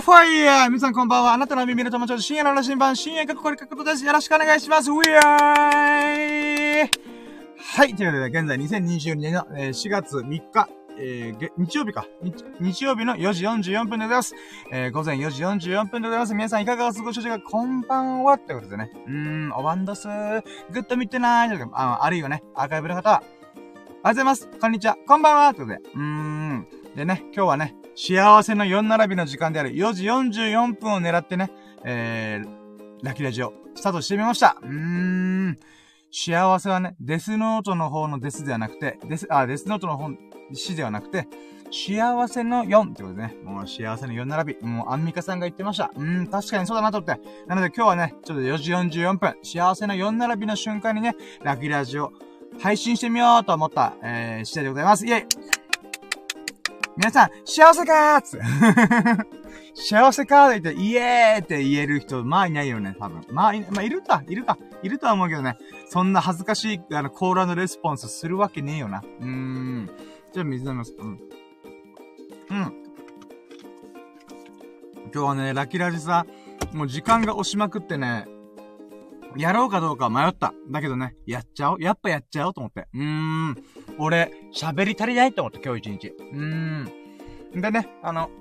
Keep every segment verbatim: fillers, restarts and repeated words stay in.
ファイヤー皆さんこんばんは。あなたの耳の友達、深夜の羅針盤、深夜かっこりかっことです。よろしくお願いします。ウィーはい。ということで、現在にせんにじゅうにねんの、えー、しがつみっか、えー、日曜日か日。日曜日のよじよんじゅうよんぷんでございます。えー、午前よじよんじゅうよんぷんでございます。皆さんいかがお過ごしでしょうか。こんばんは。ってことでね。うーん、おばんどすー。ぐっと見てないとか、あ、あるいはね、アーカイブの方は、おはようございます。こんにちは。こんばんは。ということで。うーん。でね、今日はね、幸せのよん並びの時間であるよじよんじゅうよんぷんを狙ってね、えー、ラッキーラジオ、スタートしてみました。うーん。幸せはね、デスノートの方のデスではなくて、デス、あ、デスノートの方、死ではなくて、幸せのよんってことでね、もう幸せのよん並び、もうアンミカさんが言ってました。うーん、確かにそうだなと思って。なので今日はね、ちょっとよじよんじゅうよんぷん、幸せのよん並びの瞬間にね、ラッキーラジオ、配信してみようと思った、えー、次第でございます。イェイ皆さん、幸せかーっつ幸せかーって言って、イエーって言える人、まあいないよね、多分。まあ、い、まあ、いるか、いるか、いるとは思うけどね。そんな恥ずかしい、あの、コール&レスポンスするわけねえよな。うーん。じゃあ、水飲みます。うん。うん。今日はね、ラッキーラジさ、もう時間が押しまくってね、やろうかどうか迷った。だけどね、やっちゃおう。やっぱやっちゃおうと思って。うーん。俺、喋り足りないと思って、今日一日。うーん。でね、あの、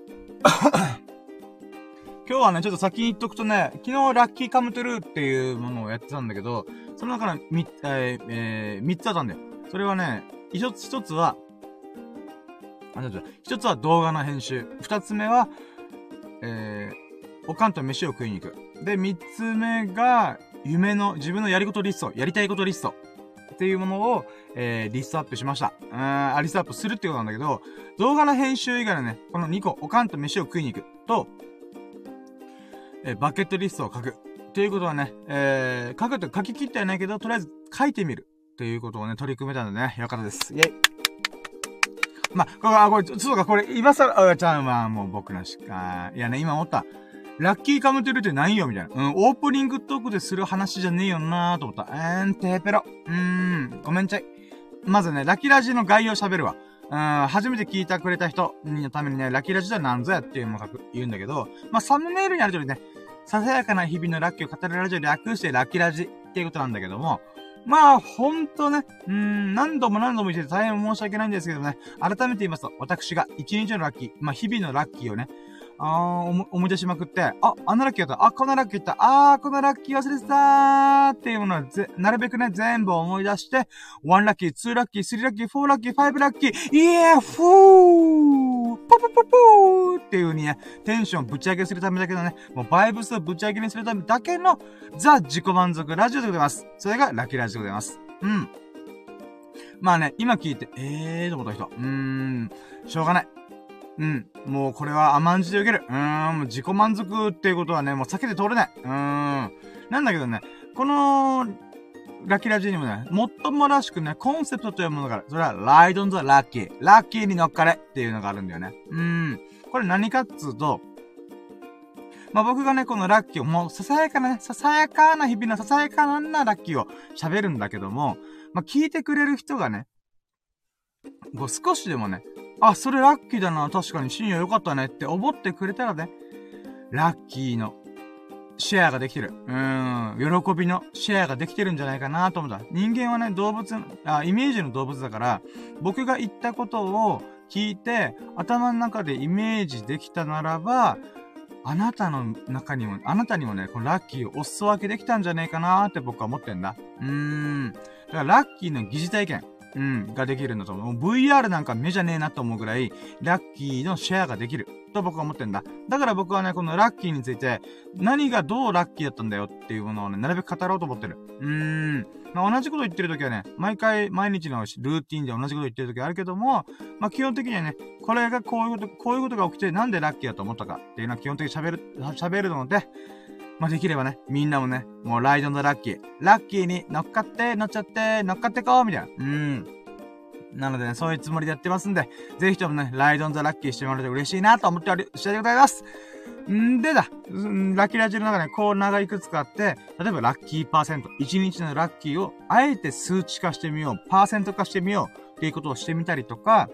今日はね、ちょっと先に言っとくとね、昨日ラッキーカムトゥルーっていうものをやってたんだけど、その中のみ、えー、えー、三つあったんだよ。それはね、一つ一つは、あ、違う違う。一つは動画の編集。二つ目は、えー、おかんと飯を食いに行く。で、三つ目が、夢の、自分のやりことリスト、やりたいことリスト。っていうものを、えー、リストアップしました。うーん、リストアップするってことなんだけど、動画の編集以外のね、このにこ、おかんと飯を食いに行くと、えー、バケットリストを書く。っていうことはね、えー、書くって書き切ってはないけど、とりあえず書いてみる。っていうことをね、取り組めたんでね、よかったです。イェイ。まあ、これ、あ、これ、そうか、これ、今さら、あ、ちゃんはもう僕らしか、いやね、今思った。ラッキーカムトゥルーって何よみたいな。うん、オープニングトークでする話じゃねえよなーと思った。えーん、テーペロ。うーん、ごめんちゃい。まずね、ラッキーラジの概要喋るわ。うん、初めて聞いてくれた人のためにね、ラッキーラジとは何ぞやっていうのを言うんだけど、まあ、サムネイルにある通りね、ささやかな日々のラッキーを語るラジオで略してラッキーラジっていうことなんだけども、まあ、ほんとね、うーん、何度も何度も言って大変申し訳ないんですけどね、改めて言いますと、私が一日のラッキー、まあ、日々のラッキーをね、あー、思、思い出しまくって、あ、あのラッキーだった、あ、このラッキーだった、あー、このラッキー忘れてたーっていうものをぜ、なるべくね、全部思い出して、ワンラッキー、ツーラッキー、スリーラッキー、フォーラッキー、ファイブラッキー、イエー、フーポポポポーっていう風にね、テンションをぶち上げするためだけどね、もうバイブスをぶち上げにするためだけの、ザ・自己満足ラジオでございます。それがラッキーラジオでございます。うん。まあね、今聞いて、えーと思った人、うーん、しょうがない。うん。もうこれは甘んじて受ける。うーん。自己満足っていうことはね、もう避けて通れない。うーん。なんだけどね、この、ラッキーラジオにもね、もっともらしくね、コンセプトというものがある。それは、ライドンザラッキー。ラッキーに乗っかれっていうのがあるんだよね。うーん。これ何かっつうと、まあ、僕がね、このラッキーを、もう、ささやかなね、ささやかな日々のささやかなラッキーを喋るんだけども、まあ、聞いてくれる人がね、こう少しでもね、あ、それラッキーだな、確かに深夜良かったねって思ってくれたらね、ラッキーのシェアができてる。うーん、喜びのシェアができてるんじゃないかなと思った。人間はね、動物、あ、イメージの動物だから、僕が言ったことを聞いて、頭の中でイメージできたならば、あなたの中にも、あなたにもね、このラッキーをお裾分けできたんじゃねえかなーって僕は思ってんだ。うーん。だからラッキーの疑似体験。うん、ができるんだと思う。ブイアール なんか目じゃねえなと思うぐらい、ラッキーのシェアができる。と僕は思ってんだ。だから僕はね、このラッキーについて、何がどうラッキーだったんだよっていうものをね、なるべく語ろうと思ってる。うーん。まあ、同じこと言ってるときはね、毎回、毎日のルーティンで同じこと言ってるときあるけども、まあ、基本的にはね、これがこういうこと、こういうことが起きて、なんでラッキーだと思ったかっていうのは基本的に喋る、喋るので、まあ、できればね、みんなもね、もうライドのラッキー。ラッキーに乗っかって、乗っちゃって、乗っかってこうみたいな。うーん。なのでね、そういうつもりでやってますんで、ぜひともね、ライドンザラッキーしてもらえると嬉しいなと思っており、してでございます。んでだ、ラッキーラジオの中でコーナーがいくつかあって、例えばラッキーパーセント、一日のラッキーをあえて数値化してみよう、パーセント化してみようっていうことをしてみたりとか、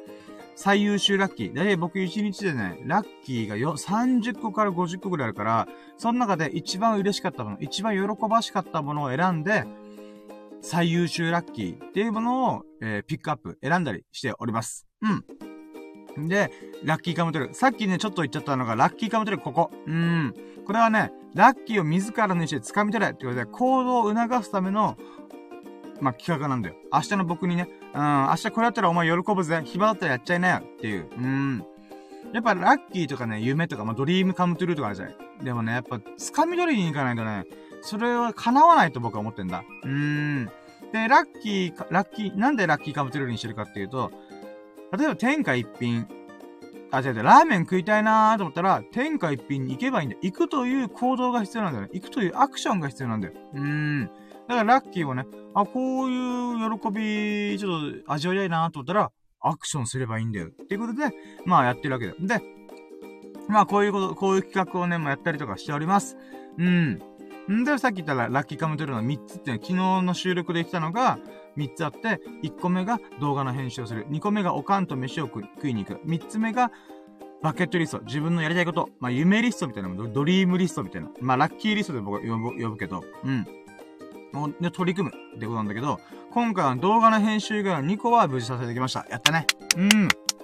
最優秀ラッキー。だいたい僕いちにちでね、ラッキーがよ、さんじゅっこからごじゅっこぐらいあるから、その中で一番嬉しかったもの、一番喜ばしかったものを選んで、最優秀ラッキーっていうものを、えー、ピックアップ、選んだりしております。うん。で、ラッキーカムトゥルー。さっきね、ちょっと言っちゃったのが、ラッキーカムトゥルー、ここ。うん。これはね、ラッキーを自らの意思で掴み取れってことで、行動を促すための、まあ、企画なんだよ。明日の僕にね、うん、明日これやったらお前喜ぶぜ。暇だったらやっちゃいなよっていう。うん。やっぱラッキーとかね、夢とか、まあ、ドリームカムトゥルーとかあるじゃない。でもね、やっぱ、掴み取りに行かないとね、それは叶わないと僕は思ってんだ。うーん。で、ラッキー、ラッキー、なんでラッキーカムトゥルーにしてるかっていうと、例えば天下一品、あ、違う違う、ラーメン食いたいなーと思ったら、天下一品に行けばいいんだよ。行くという行動が必要なんだよね。行くというアクションが必要なんだよ。うーん。だからラッキーをね、あ、こういう喜び、ちょっと味わいたいなーと思ったら、アクションすればいいんだよ。っていうことで、まあやってるわけだよ。で、まあこういうこと、こういう企画をね、まあやったりとかしております。うん。んで、さっき言ったら、ラッキーカムトゥルーのみっつっていうのは、昨日の収録で来たのが、みっつあって、いっこめが動画の編集をする。にこめがおかんと飯を食いに行く。みっつめが、バケットリスト。自分のやりたいこと。まあ、夢リストみたいなの。ドリームリストみたいな。まあ、ラッキーリストで僕は呼ぶ、呼ぶけど。うん。で、取り組むってことなんだけど、今回は動画の編集以外のにこは無事させてきました。やったね。うん。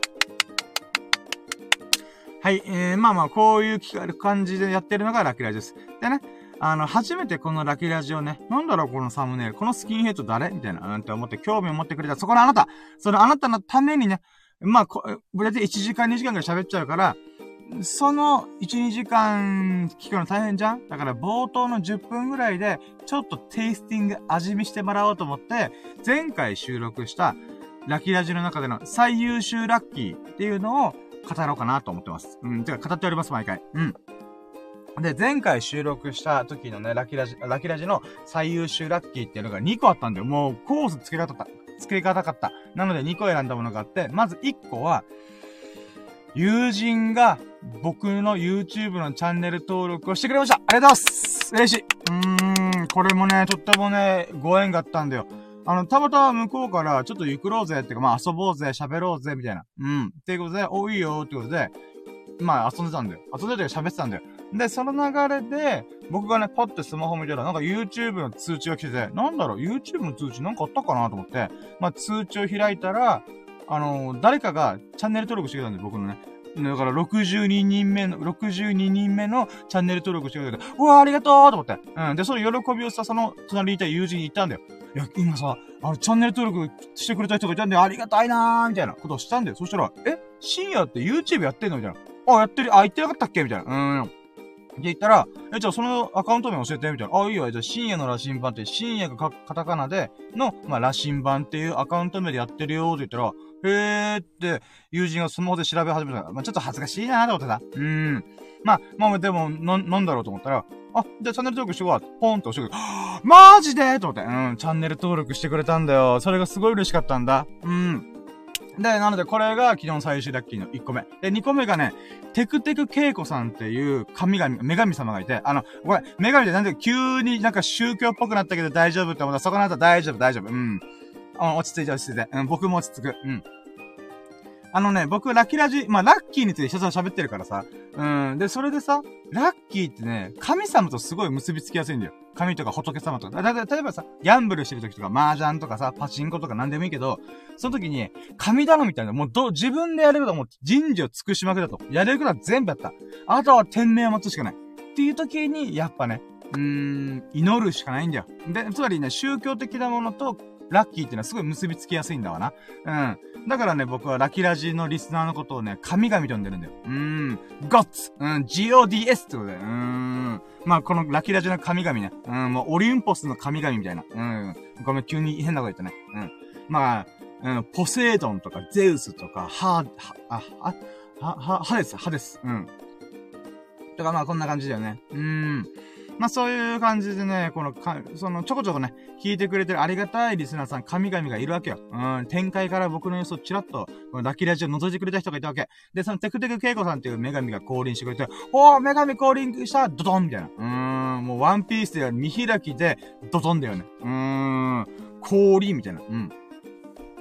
はい、えー、まあまあ、こういう感じでやってるのがラッキーラジです。でね、あの、初めてこのラッキーラジをね、なんだろうこのサムネイル、このスキンヘッド誰みたいな、なんて思って興味を持ってくれた、そこのあなたそのあなたのためにね、まあ、こ、だいたいいちじかんにじかんくらい喋っちゃうから、そのいち、にじかん聞くの大変じゃん？だから冒頭のじゅっぷんぐらいで、ちょっとテイスティング味見してもらおうと思って、前回収録したラッキーラジの中での最優秀ラッキーっていうのを語ろうかなと思ってます。うん、てか語っております、毎回。うん。で、前回収録した時のね、ラッキーラジ、ラッキーラジの最優秀ラッキーっていうのがにこあったんだよ。もうコース付け方た、付け方かった。なのでにこ選んだものがあって、まずいっこは、友人が僕の YouTube のチャンネル登録をしてくれました。ありがとうございます嬉しい。うーん、これもね、とってもね、ご縁があったんだよ。あの、たまたま向こうから、ちょっとゆくろうぜっていうか、まあ遊ぼうぜ、喋ろうぜ、みたいな。うん。っていうことで、おいいよ、ってことで、まあ遊んでたんだよ。遊んでたよ、喋ってたんだよ。で、その流れで、僕がね、パッてスマホ見たら、なんか YouTube の通知が来てて、なんだろう、YouTube の通知なんかあったかなと思って、まあ通知を開いたら、あのー、誰かがチャンネル登録してくれたんで、僕のね。だからろくじゅうににんめの、ろくじゅうににんめのチャンネル登録してくれたから、うわーありがとうと思って。うん。で、その喜びをさ、その隣にいた友人に言ったんだよ。いや、今さ、あの、チャンネル登録してくれた人がいたんで、ありがたいなーみたいなことをしたんだよ。そしたら、え深夜って YouTube やってんのみたいな。あ、やってる、あ、言ってなかったっけみたいな。うーん。で、言ったら、え、じゃあそのアカウント名教えてみたいな。あ、いいよ。じゃあ深夜の羅針盤って、深夜がカタカナで、の、まあ、羅針盤っていうアカウント名でやってるよって言ったら、へーって、友人がスマホで調べ始めたから、まあ、ちょっと恥ずかしいなーって思ってた。うーん。まあ、まあ、でも、な、なんだろうと思ったら、あ、じゃあチャンネル登録してこわ。ポンと押してくれ。はぁマジでと思って。うん、チャンネル登録してくれたんだよ。それがすごい嬉しかったんだ。うん。で、なのでこれが昨日の最終ラッキーのいっこめ。で、にこめがね、テクテク稽古さんっていう神々、女神様がいて、あの、これ、女神でなんで急になんか宗教っぽくなったけど大丈夫って思ったら、そこの後大丈夫、大丈夫。うん。落ち着いて落ち着いて。うん、僕も落ち着く。うん。あのね、僕、ラッキーラジ、まあ、ラッキーについてひたすら喋ってるからさ。うん。で、それでさ、ラッキーってね、神様とすごい結びつきやすいんだよ。神とか仏様とか。だ、だ、例えばさ、ギャンブルしてる時とか、麻雀とかさ、パチンコとかなんでもいいけど、その時に、神頼みみたいな、もうど、自分でやれることはもう人事を尽くしまくだと。やれることは全部やった。あとは天命を待つしかない。っていう時に、やっぱね、うーん、祈るしかないんだよ。で、つまりね、宗教的なものと、ラッキーっていうのはすごい結びつきやすいんだわな。うん。だからね、僕はラキラジのリスナーのことをね、神々と呼んでるんだよ。うーん。ゴッツうん、ジーオーディーエス ってことで。うーん。まあ、このラキラジの神々ね。うん、もうオリンポスの神々みたいな。うん。ごめん、急に変なこと言ったね。うん。まあ、うん、ポセイドンとかゼウスとか、ハー、は、あ、は、は、は、ハデス、ハデス。うん。とかまあこんな感じだよね。うーん。まあそういう感じでね、このか、そのちょこちょこね、聞いてくれてるありがたいリスナーさん、神々がいるわけよ。うん、展開から僕の様子をチラッと、このラッキーラジオ覗いてくれた人がいたわけ。で、そのテクテクケイコさんっていう女神が降臨してくれて、おー、女神降臨したドドンみたいな。うーん、もうワンピースで見開きで、ドドンだよね。うーん、降臨みたいな。うん。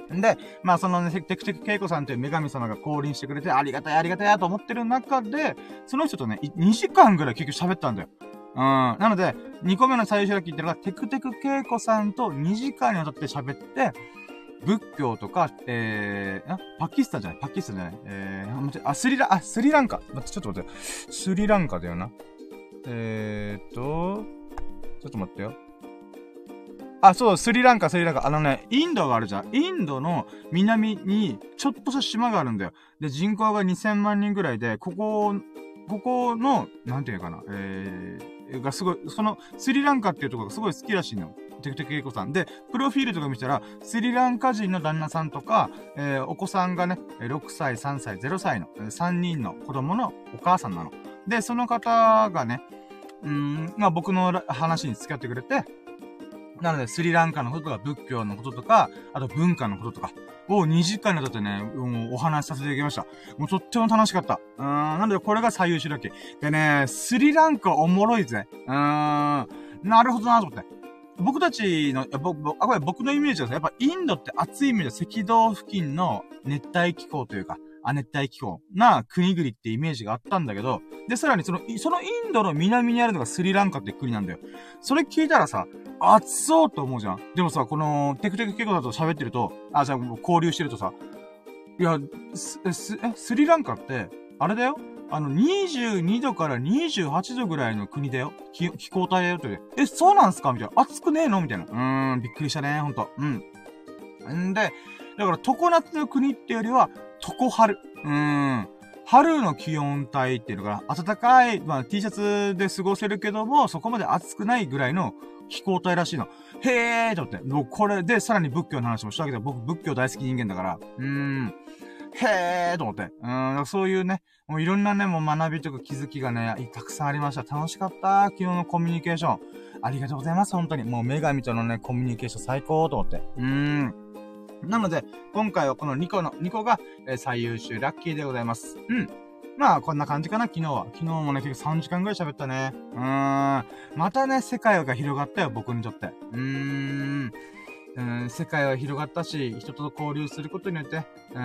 で、まあそのね、テクテクケイコさんという女神様が降臨してくれて、ありがたいありがたいと思ってる中で、その人とね、にじかんぐらい結局喋ったんだよ。うん。なので、にこめの最終ラッキーってのが、テクテクケイコさんとにじかんにわたって喋って、仏教とか、えー、パキスタンじゃないパキスタンじゃないえー、あ、スリラ、あ、スリランカ。待って、ちょっと待って。スリランカだよな。えーっと、ちょっと待ってよ。あ、そう、スリランカ、スリランカ。あのね、インドがあるじゃん。インドの南に、ちょっとした島があるんだよ。で、人口がにせんまんにんぐらいで、ここ、ここの、なんていうかな、えー、がすごい、その、スリランカっていうところがすごい好きらしいの。テクテクエイコさん。で、プロフィールとか見たら、スリランカ人の旦那さんとか、えー、お子さんがね、ろくさい、さんさい、ゼロさいの、さんにんの子供のお母さんなの。で、その方がね、うーん、まあ僕の話に付き合ってくれて、なので、スリランカのこととか、仏教のこととか、あと文化のこととか、をにじかんにわたってね、もうお話しさせていただきました。もうとっても楽しかった。うーん、なのでこれが最優秀ラッキー。でね、スリランカおもろいぜ。うーん、なるほどなと思って。僕たちの、ぼ、ぼ、あ、これ僕のイメージです。やっぱインドって暑いイメージは赤道付近の熱帯気候というか、亜熱帯気候な国々ってイメージがあったんだけど、で、さらにその、そのインドの南にあるのがスリランカって国なんだよ。それ聞いたらさ、暑そうと思うじゃん。でもさ、この、テクテクケコだと喋ってると、あ、じゃあ交流してるとさ、いや、す、す、え、スリランカって、あれだよあの、にじゅうにどからにじゅうはちどぐらいの国だよ。気、気候帯だよって。え、そうなんすかみたいな。暑くねえのみたいな。うーん、びっくりしたね、ほんと。うん。んで、だから、常夏の国ってよりは、常春。うーん。春の気温帯っていうのが、暖かい、まあ T シャツで過ごせるけども、そこまで暑くないぐらいの気候帯らしいの。へーと思って。もうこれで、さらに仏教の話もしたけど、僕仏教大好き人間だから、うーん。へーと思って。うーん、そういうね、もういろんなね、もう学びとか気づきがね、たくさんありました。楽しかった。昨日のコミュニケーション。ありがとうございます、本当に。もう女神とのね、コミュニケーション最高と思って。うーん。なので、今回はこのにこの、にこが、えー、最優秀ラッキーでございます。うん。まあ、こんな感じかな、昨日は。昨日もね、結構さんじかんぐらい喋ったね。うーん。またね、世界が広がったよ、僕にとって。うーん。うん、世界は広がったし、人と交流することによって、うん、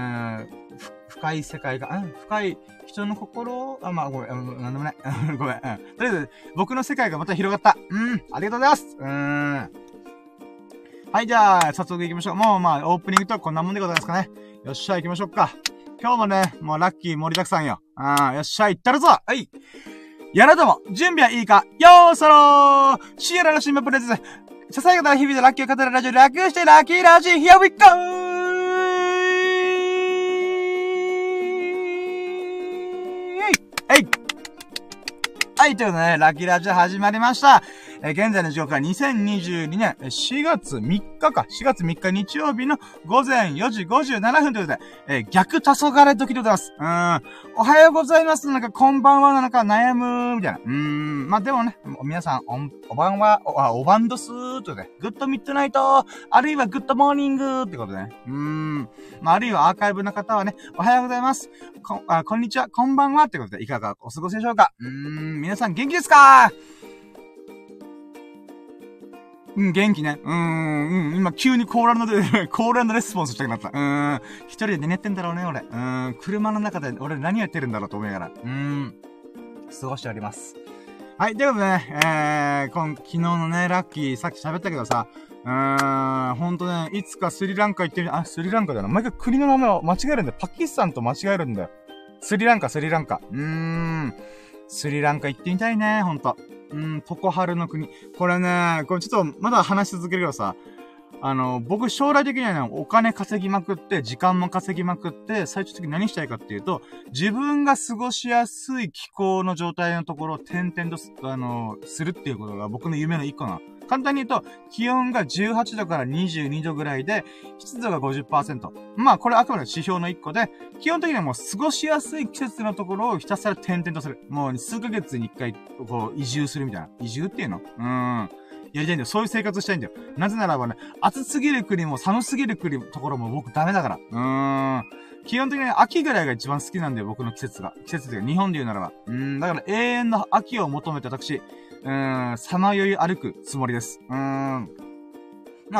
深い世界が、うん、深い人の心を、あ、まあ、ごめん、うん、なんでもない。ごめん、うん。とりあえず、僕の世界がまた広がった。うん、ありがとうございます。うーん。はい、じゃあ、早速行きましょう。もう、まあ、オープニングとこんなもんでございますかね。よっしゃ、行きましょうか。今日もね、もうラッキー盛りだくさんよ。ああ、よっしゃ、行ったるぞ。はい。やらども、準備はいいかよーそろーシエラの新聞プレゼンツ。ささやかな日々でラッキーを語るラジオ、楽してラッキーラジオ、Here we go! はい。はい、ということでね、ラッキーラジオ始まりました。えー、現在の時刻はにせんにじゅうにねんしがつみっかか、しがつみっか日曜日のごぜんよじごじゅうななふんということで、えー、逆黄昏時でございます。うーん。おはようございます。なんか、こんばんはなのか悩むみたいな。うーん。まあ、でもね、皆さん、お、おばんは、お、あ、おばんどすーということで、グッドミッドナイトあるいはグッドモーニングってことでね。うーん。まあ、あるいはアーカイブの方はね、おはようございます。こ、あ、こんにちは、こんばんはってことで、いかがお過ごしでしょうか。うーん。皆さん元気ですか？うん、元気ね。うーん、うん、今急にコーランドで、コーランドレスポンスしたくなった。うーん、一人で寝てんだろうね、俺。うーん、車の中で俺何やってるんだろうと思いながら。うーん、過ごしております。はい、ということでね、えー、こん、昨日のね、ラッキー、さっき喋ったけどさ、うーん、ほんとね、いつかスリランカ行ってみ、あ、スリランカだな。毎回国の名前を間違えるんだよ。パキスタンと間違えるんだよ。スリランカ、スリランカ。うーん、スリランカ行ってみたいね、ほんと。うん、常春の国。これね、これちょっとまだ話し続けるけどさ、あの、僕将来的にはね、お金稼ぎまくって、時間も稼ぎまくって、最終的に何したいかっていうと、自分が過ごしやすい気候の状態のところを点々とす、あの、するっていうことが僕の夢の一個なの。簡単に言うと、気温がじゅうはちどからにじゅうにどぐらいで、湿度が ごじゅっパーセント。まあ、これあくまで指標の一個で、基本的にはもう過ごしやすい季節のところをひたすら点々とする。もう数ヶ月に一回、こう、移住するみたいな。移住っていうの？うーん。やりたいんだよ。そういう生活したいんだよ。なぜならばね、暑すぎる国も寒すぎる国、ところも僕ダメだから。うーん。基本的に秋ぐらいが一番好きなんだよ、僕の季節が。季節で日本で言うならば。うーん。だから永遠の秋を求めて私、うーん、さまよい歩くつもりです。うーん。まあ、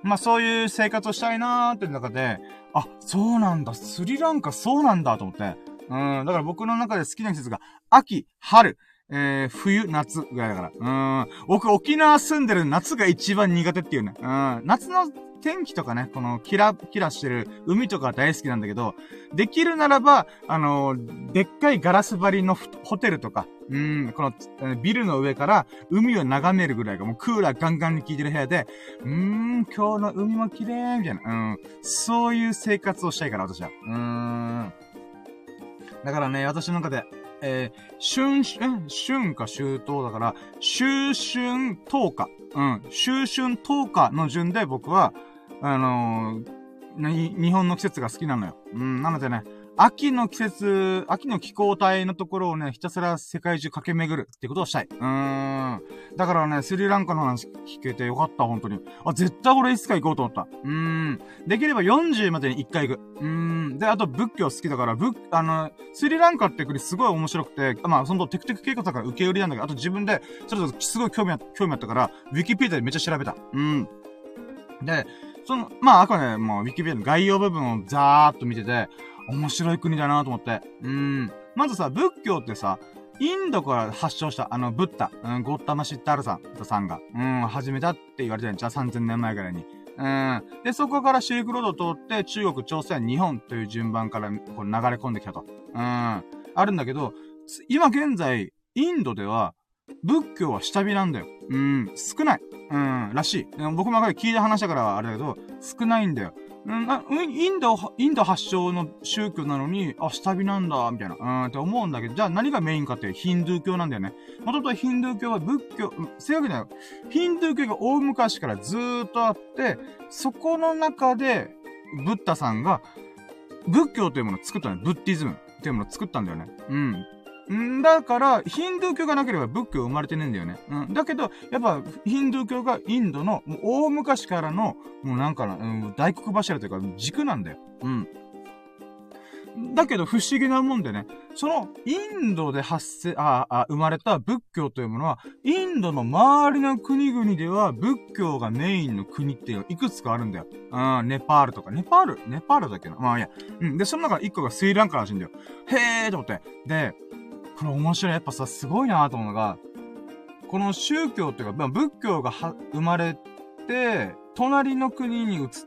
まあそういう生活をしたいなーって中で、あ、そうなんだ、スリランカそうなんだと思って。うん、だから僕の中で好きな季節が、秋、春、えー、冬、夏ぐらいだから。うん、僕沖縄住んでる夏が一番苦手っていうね。うん、夏の天気とかね、このキラキラしてる海とか大好きなんだけど、できるならば、あのー、でっかいガラス張りのホテルとか、うん、この、ビルの上から海を眺めるぐらいがもうクーラーガンガンに効いてる部屋で、うーん、今日の海も綺麗みたいな、うん、そういう生活をしたいから、私は。うーん。だからね、私の中で、えー、春、え春か秋冬だから、秋春冬夏。うん。秋春冬夏の順で僕は、あのー、日本の季節が好きなのよ。うん。なのでね、秋の季節、秋の気候帯のところをね、ひたすら世界中駆け巡るってことをしたい。うーん。だからね、スリランカの話聞けてよかった、本当に。あ、絶対俺いつか行こうと思った。うーん。できればよんじゅうまでにいっかい行く。うーん。で、あと仏教好きだから、仏、あの、スリランカって国すごい面白くて、まあ、そのテクテク稽古だから受け売りなんだけど、あと自分で、ちょっとすごい興味あ、興味あったから、ウィキペディアでめっちゃ調べた。うん。で、その、まあ、あくまで、もう、ウィキペディアの概要部分をザーっと見てて、面白い国だなと思って。うーん。まずさ、仏教ってさ、インドから発祥した、あの、ブッダ、うん、ゴッタマシッタールさん、さんが、うん、始めたって言われてるんじゃん、さんぜんねんまえぐらいに。うん。で、そこからシルクロードを通って、中国、朝鮮、日本という順番から、こう、流れ込んできたと。うん。あるんだけど、今現在、インドでは、仏教は下火なんだよ。うん、少ない。うん、らしい。僕も聞いた話だからあれだけど、少ないんだよ。うん、あ、インド、インド発祥の宗教なのに、あ、下火なんだ、みたいな、うん、って思うんだけど、じゃあ何がメインかってヒンドゥー教なんだよね。もともとヒンドゥー教は仏教、正確だよ。ヒンドゥー教が大昔からずーっとあって、そこの中で、ブッダさんが、仏教というものを作ったのよ。ブッディズムっていうものを作ったんだよね。うん。んだから、ヒンドゥー教がなければ仏教生まれてねえんだよね。うん。だけど、やっぱ、ヒンドゥー教がインドの、もう大昔からの、もうなんかな、うん、大黒柱というか、軸なんだよ。うん。だけど、不思議なもんでね、その、インドで発生、あ、あ、生まれた仏教というものは、インドの周りの国々では、仏教がメインの国っていうのいくつかあるんだよ。うん、ネパールとか、ネパールネパールだっけなまあいいや。うん。で、その中一個がスリランカらしいんだよ。へーと思って。で、これ面白い。やっぱさ、すごいなと思うのが、この宗教っていうか、まあ、仏教がは、生まれて、隣の国に移って、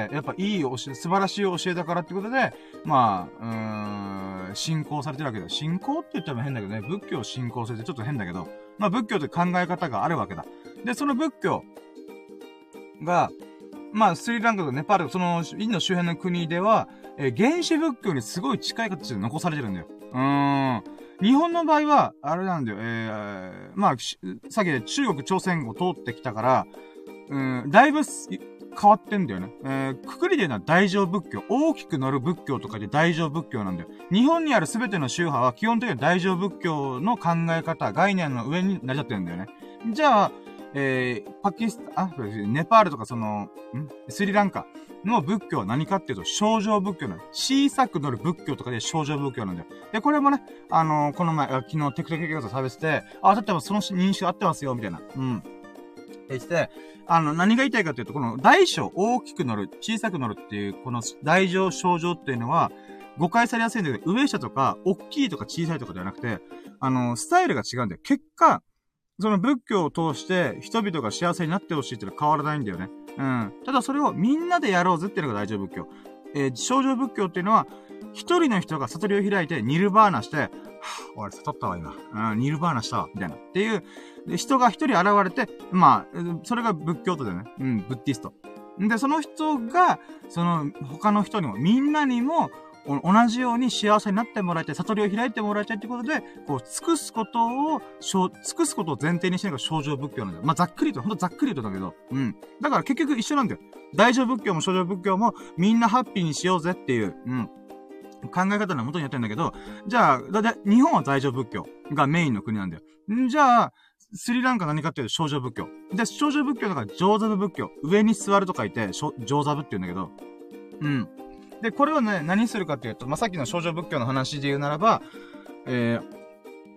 やっぱいい教え、素晴らしい教えだからってことで、まあ、うーん、信仰されてるわけだ。信仰って言っても変だけどね、仏教を信仰するってちょっと変だけど、まあ仏教って考え方があるわけだ。で、その仏教が、まあ、スリランカとネパール、その、インド周辺の国では、えー、原始仏教にすごい近い形で残されてるんだよ。うーん。日本の場合は、あれなんだよ、えー、まあ、さっきで中国、朝鮮を通ってきたから、うん、だいぶ変わってんだよね。えー、くくりで言うのは大乗仏教。大きく乗る仏教とかで大乗仏教なんだよ。日本にあるすべての宗派は基本的には大乗仏教の考え方、概念の上に成り立ってるんだよね。じゃあ、えー、パキスタン、あ、ネパールとかその、んスリランカの仏教は何かっていうと、小乗仏教なの。小さく乗る仏教とかで小乗仏教なんだよ。で、これもね、あのー、この前、昨日テクテクテクと食べてて、あ、だってその認識合ってますよ、みたいな。うん。って言って、あの、何が言いたいかというと、この大小、大きく乗る、小さく乗るっていう、この大乗、小乗っていうのは、誤解されやすいんだけど、上下とか、大きいとか小さいとかではなくて、あの、スタイルが違うんだよ。結果、その仏教を通して人々が幸せになってほしいっていうのは変わらないんだよね。うん。ただそれをみんなでやろうぜっていうのが大乗仏教。えー、小乗仏教っていうのは、一人の人が悟りを開いて、ニルバーナして、はぁ、俺悟ったわ今。うん、ニルバーナしたわ、みたいな。っていう、で人が一人現れて、まあ、それが仏教徒だよね。うん、ブッディスト。で、その人が、その、他の人にも、みんなにも、同じように幸せになってもらいたい、悟りを開いてもらいたいってことで、こう、尽くすことを、尽くすことを前提にしてるのが小乗仏教なんだよ。まあ、ざっくりと、ほんとざっくりとだけど、うん。だから結局一緒なんだよ。大乗仏教も小乗仏教も、みんなハッピーにしようぜっていう、うん。考え方の元にやってるんだけど、じゃあ、だって、日本は大乗仏教がメインの国なんだよ。んじゃあ、スリランカ何かっていうと小乗仏教。で、小乗仏教だから上座部仏教。上に座ると書いて、上座部って言うんだけど、うん。で、これをね、何するかっていうと、まあ、さっきの小乗仏教の話で言うならば、え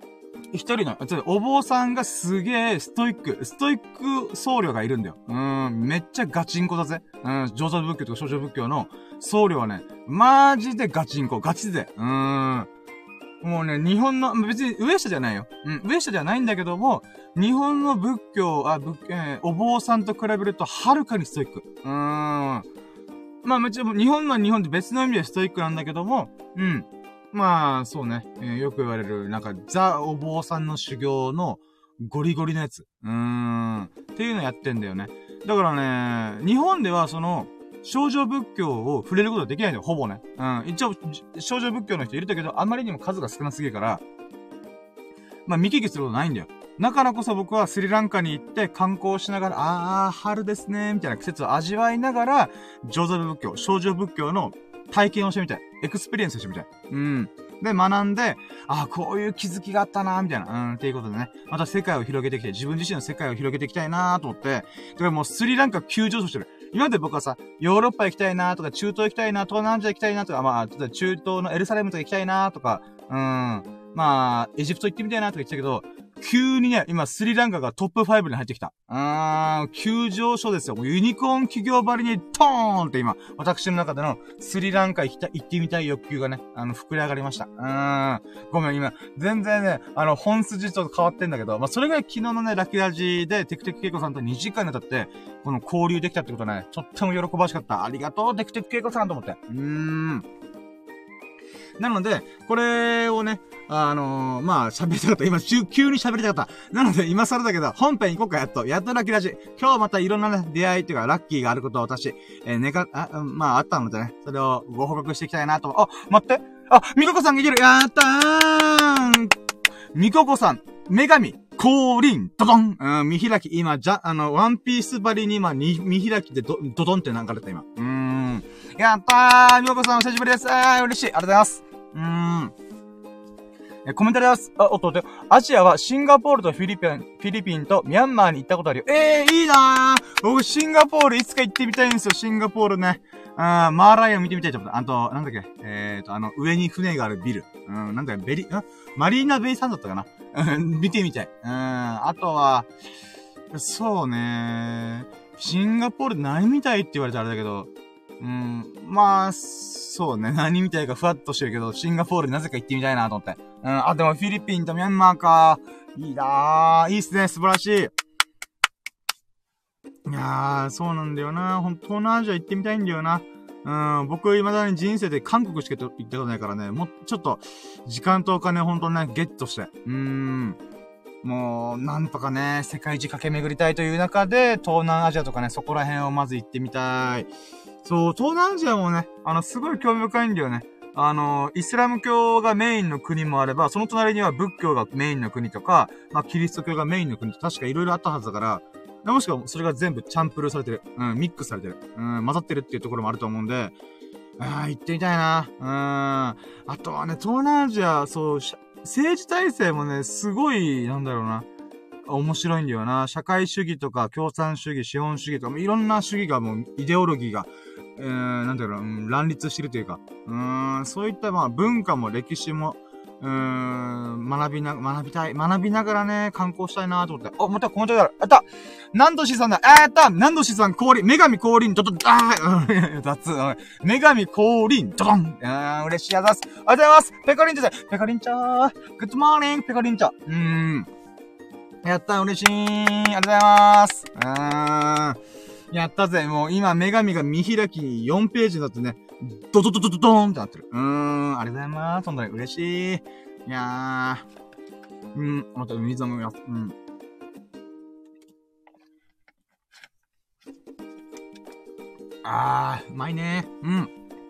一人の、ちょっとお坊さんがすげえストイック、ストイック僧侶がいるんだよ。うーん、めっちゃガチンコだぜ。うん、上座仏教とか少女仏教の僧侶はね、マジでガチンコ、ガチで。うーん。もうね、日本の、別に上下じゃないよ。うん、上下じゃないんだけども、日本の仏教、あ、仏、えー、お坊さんと比べるとはるかにストイック。うーん。まあ、もちろん、日本は日本で別の意味でストイックなんだけども、うん。まあ、そうね、えー。よく言われる、なんか、ザ・お坊さんの修行のゴリゴリのやつ。うーん。っていうのやってんだよね。だからね、日本ではその、少女仏教を触れることができないんだよ、ほぼね。うん。一応、少女仏教の人いるんだけど、あまりにも数が少なすぎるから、まあ、見聞きすることないんだよ。だからこそ僕はスリランカに行って観光しながら、あー、春ですね、みたいな季節を味わいながら、上座部仏教、少女仏教の体験をしてみたい。エクスペリエンスしてみたい。うん。で、学んで、ああ、こういう気づきがあったなーみたいな。うん、っていうことでね。また世界を広げていきたい。自分自身の世界を広げていきたいなーと思って。だからもうスリランカ急上昇してる。今まで僕はさ、ヨーロッパ行きたいなーとか、中東行きたいなー、東南アジア行きたいなーとか、まあ、中東のエルサレムとか行きたいなーとか、うん。まあ、エジプト行ってみたいなーとか言ってたけど、急にね、今、スリランカがトップファイブに入ってきた。うーん、急上昇ですよ。もうユニコーン企業ばりに、トーンって今、私の中でのスリランカ行きた、行ってみたい欲求がね、あの、膨れ上がりました。うーん、ごめん、今、全然ね、あの、本筋と変わってんだけど、まあ、それぐらい昨日のね、ラッキーラジで、テクテクケイコさんとにじかんにわたって、この交流できたってことはね、とっても喜ばしかった。ありがとう、テクテクケイコさんと思って。うーん。なので、これをね、あのー、まあ、喋りたかった。今、急に喋りたかった。なので、今更だけど、本編行こうか、やっと。やっとラッキーラジ。今日またいろんなね、出会いっていうか、ラッキーがあることを私、えー、ねか、あ、まあ、あったのでね、それをご報告していきたいなと。あ、待って。あ、みここさんがいける。やったーみここさん、女神、降臨、ドドンうん、見開き、今、じゃ、あの、ワンピースばりに今、に、見開きでド、ドドンって流れた、今。うーん。やったーみここさん、お久しぶりです。あー、嬉しい。ありがとうございます。うーん。え、コメントあります。あ、おっと、アジアはシンガポールとフィリピン、フィリピンとミャンマーに行ったことあるよ。えー、いいなー僕、シンガポールいつか行ってみたいんですよ、シンガポールね。あー、マーライオン見てみたいと思った。あと、なんだっけ、えーと、あの、上に船があるビル。うん、なんだっけ、ベリ、んマリーナベイサンドだったかなうん、見てみたい。うん、あとは、そうねー、シンガポール何見たいって言われたらあれだけど、うん、まあ、そうね。何みたいかふわっとしてるけど、シンガポールになぜか行ってみたいなと思って。うん、あ、でもフィリピンとミャンマーか。いいなー。いいっすね。素晴らしい。いやー、そうなんだよな。ほんと、東南アジア行ってみたいんだよな。うん、僕未だに人生で韓国しか行ったことないからね。もう、ちょっと、時間とお金ほんとね、ゲットして。うーん。もう、なんとかね、世界中駆け巡りたいという中で、東南アジアとかね、そこら辺をまず行ってみたい。そう、東南アジアもね、あの、すごい興味深いんだよね。あの、イスラム教がメインの国もあれば、その隣には仏教がメインの国とか、まあ、キリスト教がメインの国と確かいろいろあったはずだから、もしくはそれが全部チャンプルーされてる。うん、ミックスされてる。うん、混ざってるっていうところもあると思うんで、ああ、行ってみたいな。うん。あとはね、東南アジア、そう、政治体制もね、すごい、なんだろうな。面白いんだよな。社会主義とか共産主義、資本主義とか、いろんな主義がもう、イデオロギーが、えー、なんだろう、うん、乱立してるというか、うーん、そういったまあ文化も歴史も、うーん、学びな、学びたい、学びながらね、観光したいなと思って。お、またコメントがある。あった、何度しさんだ。あー、やった何度しさん降臨、女神降臨、ドドン、あー、雑、女神降臨、ドドン。あー、嬉しいあざす。ありがとうございます。ペコリンチョで、ペコリンチョー。グッドモーニング、ペコリンチョ。うーん。やった嬉しい。ありがとうございます。あー。やったぜ。もう今、女神が見開きよんページになってね、ドドドドドドーンってなってる。うーん、ありがとうございます。本当に嬉しい。いやー。うん、また水飲みます。うん。あー、うまいね。うん。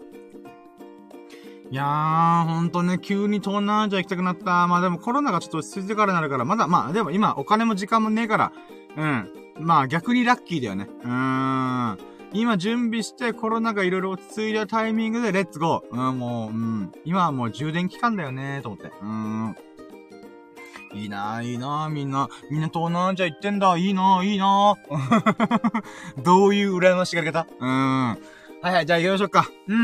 いやー、ほんとね、急に東南アジア行きたくなった。まあでもコロナがちょっと落ち着いてからになるから、まだ、まあでも今お金も時間もねえから、うん。まあ逆にラッキーだよね。うーん。今準備してコロナがいろいろ落ち着いたタイミングでレッツゴー。うん、もう、うん。今はもう充電期間だよねと思って。うーん。いいなぁ、いいなぁ、みんな。みんな東南アジア行ってんだ。いいなぁ、いいなぁ。どういう羨ましがり方うーん。はいはい、じゃあ行きましょうか。うん。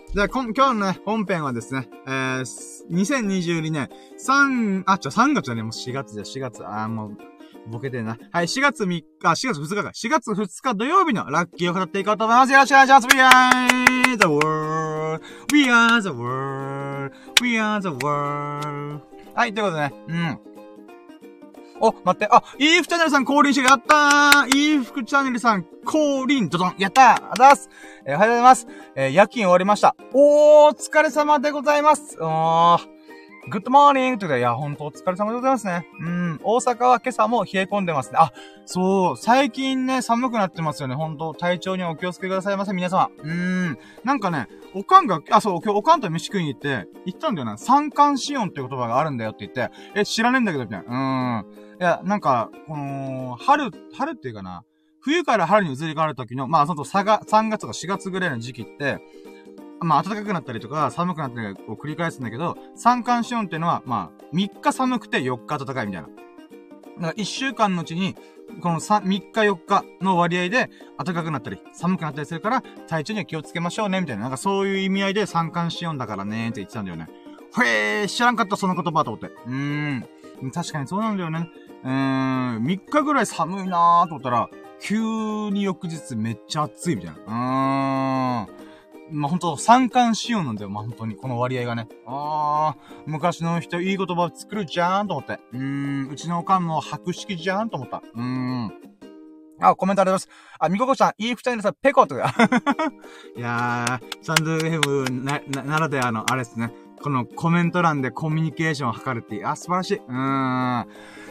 じゃあ、こん、今日のね、本編はですね、えー、にせんにじゅうにねん、3、あ、ちょ、さんがつだね、もうしがつじゃ、しがつ、あー、もう、ボケてんな。はい、しがつみっか、しがつふつかか。しがつふつか土曜日のラッキーを語っていこうと思います。よろしくお願いします。We are the world. We are the world. We are the world. はい、ということでね。うん。お、待って。あ、イーフチャンネルさん降臨してる。やったー。イーフチャンネルさん降臨。ドドン。やったー。ありがとうございます。えー、おはようございます。えー、夜勤終わりました。おー、お疲れ様でございます。おー。グッドモーニングということで、いや、ほんとお疲れ様でございますね。うん。大阪は今朝も冷え込んでますね。あ、そう。最近ね、寒くなってますよね。ほんと。体調にお気をつけくださいませ、皆様。うーん。なんかね、おかんが、あ、そう、今日おかんと飯食いに行って、言ったんだよな。三寒四温って言葉があるんだよって言って、え、知らねえんだけど、みたいな。うーん。いや、なんか、この、春、春っていうかな。冬から春に移り変わる時の、まあ、そのさが、さんがつとかしがつぐらいの時期って、まあ、暖かくなったりとか、寒くなったりを繰り返すんだけど、三寒四温っていうのは、まあ、みっか寒くてよっか暖かいみたいな。だからいっしゅうかんのうちに、このみっかよっかの割合で暖かくなったり、寒くなったりするから、体調には気をつけましょうね、みたいな。なんかそういう意味合いで三寒四温だからね、って言ってたんだよね。へー、知らんかった、その言葉と思って。うーん。確かにそうなんだよね。うーん、みっかぐらい寒いなーと思ったら、急に翌日めっちゃ暑いみたいな。うーん。まあ、ほんと、三寒四温なんだよ、まあ、ほんとに。この割合がね。あー、昔の人いい言葉作るじゃーんと思って。うーん、うちのおかんも白色じゃーんと思った。うーん。あ、コメントあります。あ、みここさん、いい二人のさ、ペコとか。いやー、サンドウェブな、な、ならではの、あれですね。このコメント欄でコミュニケーションを図るっていう。あ、素晴らしい。うーん。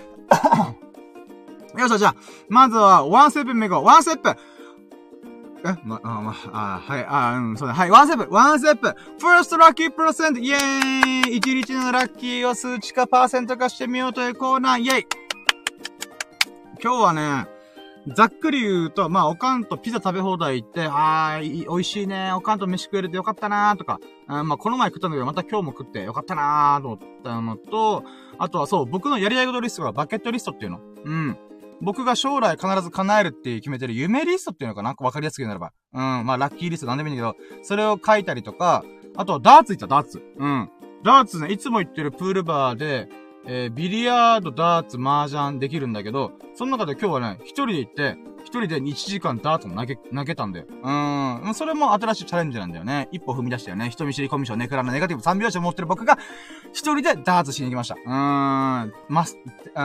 よっしゃ、じゃあ、まずは、ワンステップ目いこう。ワンステップえま、あ、ま、あ、はい、あ、うん、そうだ。はい、ワンステップ、ワンステップ、ファーストラッキープロセント、イェーイ一日のラッキーを数値化パーセント化してみようというコーナー、イェイ今日はね、ざっくり言うと、まあ、おかんとピザ食べ放題行って、あー、美味しいね、おかんと飯食えれてよかったなーとか、あまあ、この前食ったんだけど、また今日も食ってよかったなーと思ったのと、あとはそう、僕のやりたいことリストがバケットリストっていうの。うん。僕が将来必ず叶えるって決めてる夢リストっていうのかなわかりやすく言うならば。うん。まあ、ラッキーリストなんでもいいんだけど、それを書いたりとか、あとはダーツ行った、ダーツ。うん。ダーツね、いつも行ってるプールバーで、えー、ビリヤード、ダーツ、麻雀できるんだけど、その中で今日はね、一人で行って、一人でいちじかんダーツを投げ、投げたんだよ。うーん。それも新しいチャレンジなんだよね。一歩踏み出したよね。人見知りコミュ障、ネクラのネガティブ三拍子を持ってる僕が、一人でダーツしに行きました。うーん。ます、うん。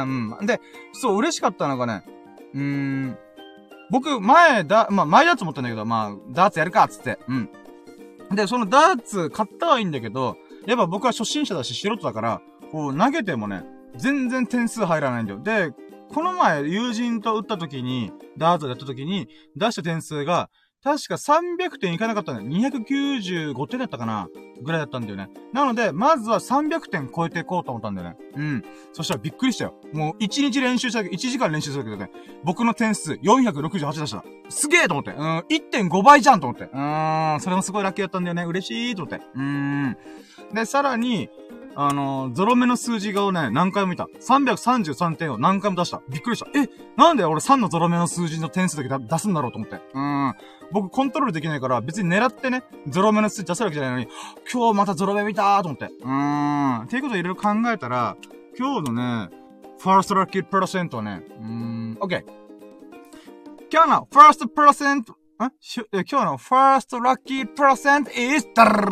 で、そう、嬉しかったのがね、うーん。僕、前、だ、まあ、前ダーツ持ったんだけど、まあ、ダーツやるか、つって。うん。で、そのダーツ買ったはいいんだけど、やっぱ僕は初心者だし素人だから、こう投げてもね、全然点数入らないんだよ。で、この前友人と打った時に、ダーツでやった時に出した点数が、確かさんびゃくてんいかなかったんだよ。にひゃくきゅうじゅうごてんだったかなぐらいだったんだよね。なので、まずはさんびゃくてん超えていこうと思ったんだよね。うん。そしたらびっくりしたよ。もういちにち練習したけど、いちじかん練習するけどね、僕の点数よんひゃくろくじゅうはち出した。すげえと思って。うん、いってんごばいじゃんと思って。うーん、それもすごいラッキーだったんだよね。嬉しいと思って。うーん。で、さらに、あのー、ゾロ目の数字をね、何回も見た。さんびゃくさんじゅうさんてんを何回も出した。びっくりした。え、なんで俺さんのゾロ目の数字の点数だけ出すんだろうと思って。うーん。僕コントロールできないから別に狙ってね、ゾロ目の数字出せるわけじゃないのに、今日またゾロ目見たーと思って。うーん。っていうことをいろいろ考えたら、今日のね、ファーストラッキープロセントはね、うーん、オッケー。今日のファーストプロセント、ん今日のファーストラッキープロセント is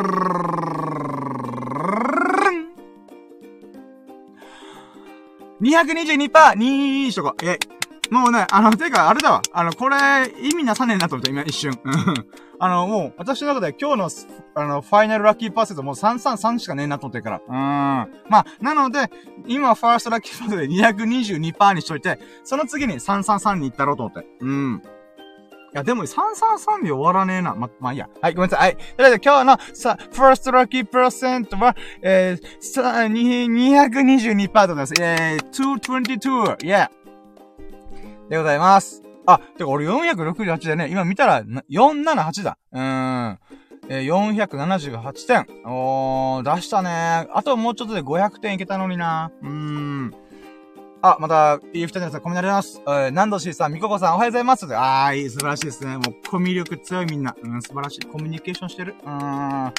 にひゃくにじゅうにパーセント にーしとこ。イェイ。もうね、あの、てか、あれだわ。あの、これ、意味なさねえなと思った、今、一瞬。あの、もう、私の中で今日の、あの、ファイナルラッキーパーセントもうさんさんさんしかねえなと思ってるから。うーん。まあ、なので、今、ファーストラッキーパーセントで にひゃくにじゅうにパーセント にしといて、その次にさんさんさんに行ったろうと思って。うん。いや、でも、さんさんさんで終わらねえな。ま、まあ、いいや。はい、ごめんなさい。はい。というわけで、今日の、さ、ファーストラッキープロセントは、えー、さ、に、にひゃくにじゅうにパーセントです。えー、にひゃくにじゅうに。イェー。でございます。あ、てか、俺よんひゃくろくじゅうはちだね。今見たら、よんひゃくななじゅうはちだ。うーん。えー、よんひゃくななじゅうはちてん。おー、出したね。あともうちょっとでごひゃくてんいけたのにな。うーん。 あ、また、いい二人さん、コメントありがとうございます。えー、ナンドシーさん、ミココさん、おはようございます。あー、いい、素晴らしいですね。もう、コミュ力強いみんな。うん、素晴らしい。コミュニケーションしてる。うーん。はい、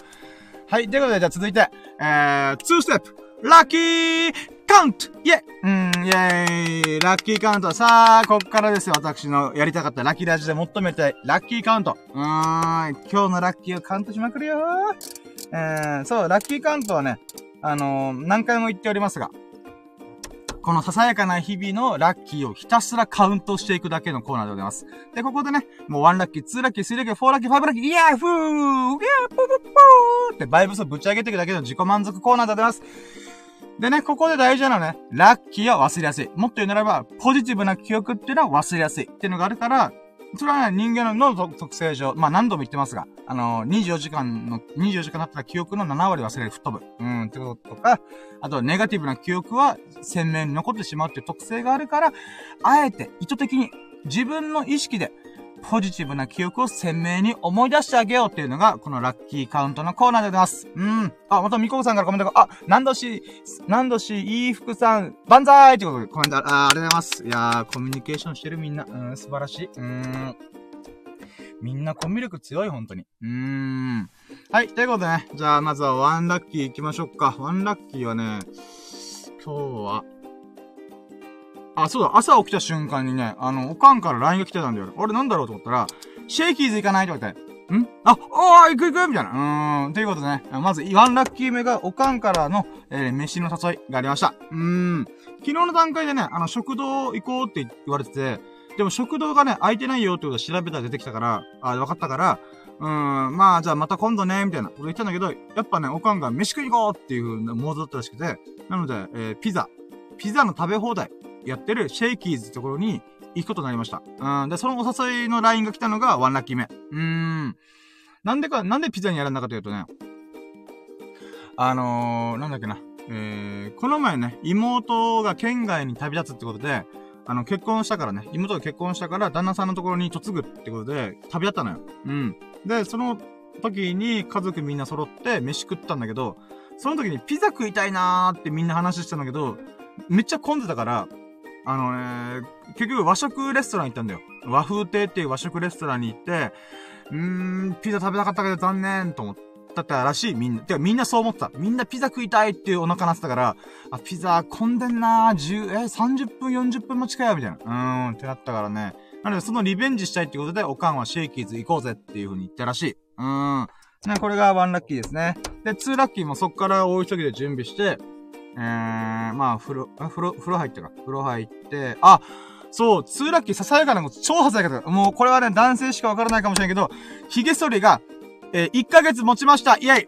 ということで、じゃあ続いて、えー、ツーステップ、ラッキーカウントイェイうん、イェーイラッキーカウント。さあ、こっからですよ。私のやりたかったラッキーラジで最もやりたい、ラッキーカウント。うーん、今日のラッキーをカウントしまくるよー。えー、そう、ラッキーカウントはね、あのー、何回も言っておりますが、このささやかな日々のラッキーをひたすらカウントしていくだけのコーナーでございます。で、ここでね、もうワンラッキー、ツーラッキー、スリーラッキー、フォーラッキー、ファイブラッキー、イヤーフーイヤーポポポーってバイブスをぶち上げていくだけの自己満足コーナーでございます。でね、ここで大事なのはね、ラッキーは忘れやすい。もっと言うならば、ポジティブな記憶っていうのは忘れやすいっていうのがあるから、それはね、人間の特性上、まあ何度も言ってますが、あのー、にじゅうよじかんの、にじゅうよじかんだったら記憶のななわり忘れる、吹っ飛ぶ。うん、ってこととか、あと、ネガティブな記憶は鮮明に残ってしまうっていう特性があるから、あえて意図的に自分の意識で、ポジティブな記憶を鮮明に思い出してあげようっていうのが、このラッキーカウントのコーナーでございます。うん。あ、またみここさんからコメントが、あ、なんどし、なんどし、いい服さん、万歳ってことでコメントあ、あ、ありがとうございます。いやー、コミュニケーションしてるみんな。うん、素晴らしい。うーん。みんなコミュ力強い、本当に。うーん。はい、ということでね、じゃあまずはワンラッキー行きましょうか。ワンラッキーはね、今日は、あ、そうだ、朝起きた瞬間にね、あの、おかんから ライン が来てたんだよ。あれなんだろうと思ったら、シェイキーズ行かないとか言って、んあ、おー、行く行くみたいな。うーん。ということでね、まず、ワンラッキー目がおかんからの、えー、飯の誘いがありました。うーん。昨日の段階でね、あの、食堂行こうって言われてて、でも食堂がね、空いてないよってことを調べたら出てきたから、あ、分かったから、うーん、まあ、じゃあまた今度ね、みたいなこと言ったんだけど、やっぱね、おかんが飯食い行こうっていう風なモードだったらしくて、なので、えー、ピザ、ピザの食べ放題やってるシェイキーズってところに行くことになりました。うん、で、そのお誘いの ライン が来たのがワンラッキー目。うーん。なんでか、なんでピザにやらんなかというとね、あのー、なんだっけな、えー、この前ね、妹が県外に旅立つってことで、あの、結婚したからね、妹が結婚したから、旦那さんのところに嫁ぐってことで、旅立ったのよ。うん。で、その時に家族みんな揃って飯食ったんだけど、その時にピザ食いたいなーってみんな話してたんだけど、めっちゃ混んでたから、あのね、結局和食レストラン行ったんだよ。和風亭っていう和食レストランに行って、うーん、ピザ食べたかったけど残念と思ったらしい、みんな。てかみんなそう思ってた。みんなピザ食いたいっていうお腹鳴ってたから、あ、ピザ混んでんなー、じゅう、え、さんじゅっぷん、よんじゅっぷん待ちかよ、みたいな。うーん、ってなったからね。なので、そのリベンジしたいってことで、おかんはシェイキーズ行こうぜっていう風に言ったらしい。うーん。ね、これがワンラッキーですね。で、ツーラッキーもそっから大急ぎで準備して、えー、まあ、風呂、あ、風呂、風呂入ってか。風呂入って、あ、そう、ツーラッキーささやかなこと、超ささやかだ。もう、これはね、男性しかわからないかもしれないけど、髭剃りが、えー、いっかげつ持ちました。イェイ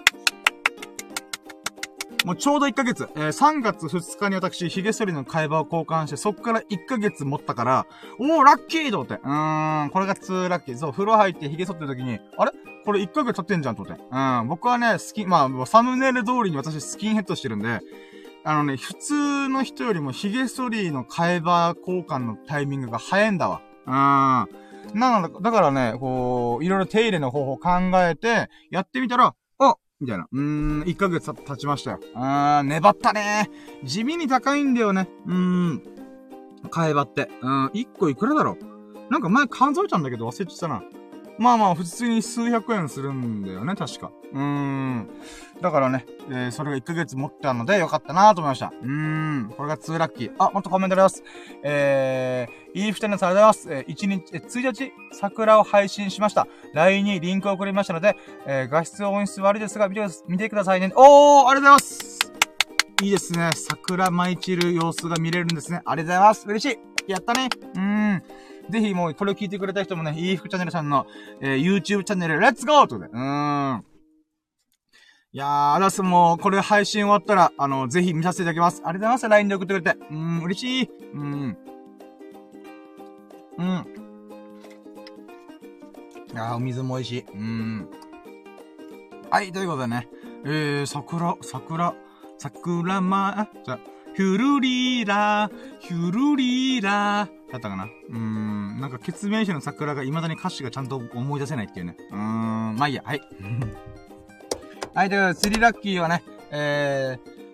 もうちょうどいっかげつ。えー、さんがつふつかに私、髭剃りの会話を交換して、そっからいっかげつ持ったから、おー、ラッキーと思って。うーん、これがツーラッキー。そう、風呂入って髭剃ってる時に、あれこれいっかげつ経ってんじゃんと思って。うん、僕はね、スキン、まあ、サムネイル通りに私スキンヘッドしてるんで、あのね、普通の人よりも髭剃りの会話交換のタイミングが早いんだわ。うん。なので、だからね、こう、いろいろ手入れの方法考えて、やってみたら、あみたいな。うーん、いっかげつ経ちましたよ。あー、粘ったねー。地味に高いんだよね。うーん。替え刃って。うん、いっこいくらだろう。なんか前数えたんだけど忘れちゃったな。まあまあ、普通に数百円するんだよね、確か。うーん。だからね、えー、それがいっかげつ持ってたのでよかったなと思いました。うーん。これがツーラッキー。あ、もっとコメントあります。えー、いいふてんのさんありがとうございます。えー、いちにち、えー、ついたち、桜を配信しました。ライン にリンクを送りましたので、えー、画質音質悪いですが、見て、見てくださいね。おー、ありがとうございます。いいですね。桜舞い散る様子が見れるんですね。ありがとうございます。嬉しい。やったね。うーん。ぜひもうこれを聞いてくれた人もね、いい服チャンネルさんの、えー、YouTube チャンネル、レッツゴーということで。うーん。いやー、あらすもう、これ配信終わったら、あの、ぜひ見させていただきます。ありがとうございます。ライン で送ってくれて。うーん、嬉しい。うーん。うん。いやー、お水も美味しい。うーん。はい、ということでね。えー、桜、桜、桜ま、あ、じゃヒュルリーラー、ヒュルリーラー。だったかなうーん。なんか、ケツメイシの桜が未だに歌詞がちゃんと思い出せないっていうね。うーん。まあいいや。はい。はい、ということで、スリラッキーはね、えー、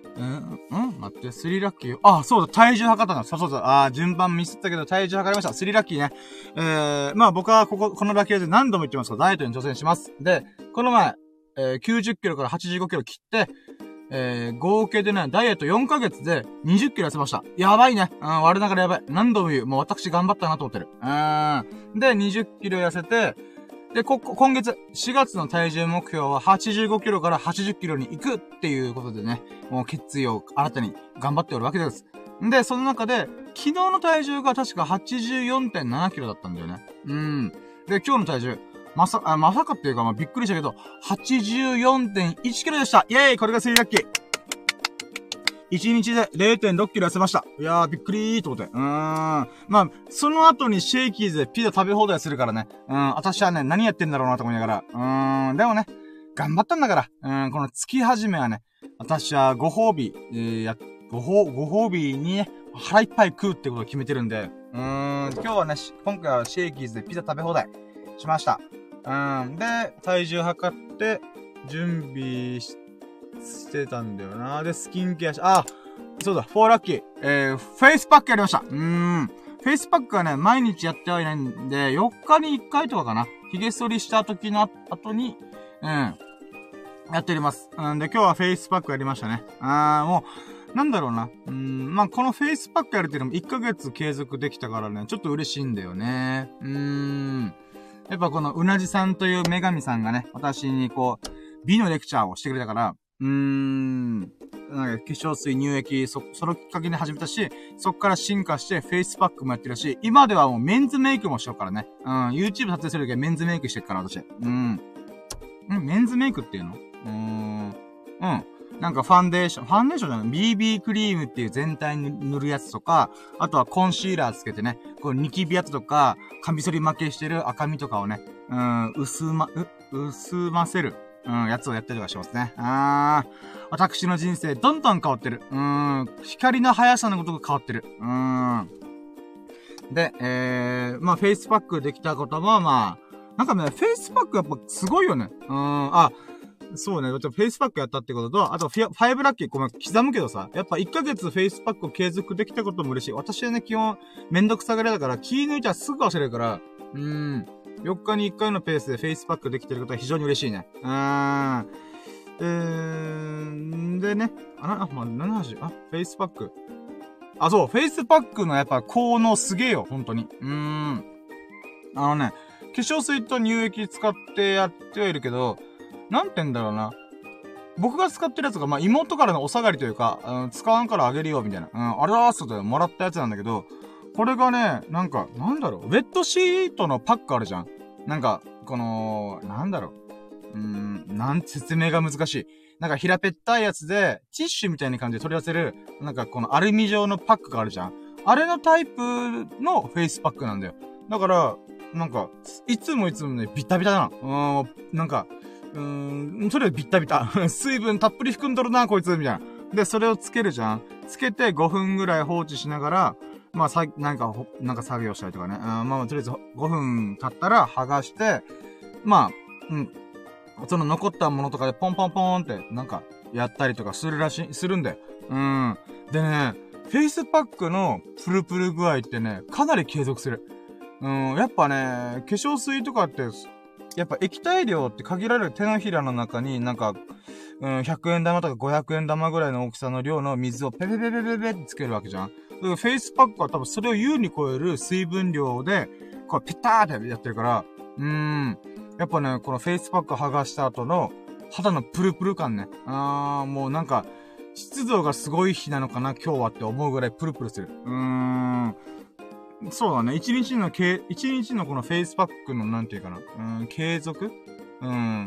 うんん待って、スリーラッキー。あ、そうだ、体重測ったの。そうそうそう。あー、順番ミスったけど、体重測りました。スリーラッキーね。えー、まあ僕はここ、このラッキーで何度も言ってますが、ダイエットに挑戦します。で、この前、えー、きゅうじゅっキロからはちじゅうごキロ切って、えー、合計でね、ダイエットよんかげつでにじゅっキロ痩せました。やばいね。うん、我ながらやばい。何度も言う。もう私頑張ったなと思ってる。うーん。で、にじゅっキロ痩せて、で、こ、今月、しがつの体重目標ははちじゅうごキロからはちじゅっキロに行くっていうことでね、もう決意を新たに頑張っておるわけです。で、その中で、昨日の体重が確か はちじゅうよんてんななキロだったんだよね。うん。で、今日の体重、まさ、あ、まさかっていうか、まあ、びっくりしたけど、はちじゅうよんてんいちキロでした。イェーイ、これがスリーラッキー。いちにちで れいてんろっキロ痩せました。いやー、びっくりーと思って。うーん。まあ、その後にシェイキーズでピザ食べ放題するからね。うん、私はね、何やってんだろうなと思いながら。うーん、でもね、頑張ったんだから。うん、この月始めはね、私はご褒美、えー、や、ご褒、ご褒美にね、腹いっぱい食うってことを決めてるんで。うーん、今日はね、今回はシェイキーズでピザ食べ放題しました。うん、で、体重測って、準備して、してたんだよな。で、スキンケアし、あ、そうだ、フォーラッキー。えー、フェイスパックやりました。うーん。フェイスパックはね、毎日やってはいないんで、よっかにいっかいとかかな。髭剃りした時の後に、うん、やっております。うんで、今日はフェイスパックやりましたね。あー、もう、なんだろうな。うん、まあ、このフェイスパックやるっていうのもいっかげつ継続できたからね、ちょっと嬉しいんだよね。うーん。やっぱこのうなじさんという女神さんがね、私にこう、美のレクチャーをしてくれたから、うーん。なんか化粧水、乳液、そ、そのきっかけに始めたし、そっから進化してフェイスパックもやってるし、今ではもうメンズメイクもしようからね。うん。YouTube 撮影するときはメンズメイクしてるから、私。うん。んメンズメイクっていうのうーん。うん。なんかファンデーション、ファンデーションじゃない ビービー クリームっていう全体に塗るやつとか、あとはコンシーラーつけてね、こうニキビ跡とか、カミソリ負けしてる赤みとかをね、うん、薄ま、う、薄ませる。うん、やつをやったりとかしますね。あー。私の人生、どんどん変わってる。うーん。光の速さのことが変わってる。うーん。で、えー、まあ、フェイスパックできたことも、まあ、なんかね、フェイスパックやっぱすごいよね。うーん。あ、そうね。フェイスパックやったってことと、あとフィ、ファイブラッキー、ごめん、刻むけどさ、やっぱいっかげつフェイスパックを継続できたことも嬉しい。私はね、基本、めんどくさがりだから、気抜いたらすぐ忘れるから、うーん。よっかにいっかいのペースでフェイスパックできてることは非常に嬉しいね。うーん。えー、でね。あ、な、あ、まあ、何の話あ、フェイスパック。あ、そう、フェイスパックのやっぱ効能すげえよ、本当に。うーん。あのね、化粧水と乳液使ってやってはいるけど、なんて言うんだろうな。僕が使ってるやつが、まあ、妹からのお下がりというか、うん、使わんからあげるよ、みたいな。うん、あれだーすともらったやつなんだけど、これがね、なんか、なんだろう、ウェットシートのパックあるじゃん。なんか、この、なんだろう。うーん、なんて説明が難しい。なんか平べったいやつで、ティッシュみたいな感じで取り出せる、なんかこのアルミ状のパックがあるじゃん。あれのタイプのフェイスパックなんだよ。だから、なんか、いつもいつもね、ビタビタなの。うん、なんか、うーん、それビッタビタ。水分たっぷり含んどるな、こいつ、みたいな。で、それをつけるじゃん。つけてごふんぐらい放置しながら、まあ、さ、なんか、なんか作業したりとかね。あまあ、とりあえずごふん経ったら剥がして、まあ、うん。その残ったものとかでポンポンポンって、なんか、やったりとかするらしい、するんだよ。うん。でね、フェイスパックのプルプル具合ってね、かなり継続する。うん、やっぱね、化粧水とかって、やっぱ液体量って限られる手のひらの中になんか、うん、ひゃくえん玉とかごひゃくえん玉ぐらいの大きさの量の水をペペペペペペってつけるわけじゃん。だからフェイスパックは多分それを優に超える水分量で、こうペターってやってるから、うーん。やっぱね、このフェイスパック剥がした後の肌のプルプル感ね。あー、もうなんか、湿度がすごい日なのかな、今日はって思うぐらいプルプルする。うーん。そうだね。一日のけ、一日のこのフェイスパックのなんていうかな。うん、継続うん。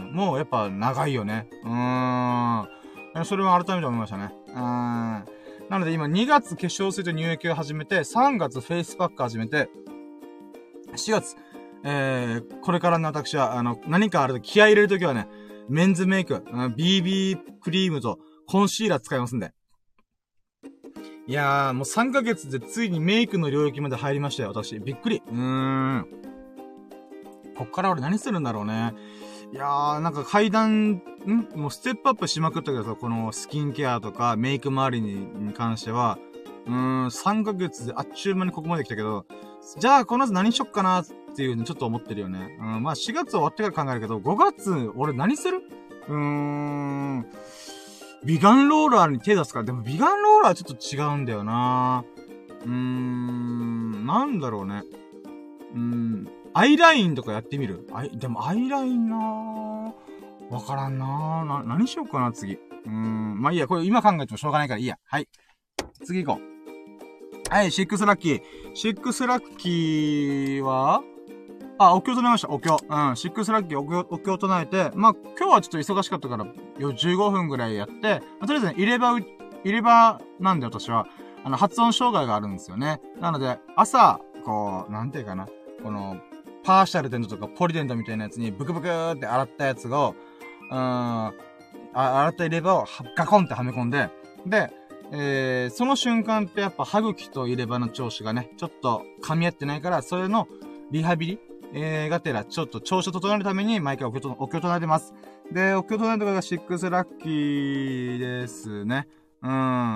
もうやっぱ長いよね。うーん。それは改めて思いましたね。うーん。なので今にがつ化粧水と乳液を始めて、さんがつフェイスパック始めて、しがつ、えー、これからの私は、あの、何かあると気合い入れるときはね、メンズメイク、ビービー クリームとコンシーラー使いますんで。いやー、もうさんかげつでついにメイクの領域まで入りましたよ、私。びっくり。うーん。こっから俺何するんだろうね。いやー、なんか階段んもうステップアップしまくったけどさ、このスキンケアとかメイク周りにに関しては、うーん、さんかげつであっちゅう間にここまで来たけど、じゃあこの後何しよっかなっていうのちょっと思ってるよね。うん、まあしがつ終わってから考えるけど、ごがつ、俺何する？うーん、ビガンローラーに手出すから、でもビガンローラーはちょっと違うんだよな。うーん、なんだろうね。うーん、アイラインとかやってみる？あい、でもアイラインなぁ。わからんなぁ。な、何しようかな、次。うーん、まあいいや、これ今考えてもしょうがないからいいや。はい。次行こう。はい、シックスラッキー。シックスラッキーは、あ、お経唱えました、お経。うん、シックスラッキーお経、お経唱えて、まあ、今日はちょっと忙しかったから、よ、じゅうごふんぐらいやって、まあ、とりあえずね、入れ歯、入れ歯なんで私は、あの、発音障害があるんですよね。なので、朝、こう、なんていうかな、この、パーシャルデントとかポリデントみたいなやつにブクブクーって洗ったやつを、うーん、あ、洗った入れ歯をガコンってはめ込んで、で、えー、その瞬間ってやっぱ歯茎と入れ歯の調子がね、ちょっと噛み合ってないから、それのリハビリ、えー、がてら、ちょっと調子を整えるために毎回お経と、お経唱えてます。で、お経唱えるのがシックスラッキーですね。うん。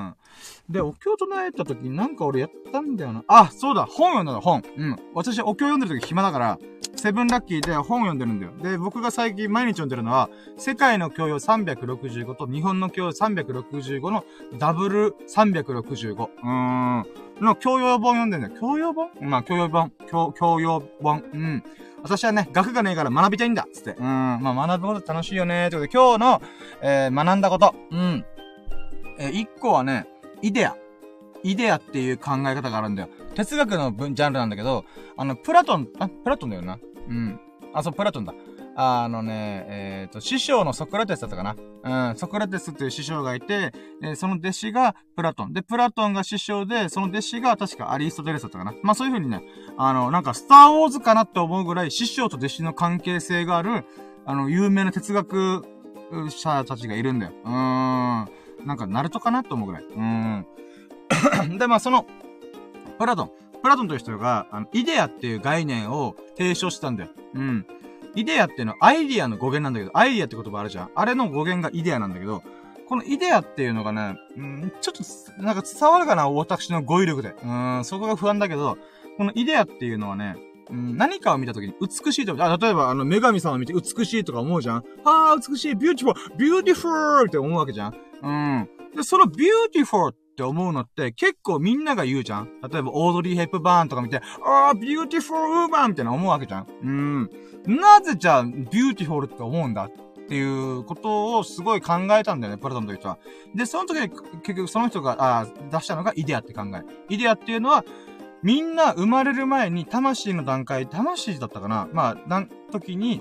で、お経唱えた時になんか俺やったんだよな。あ、そうだ、本読んだの、本。うん。私、お経読んでる時暇だから、セブンラッキーで本読んでるんだよ。で、僕が最近毎日読んでるのは、世界の教養さんびゃくろくじゅうごと日本の教養さんびゃくろくじゅうごのダブルさんびゃくろくじゅうご。うーん。の教養本読んでんだよ。教養本まあ、教養本。教、教養本。うん。私はね、学がねえから学びたいんだつって。うん。まあ、学ぶこと楽しいよねー。ということで、今日の、えー、学んだこと。うん。えー、一個はね、イデア。イデアっていう考え方があるんだよ。哲学の分、ジャンルなんだけど、あの、プラトン、あ、プラトンだよな。うん。あ、そう、プラトンだ。あのね、えっと、師匠のソクラテスだったかな。うん、ソクラテスっていう師匠がいて、えー、その弟子がプラトン。で、プラトンが師匠で、その弟子が確かアリストテレスだったかな。まあそういう風にね、あの、なんかスターウォーズかなって思うぐらい、師匠と弟子の関係性がある、あの、有名な哲学者たちがいるんだよ。うーん。なんか、ナルトかなって思うぐらい。うーん。で、まあその、プラトン。プラトンという人が、あの、イデアっていう概念を提唱したんだよ。うん。イデアっていうのはアイディアの語源なんだけど、アイディアって言葉あるじゃん。あれの語源がイデアなんだけど、このイデアっていうのがね、うん、ちょっと、なんか伝わるかな私の語彙力で。うん、そこが不安だけど、このイデアっていうのはね、うん、何かを見たときに美しいと思う。あ、例えばあの、女神さんを見て美しいとか思うじゃん。あー、美しい、ビューティフォー、ビューティフォーって思うわけじゃん。うん。で、そのビューティフォーって思うのって結構みんなが言うじゃん。例えばオードリー・ヘップバーンとか見て、あー、ビューティフォーウーマンみたいな思うわけじゃん。うん。なぜじゃあ、ビューティフォーって思うんだっていうことをすごい考えたんだよね、プラトンという人は。で、その時に結局その人があ出したのがイデアって考え。イデアっていうのは、みんな生まれる前に魂の段階、魂だったかなまあ、なん時に、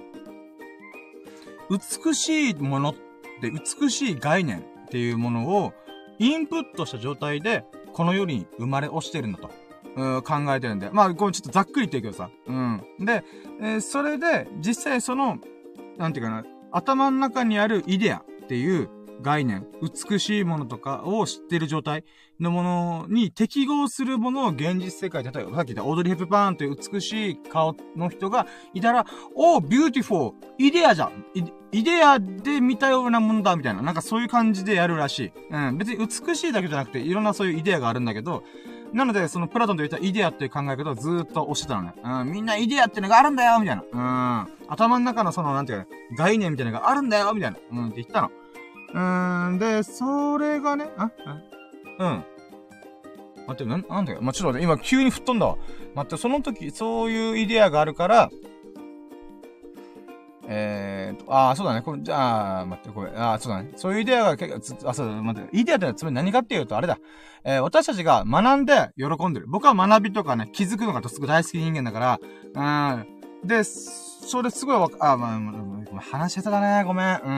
美しいものって、美しい概念っていうものをインプットした状態で、この世に生まれ落ちてるんだと。うん、考えてるんで。まあ、これちょっとざっくり言ってるけどさ。うん。で、えー、それで、実際その、なんていうかな、頭の中にあるイデアっていう概念、美しいものとかを知ってる状態のものに適合するものを現実世界、例えばさっき言ったオードリー・ヘップバーンという美しい顔の人がいたら、おー、ビューティフォー、イデアじゃんイ、イデアで見たようなもんだ、みたいな。なんかそういう感じでやるらしい。うん。別に美しいだけじゃなくて、いろんなそういうイデアがあるんだけど、なので、そのプラトンと言ったイデアっていう考え方をずーっと推してたのね。うん、みんなイデアってのがあるんだよみたいな。うん。頭の中のその、なんていうか、概念みたいなのがあるんだよみたいな。うん、って言ったの。うーん、で、それがね、あ、あうん。待って、なん、なんだよ。まあ、ちょっと待って、今急に吹っ飛んだわ。待って、その時、そういうイデアがあるから、えーと、ああ、そうだね。これ、じゃあ、待って、これ、ああ、そうだね。そういうイデアが結構、あ、そうだ、待って、イデアってつまり何かっていうと、あれだ。えー、私たちが学んで喜んでる。僕は学びとかね、気づくのがすごい大好き人間だから、うん。で、それすごいわか、あ、まあ、まあ、話し下手だね。ごめん。うん。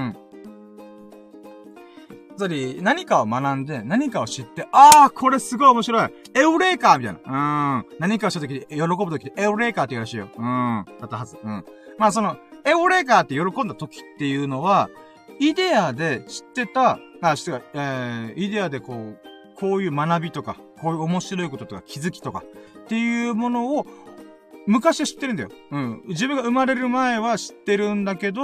つまり、何かを学んで、何かを知って、ああ、これすごい面白い。エウレーカーみたいな。うん。何かをした時に、喜ぶ時に、エウレーカーって言うらしいよ。うん。だったはず。うん。まあ、その、エウレーカーって喜んだ時っていうのは、イデアで知ってた、あ、知ってた、えー、イデアでこう、こういう学びとか、こういう面白いこととか気づきとか、っていうものを、昔は知ってるんだよ。うん。自分が生まれる前は知ってるんだけど、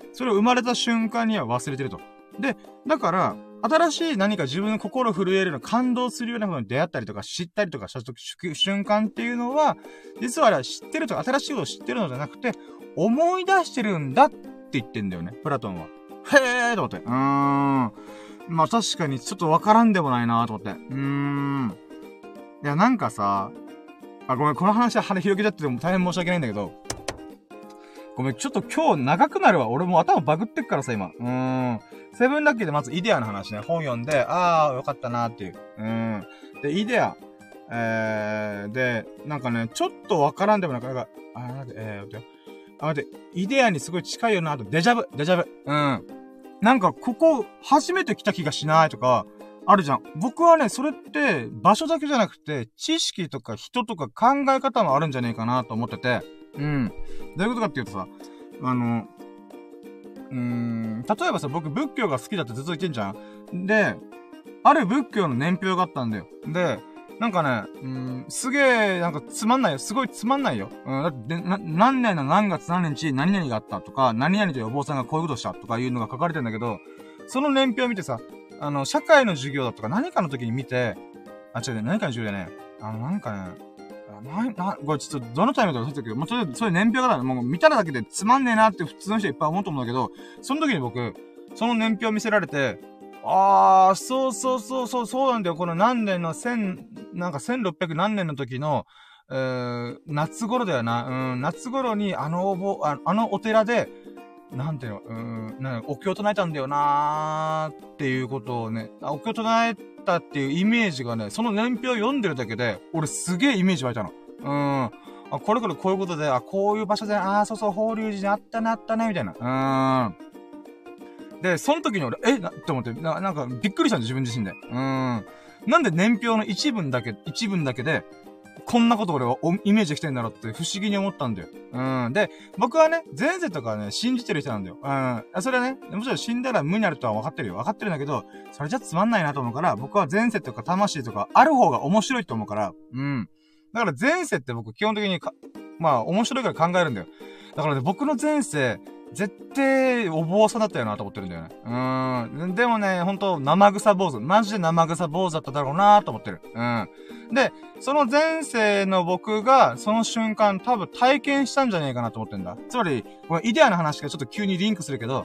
それを生まれた瞬間には忘れてると。で、だから、新しい何か自分の心震えるの感動するようなことに出会ったりとか知ったりとかした瞬間っていうのは、実はあれは知ってるとか新しいことを知ってるのじゃなくて、思い出してるんだって言ってんだよね、プラトンは。へーと思って。うーん。まあ確かにちょっとわからんでもないなと思って。うーん。いやなんかさ、あ、ごめん、この話は羽広げちゃってても大変申し訳ないんだけど、ごめん、ちょっと今日長くなるわ。俺もう頭バグってっからさ、今。うーん。セブンラッキーでまずイデアの話ね、本読んで、あー、よかったなーっていう。うーん。で、イデア。えー、で、なんかね、ちょっとわからんでもなんか、なんか、あー、なんで、えー、待ってよ。あ、待って、イデアにすごい近いよなと、デジャブ、デジャブ。うん。なんか、ここ、初めて来た気がしないとか、あるじゃん。僕はね、それって、場所だけじゃなくて、知識とか人とか考え方もあるんじゃねえかなと思ってて、うん。どういうことかっていうとさ、あの、うーん、例えばさ、僕仏教が好きだってずっと言ってんじゃん。で、ある仏教の年表があったんだよ。で、なんかね、うーん、すげえ、なんかつまんないよ。すごいつまんないよ。うん、だって、な、何年の何月何日何々があったとか、何々というお坊さんがこういうことしたとかいうのが書かれてんだけど、その年表を見てさ、あの、社会の授業だとか何かの時に見て、あ、違うね、何かの授業でね、あの、なんかね、な、な、これちょっとどのタイミングだか忘れたけど、もうそれ、そういう年表がだ、もう見ただけでつまんねえなって普通の人いっぱい思うと思うんだけど、その時に僕、その年表を見せられて、あー、そうそうそうそう、そうなんだよ。この何年の千、なんか千六百何年の時の、えー、夏頃だよな。うん、夏頃にあのおぼ、ああのお寺で、なんていうの、うーん、なんかお経を唱えたんだよなーっていうことをね、お経を唱えたっていうイメージがね、その年表を読んでるだけで、俺すげえイメージ湧いたの。うーん。あ、これこれこういうことで、あ、こういう場所で、あー、そうそう、法隆寺にあったな、あったね、みたいな。うーん。で、その時に俺、えなって思って、な、なんか、びっくりしたんです、自分自身で。うーん。なんで年表の一文だけ、一文だけで、こんなこと俺はイメージしてんだろうって不思議に思ったんだよ。うん。で、僕はね、前世とかね、信じてる人なんだよ。うん。それはね、もちろん死んだら無になるとは分かってるよ。分かってるんだけど、それじゃつまんないなと思うから、僕は前世とか魂とかある方が面白いと思うから、うん。だから前世って僕基本的にか、まあ面白いから考えるんだよ。だからね、僕の前世、絶対、お坊さんだったよなと思ってるんだよね。うーん。でもね、ほんと、生臭坊主。マジで生臭坊主だっただろうなと思ってる。うん。で、その前世の僕が、その瞬間多分体験したんじゃねえかなと思ってんだ。つまり、これイデアの話がちょっと急にリンクするけど、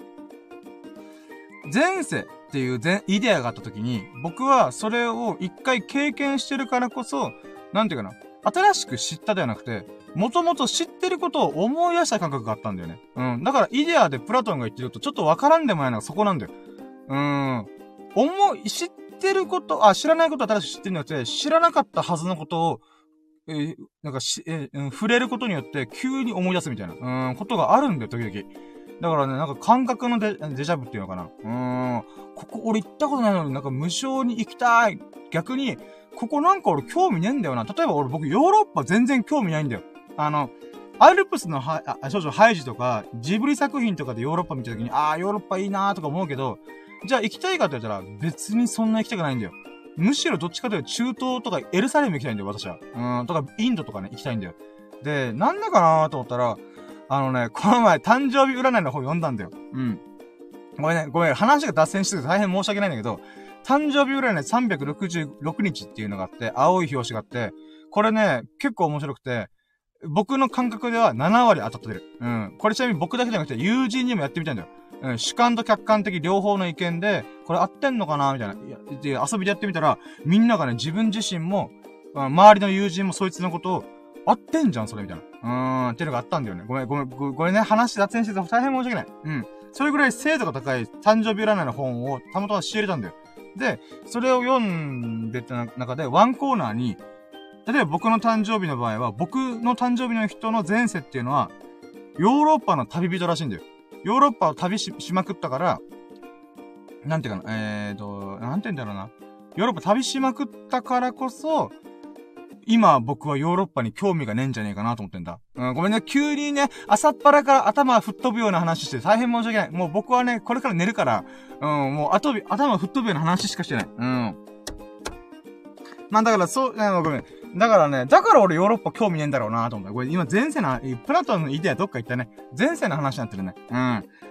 前世っていう前、イデアがあった時に、僕はそれを一回経験してるからこそ、なんていうかな、新しく知ったではなくて、もともと知ってることを思い出した感覚があったんだよね。うん。だから、イデアでプラトンが言ってると、ちょっとわからんでもないのがそこなんだよ。うーん。思い、知ってること、あ、知らないことは新しく知ってるんじゃなくて、知らなかったはずのことを、えー、なんかし、えー、うん、触れることによって、急に思い出すみたいな、うーん、ことがあるんだよ、時々。だからね、なんか感覚のデ、デジャブっていうのかな。うーん。ここ、俺行ったことないのになんか無償に行きたい。逆に、ここなんか俺興味ねえんだよな。例えば俺僕ヨーロッパ全然興味ないんだよ。あの、アルプスのは、あ、少々ハイジとか、ジブリ作品とかでヨーロッパ見たときに、あー、ヨーロッパいいなーとか思うけど、じゃあ行きたいかって言ったら、別にそんな行きたくないんだよ。むしろどっちかというと中東とかエルサレム行きたいんだよ、私は。うん、とかインドとかね、行きたいんだよ。で、なんだかなーと思ったら、あのね、この前誕生日占いの本読んだんだよ。うん。ごめんね、ごめん、話が脱線してて大変申し訳ないんだけど、誕生日占いさんびゃくろくじゅうろくにちっていうのがあって、青い表紙があって、これね、結構面白くて、僕の感覚ではななわり当たってる。うん。これちなみに僕だけじゃなくて友人にもやってみたいんだよ。うん。主観と客観的両方の意見で、これ合ってんのかなみたいな。いや、で、遊びでやってみたら、みんながね、自分自身も、周りの友人もそいつのことを、合ってんじゃん、それみたいな。うーん、っていうのがあったんだよね。ごめん、ごめん、ごごめんね、話脱線してて大変申し訳ない。うん。それぐらい精度が高い誕生日占いの本をたまたま仕入れたんだよ。で、それを読んでた中で、ワンコーナーに、例えば僕の誕生日の場合は、僕の誕生日の人の前世っていうのは、ヨーロッパの旅人らしいんだよ。ヨーロッパを旅 し, しまくったから、なんていうかな、えーと、なんて言うんだろうな。ヨーロッパ旅しまくったからこそ、今僕はヨーロッパに興味がねえんじゃねえかなと思ってんだ。うん、ごめんね、急にね、朝っぱらから頭吹っ飛ぶような話して大変申し訳ない。もう僕はね、これから寝るから、うん、もう頭、頭吹っ飛ぶような話しかしてない。うん。まあだからそう、ごめん。だからね、だから俺ヨーロッパ興味ねえんだろうなと思った。これ今前世の、プラトンのイデアどっか行ったね。前世の話になってるね。うん。ま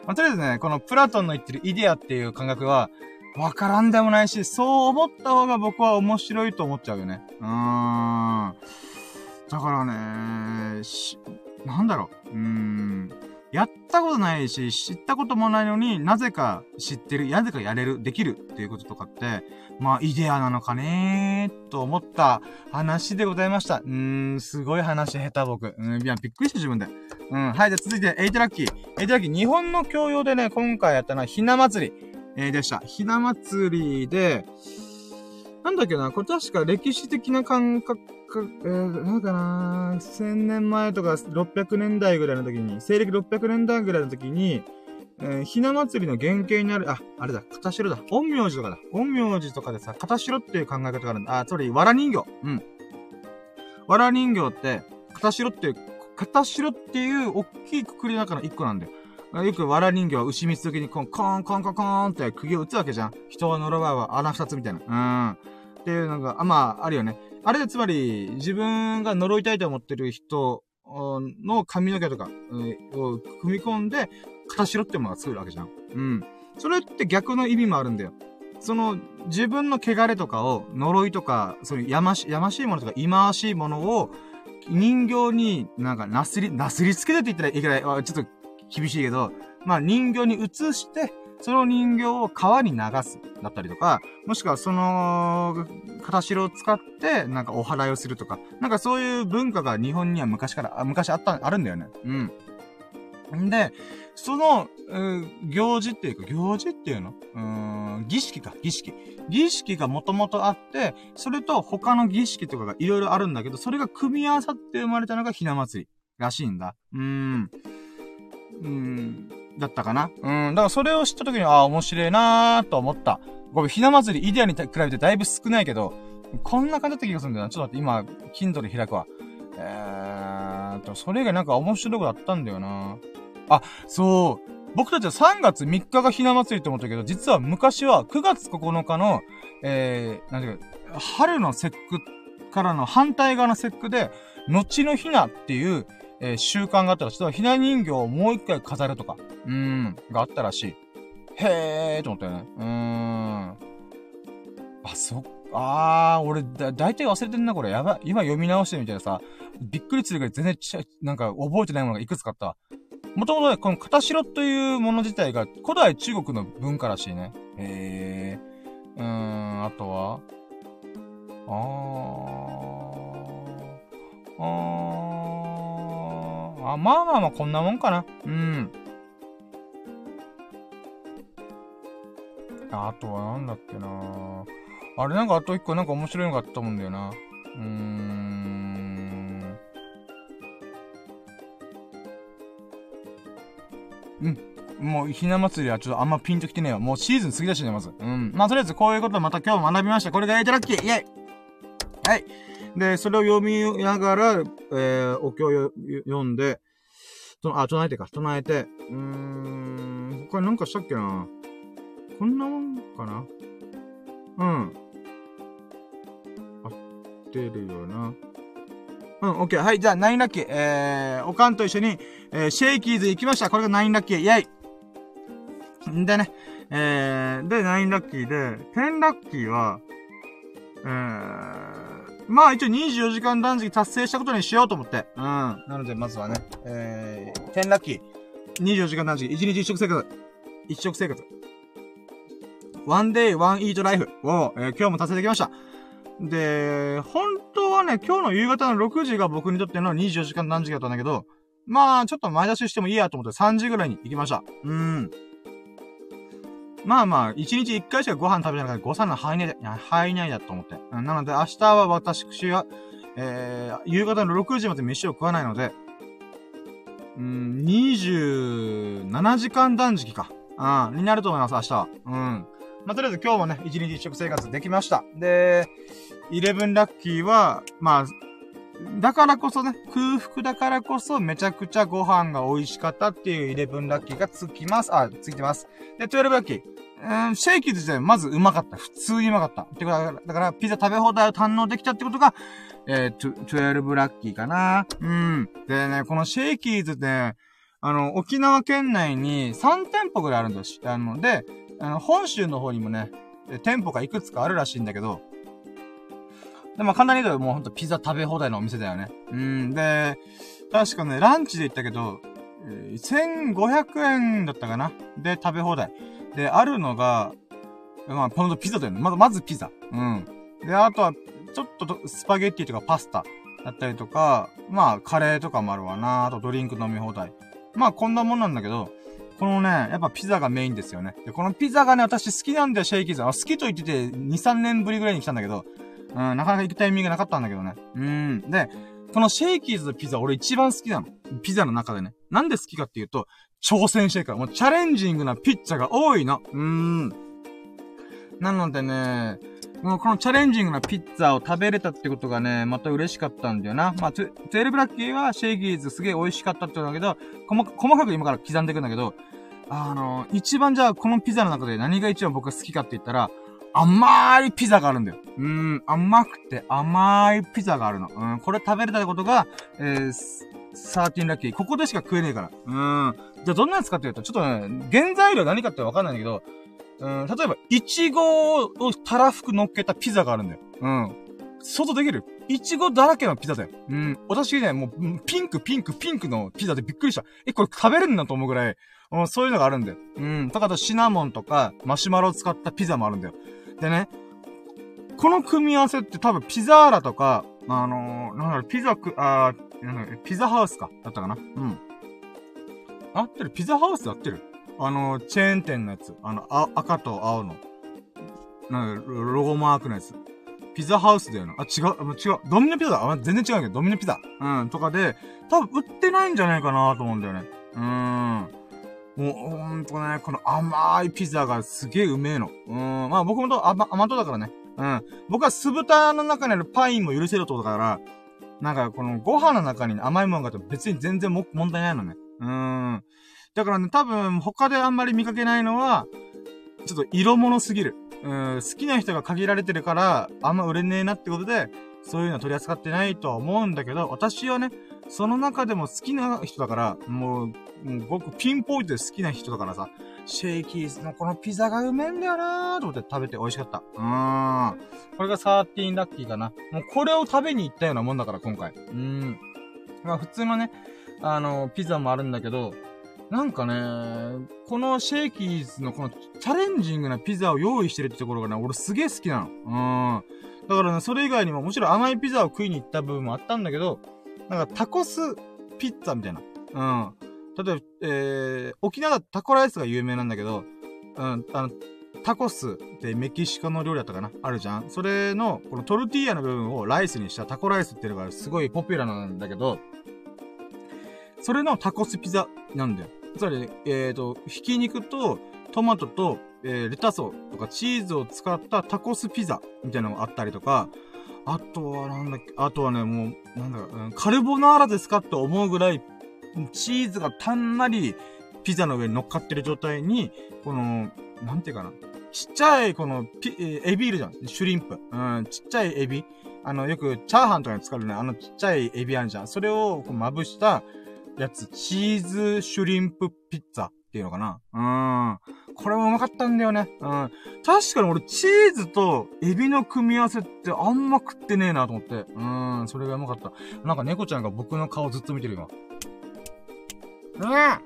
まあ、とりあえずね、このプラトンの言ってるイデアっていう感覚は、わからんでもないし、そう思った方が僕は面白いと思っちゃうよね。うーん。だからね、し、なんだろう。うーん。やったことないし、知ったこともないのになぜか知ってる、なぜかやれる、できるっていうこととかって、まあ、イデアなのかねー、と思った話でございました。うーん、すごい話下手僕。うん、いや、びっくりした自分で。うん、はい、じゃあ続いて、エイトラッキー。エイトラッキー、日本の教養でね、今回やったのは、ひな祭り、えー、でした。ひな祭りで、なんだっけな、これ確か歴史的な感覚、えー、なんかなー、せんねんまえとかろっぴゃくねんだいぐらいの時に、西暦ろっぴゃくねんだいぐらいの時に、えー、ひな祭りの原型になる、あ、あれだ、片白だ。陰陽師とかだ。陰陽師とかでさ、片白っていう考え方があるんだ。あ、つまり、わら人形。うん。わら人形って、片白っていう、片白っていう大きいくくりの中の一個なんだよ。よくわら人形は牛蜜時にコンコンコンコンコンって釘を打つわけじゃん。人は呪わは穴二つみたいな。うん。っていうのが、あ、まあ、あるよね。あれでつまり、自分が呪いたいと思ってる人の髪の毛とか、を組み込んで、片白ってものが作るわけじゃん。うん。それって逆の意味もあるんだよ。その、自分の汚れとかを、呪いとか、そういうやまし、やましいものとか、忌まわしいものを、人形になんかなすり、なすりつけてって言ったらいけない。ちょっと厳しいけど、まあ人形に移して、その人形を川に流す。だったりとか、もしくはその、片白を使って、なんかお祓いをするとか、なんかそういう文化が日本には昔から、あ昔あった、あるんだよね。うん。んで、その、行事っていうか、行事っていうのうーん、儀式か、儀式。儀式がもともとあって、それと他の儀式とかがいろいろあるんだけど、それが組み合わさって生まれたのがひな祭りらしいんだ。うーん。うーん。だったかな。うん。だからそれを知った時に、ああ、面白いなーと思った。ごめん、ひな祭りイデアに比べてだいぶ少ないけど、こんな感じだった気がするんだよな。ちょっと待って、今、Kindle 開くわ。えーと、それがなんか面白いことあったんだよな。あ、そう。僕たちはさんがつみっかがひな祭りって思ったけど、実は昔はくがつここのかの、えー、なんていうか、春の節句からの反対側の節句で、後のひなっていう、えー、習慣があったらしい。ひな人形をもう一回飾るとか、うーん、があったらしい。へーと思ったよね。うーん。あ、そっか。あー、俺だ、だいたい忘れてんな、これ。やばい。今読み直してみたらさ、びっくりするぐらい全然ちゃ、なんか覚えてないものがいくつかあった。もともとね、この片白というもの自体が古代中国の文化らしいね。へー。うーん、あとはあー。あー。あ、まあまあまあ、こんなもんかな。うん。あとはなんだっけなあれなんかあと一個なんか面白いのがあったと思うんだよな。うーん。うん。もう、ひな祭りはちょっとあんまピンときてねえわ。もうシーズン過ぎだしね、まず。うん。まあ、とりあえずこういうことまた今日学びました。これがエイトラッキーイェイはい。で、それを読みながら、えー、お経を読んで、あ、唱えてか、唱えて、うーん、他になんかしたっけなこんなもんかなうん。合ってるよな。うん、オッケー。はい、じゃあ、ナインラッキー。えー、おかんと一緒に、えー、シェイキーズ行きました。これがナインラッキー。イェイんでね、えー、で、ナインラッキーで、テンラッキーは、えー、まあ一応にじゅうよじかん断食達成したことにしようと思って。うん。なので、まずはね、えー、テンラッキー。にじゅうよじかん断食。いちにちいち食生活。一食生活。ワンデイワンイートライフを、えー、今日も達成できました。で、本当はね、今日の夕方のろくじが僕にとってのにじゅうよじかん断食だったんだけど、まあ、ちょっと前出ししてもいいやと思ってさんじぐらいに行きました。うーん。まあまあ、いちにちいっかいしかご飯食べてないから誤差の範囲内だ、いや、範囲内だと思って。なので、明日は私は、えー、夕方のろくじまで飯を食わないので、うーん、にじゅうななじかん断食か。うん、になると思います、明日は。うん。まあ、とりあえず今日もね、いちにちいっ食生活できました。で、イレブンラッキーは、まあ、だからこそね、空腹だからこそめちゃくちゃご飯が美味しかったっていうイレブンラッキーがつきます。あ、ついてます。で、じゅうにラッキー。うん、シェイキーズ自体まずうまかった。普通にうまかった。ってことだから、だからピザ食べ放題を堪能できたってことが、えー、じゅうにラッキーかな。うん。でね、このシェイキーズね、 あの、沖縄県内にさん店舗ぐらいあるんだし、あの、で、あの、本州の方にもね、店舗がいくつかあるらしいんだけど、で、まあ、簡単に言うともうほんとピザ食べ放題のお店だよね。うん、で、確かね、ランチで行ったけど、えー、せんごひゃくえんだったかなで、食べ放題。で、あるのが、まあ、ほんとピザだよね。まず、まずピザ。うん。で、あとは、ちょっとスパゲッティとかパスタだったりとか、まあ、カレーとかもあるわな。あとドリンク飲み放題。まあ、こんなもんなんだけど、このね、やっぱピザがメインですよね。で、このピザがね、私好きなんだよ、シェイキーズ。あ、好きと言ってて、に、さんねんぶりぐらいに来たんだけど、うん、なかなか行くタイミングなかったんだけどね。うん。で、このシェイキーズのピザ、俺一番好きなの。ピザの中でね。なんで好きかっていうと、挑戦してるから。もうチャレンジングなピッツァが多いの。うーん。なのでね、もうこのチャレンジングなピッツァを食べれたってことがね、また嬉しかったんだよな。まあ、トゥエルブラッキーはシェイキーズすげえ美味しかったって言うんだけど、細か、細かく今から刻んでいくんだけど、あの、一番じゃあこのピザの中で何が一番僕が好きかって言ったら、甘いピザがあるんだよ。うーん、甘くて甘いピザがあるの。うん、これ食べれたことが、えー、サーティンラッキー。ここでしか食えねえから。うん。じゃあどんなやつかっていうと、ちょっとね、原材料何かってわかんないんだけど、うん、例えば、イチゴをたらふく乗っけたピザがあるんだよ。うん。想像できる？イチゴだらけのピザだよ。うん。私ね、もう、ピンク、ピンク、ピンクのピザでびっくりした。え、これ食べれるんだと思うぐらい、うん、そういうのがあるんだよ。うん。とかとシナモンとか、マシュマロを使ったピザもあるんだよ。でね、この組み合わせって多分ピザーラとか、あのー、なんだろう、ピザく、あー、なんだろう、ピザハウスか、だったかな。うん。合ってる？ピザハウスで合ってる？あのー、チェーン店のやつ。あの、あ、赤と青の。なんか、ロゴマークのやつ。ピザハウスだよな。あ、違う、違う。ドミノピザだ。あ、全然違うけど、ドミノピザ。うん、とかで、多分売ってないんじゃないかなと思うんだよね。うーん。もう、ほんとね、この甘いピザがすげえうめえの。うーん。まあ僕もと甘、甘党だからね。うん。僕は酢豚の中にあるパインも許せるってことだから、なんかこのご飯の中に甘いものがあって別に全然も問題ないのね。うーん。だからね、多分他であんまり見かけないのは、ちょっと色物すぎる。うん、好きな人が限られてるから、あんま売れねえなってことで、そういうの取り扱ってないとは思うんだけど、私はね、その中でも好きな人だから、もう、もう僕ピンポイントで好きな人だからさ、シェイキーズのこのピザがうめえんだよなーと思って食べて美味しかった。うーん。これがサーティーンラッキーかな。もうこれを食べに行ったようなもんだから、今回。うーん。まあ普通のね、あの、ピザもあるんだけど、なんかね、このシェイキーズのこのチャレンジングなピザを用意してるってところがね、俺すげえ好きなの。うん。だからね、それ以外にももちろん甘いピザを食いに行った部分もあったんだけど、なんかタコスピッツァみたいな。うん。例えば、えー、沖縄だとタコライスが有名なんだけど、うん、あの、タコスってメキシコの料理だったかなあるじゃん。それの、このトルティーヤの部分をライスにしたタコライスっていうのがすごいポピュラーなんだけど、それのタコスピザなんだよ。つまり、えっと、ひき肉とトマトと、えー、レタスとかチーズを使ったタコスピザみたいなのがあったりとか、あとはなんだっけ、あとはね、もう、なんだろう、カルボナーラですかって思うぐらい、チーズがたんまりピザの上に乗っかってる状態に、この、なんていうかな、ちっちゃいこのピ、えー、エビいるじゃん。シュリンプ。うん、ちっちゃいエビ。あの、よくチャーハンとかに使うね、あのちっちゃいエビあるじゃん。それをこうまぶした、やつ、チーズシュリンプピッツァっていうのかな。うん。これもうまかったんだよね。うん。確かに俺、チーズとエビの組み合わせってあんま食ってねえなと思って。うん。それがうまかった。なんか猫ちゃんが僕の顔ずっと見てる今。うん。あ、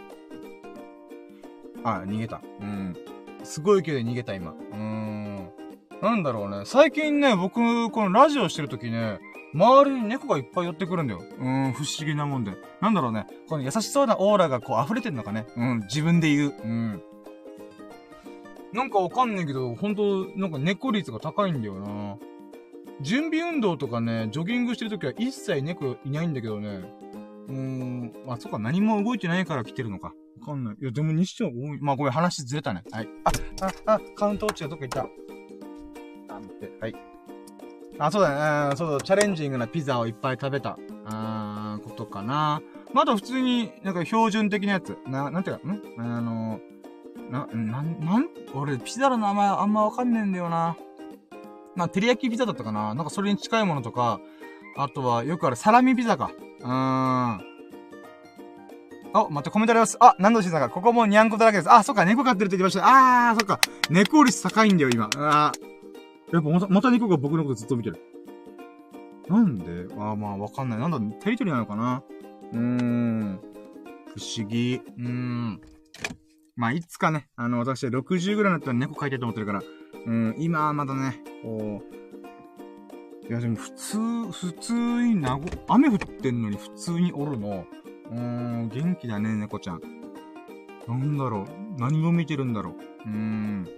逃げた。うん。すごい勢いで逃げた今。うーん。なんだろうね。最近ね、僕、このラジオしてるときね、周りに猫がいっぱい寄ってくるんだよ。うーん、不思議なもんで。なんだろうね。この優しそうなオーラがこう溢れてんのかね。うん、自分で言う。うん。なんかわかんないけど、ほんと、なんか猫率が高いんだよな。準備運動とかね、ジョギングしてるときは一切猫いないんだけどね。うーん、まあ、そっか、何も動いてないから来てるのか。わかんない。いや、でもにしては多い。まあ、ごめん、話ずれたね。はい。あ、あ、あ、カウントウォッチがどっか行った。あ、待って、はい。あ、そうだね。そうだ、チャレンジングなピザをいっぱい食べた、あー、ことかな。まあ、あと普通に、なんか標準的なやつ。な、なんていうか、んあの、な、なん、なん、俺、ピザの名前あんまわかんねえんだよな。まあ、照り焼きピザだったかな。なんかそれに近いものとか、あとは、よくあるサラミピザか。うーん。 あ、またコメントあります。あ、何度しさんが、ここもニャンコだらけです。あ、そっか、猫飼ってるって言ってました。あー、そっか。猫率高いんだよ、今。あー。やっぱまた、また猫が僕のことずっと見てる。なんであー、まあ、わかんない。なんだ、テリトリーなのかなうーん。不思議。うーん。まあ、いつかね、あの、私はろくじゅうぐらいになったら猫飼いたいと思ってるから。うん、今はまだね、こう。いや、でも普通、普通になご、雨降ってんのに普通におるの。うーん、元気だね、猫ちゃん。なんだろう。何を見てるんだろう。うーん。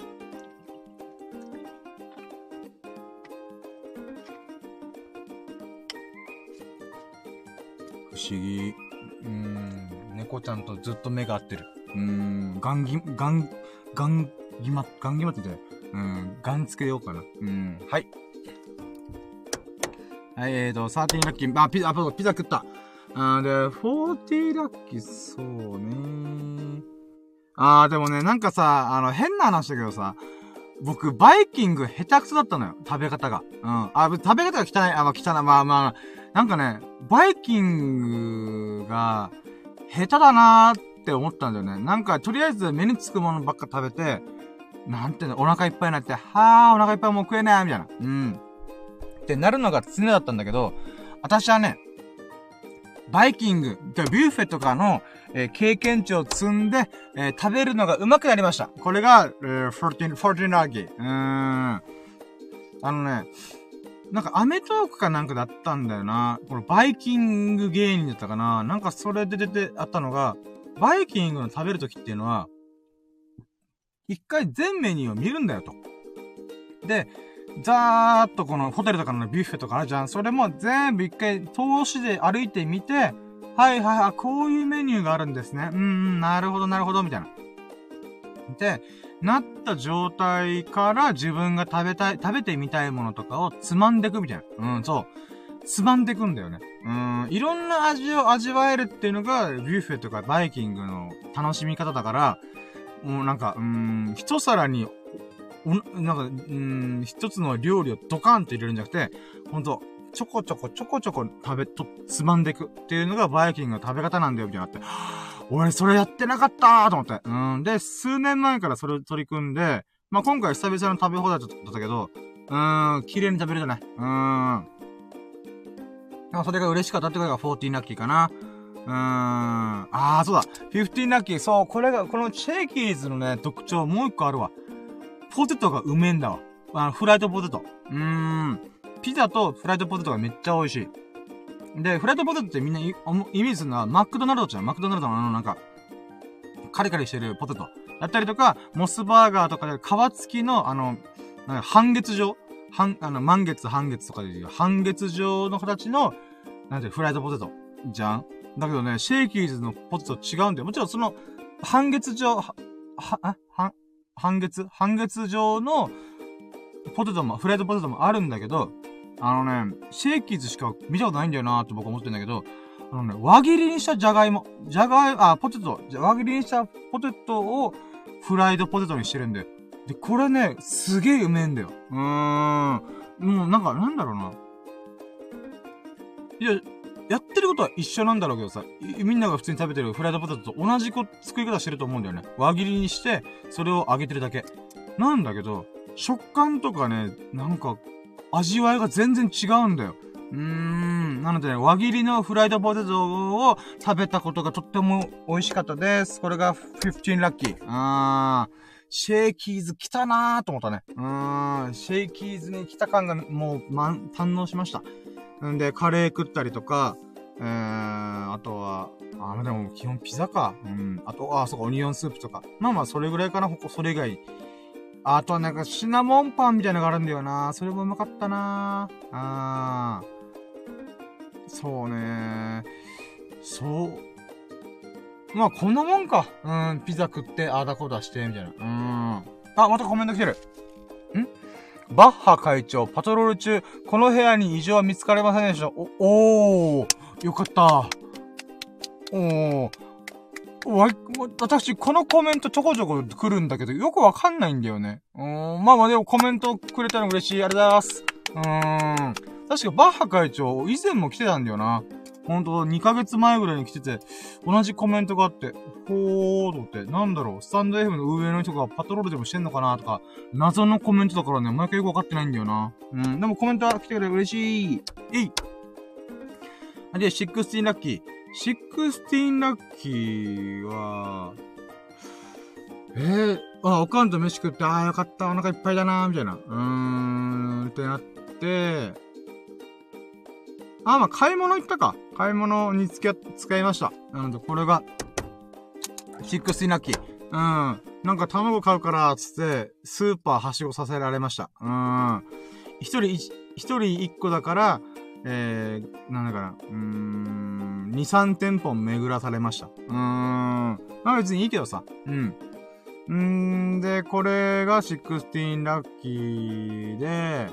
不思議。うーん。猫ちゃんとずっと目が合ってる。うーん。ガンギ、ガン、ガンギマ、ガンギマって言ってたよ。うーん。ガンつけようかな。うーん。はい。はい、えーと、サーティーラッキー。あ、ピザ、あ、ピザ食った。あーで、フォーティーラッキー、そうね。あー、でもね、なんかさ、あの、変な話だけどさ、僕、バイキング下手くそだったのよ。食べ方が。うん。あ、食べ方が汚い。あ、まあ、汚い。まあまあ、なんかね、バイキングが、下手だなーって思ったんだよね。なんか、とりあえず目につくものばっか食べて、なんていうの、お腹いっぱいになって、はー、お腹いっぱいもう食えねえみたいな。うん。ってなるのが常だったんだけど、私はね、バイキング、ビュッフェとかの、えー、経験値を積んで、えー、食べるのが上手くなりました。これが、えー、フォーティーン、フォーティーンラッキー。うーん。あのね、なんかアメトークかなんかだったんだよな。このバイキング芸人だったかな。なんかそれで出てあったのが、バイキングの食べるときっていうのは、一回全メニューを見るんだよと。で、ざーっとこのホテルとかのビュッフェとかあるじゃん。それも全部一回通しで歩いてみて、はいはいはい、こういうメニューがあるんですね。うんうん、なるほどなるほど、みたいな。で、なった状態から自分が食べたい、食べてみたいものとかをつまんでくみたいな。うん、そう。つまんでくんだよね。うん、いろんな味を味わえるっていうのが、ビュッフェとかバイキングの楽しみ方だから、もうなんか、うーん、一皿に、お、なんか、うーん、一つの料理をドカーンと入れるんじゃなくて、ほんと、ちょこちょこちょこちょこ食べ、と、つまんでいくっていうのがバイキングの食べ方なんだよ、みたいなって。俺、それやってなかったーと思って。うん。で、数年前からそれを取り組んで、まあ、今回久々の食べ放題だったけど、うーん、綺麗に食べれたね。うーん。まあ、それが嬉しかったってことがフォーティーンラッキーかな。うーん。あー、そうだ。フィフティーンラッキー。そう、これが、このシェイキーズのね、特徴もう一個あるわ。ポテトがうめえんだわ。あの、フライドポテト。うーん。ピザとフライドポテトがめっちゃ美味しい。で、フライドポテトってみんなイメージするのはマクドナルドじゃん。マクドナルドのあのなんか、カリカリしてるポテト。だったりとか、モスバーガーとかで皮付きのあの、なんか半月状半、あの、満月半月とかでいう半月状の形の、なんてフライドポテト。じゃんだけどね、シェイキーズのポテト違うんだよ。もちろんその、半月状、は、は、は、半月半月状のポテトも、フライドポテトもあるんだけど、あのね、シェイキーズしか見たことないんだよなーって僕思ってんだけど、あのね、輪切りにしたじゃがいも、じゃがい、あ、ポテト、輪切りにしたポテトをフライドポテトにしてるんで。で、これね、すげえうめえんだよ。うーん。もうなんか、なんだろうな。いや、やってることは一緒なんだろうけどさ、みんなが普通に食べてるフライドポテトと同じこ作り方してると思うんだよね。輪切りにして、それを揚げてるだけ。なんだけど、食感とかね、なんか、味わいが全然違うんだよ。うーん。なのでね、輪切りのフライドポテトを食べたことがとっても美味しかったです。これがフィフティーンラッキー。あー。シェイキーズ来たなーと思ったね。うーん。シェイキーズに来た感がもう、まん、堪能しました。んで、カレー食ったりとか、えー、あとは、あ、でも基本ピザか。うん。あと、あ、そうか、オニオンスープとか。まあまあ、それぐらいかな、ほこ、それ以外。あとはなんかシナモンパンみたいなのがあるんだよな。それもうまかったな。あー。そうね。そう。まあ、こんなもんか。うん、ピザ食って、あーだこだして、みたいな。うーん。あ、またコメント来てる。んバッハ会長、パトロール中、この部屋に異常は見つかりませんでした。お、おー、よかった。おー。わ、私、このコメントちょこちょこ来るんだけど、よくわかんないんだよね。うーん、まあまあでもコメントくれたの嬉しい。ありがとうございます。うーん。確かバッハ会長、以前も来てたんだよな。 ほんと、にかげつまえぐらいに来てて、同じコメントがあって、ほーと思って、なんだろう、スタンド エフエム の運営の人がパトロールでもしてんのかなとか、謎のコメントだからね、毎回よくわかってないんだよな。うん、でもコメントは来てくれて嬉しい。えい。で、じゅうろくラッキー。じゅうろくラッキーは、えー、あ、おかんと飯食って、あーよかった、お腹いっぱいだなー、みたいな。うーん、ってなって、あ、まあ、買い物行ったか。買い物につき使いました。なので、これが、じゅうろくラッキー。うん。なんか卵買うから、つって、スーパーはしごさせられました。うん。一人、一人一個だから、えー、なんだかな。うーん、に、さんてんぽ巡らされました。うーん。まあ別にいいけどさ。うん。うーん、で、これがじゅうろくラッキーで、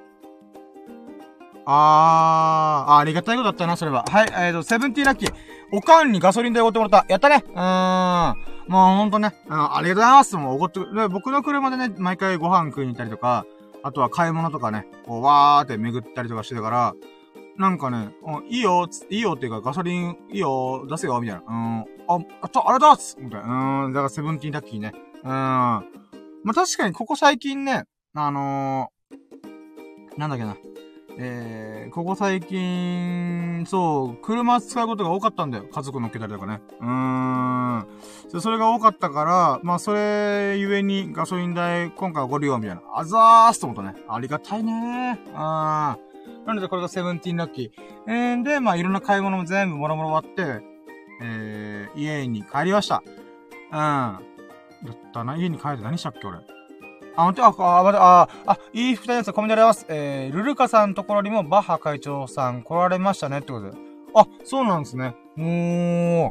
あー、あ、ありがたいことだったな、それは。はい、えーと、セブンティーラッキー。おかんにガソリン代おごってもらった。やったね。うーん。もうほんとね、うん、ありがとうございます。もうおごってくれ、僕の車でね、毎回ご飯食いに行ったりとか、あとは買い物とかね、こう、わーって巡ったりとかしてたから、なんかね、いいよ、ついいよっていうか、ガソリン、いいよ、出せよ、みたいな。うん。あ、あと、ありがとうございますみたいな。うん。だからセブンティーラッキーね。うん。まあ、確かにここ最近ね、あのー、なんだっけな。えー、ここ最近、そう、車使うことが多かったんだよ。家族乗っけたりとかね。うーん。そ, それが多かったから、まあ、それゆえにガソリン代今回おごるよ、みたいな。あざーすと思ったね。ありがたいねー。あー。なので、これがセブンティーラッキー。えー、で、まあ、いろんな買い物も全部もろもろ終わって、えー、家に帰りました。うん。だったな。家に帰って何したっけ、俺。あ、ほんと、あ、あ、また、あ、あ、いい二人です。コメントありがとうございます。えー、ルルカさんのところにもバッハ会長さん来られましたねってことで。あ、そうなんですね。おー。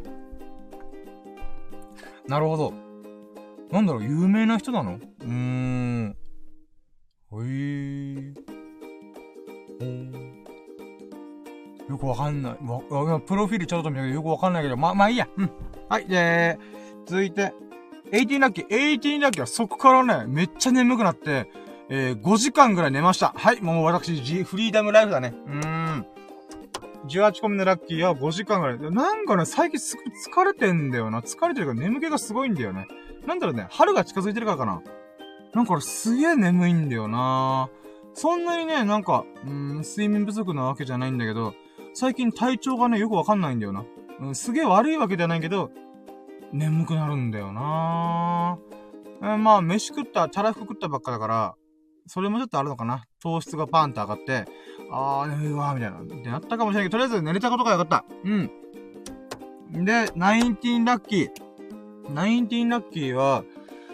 なるほど。なんだろう、有名な人なの？うーん。ほいー。ほー。よくわかんない。わ、プロフィールちょっと見たけどよくわかんないけど、ま、まあいいや。うん。はい、で、続いて。エイティーンラッキー。エイティーンラッキーはそこからね、めっちゃ眠くなって、えー、ごじかんぐらい寝ました。はい、もう私、フリーダムライフだね。うーん。じゅうはちこめのラッキーはごじかんぐらい。なんかね、最近すごい疲れてんだよな。疲れてるから眠気がすごいんだよね。なんだろうね、春が近づいてるからかな。なんかすげえ眠いんだよな。そんなにね、なんか、うーん、睡眠不足なわけじゃないんだけど、最近体調がね、よくわかんないんだよな。うん、すげえ悪いわけではないけど、眠くなるんだよなぁ。まあ、飯食った、たらふく食ったばっかだから、それもちょっとあるのかな。糖質がパンと上がって、あー、眠いわー、みたいな。ってなったかもしれないけど、とりあえず寝れたことがよかった。うん。で、ナインティーンラッキー。ナインティーンラッキーは、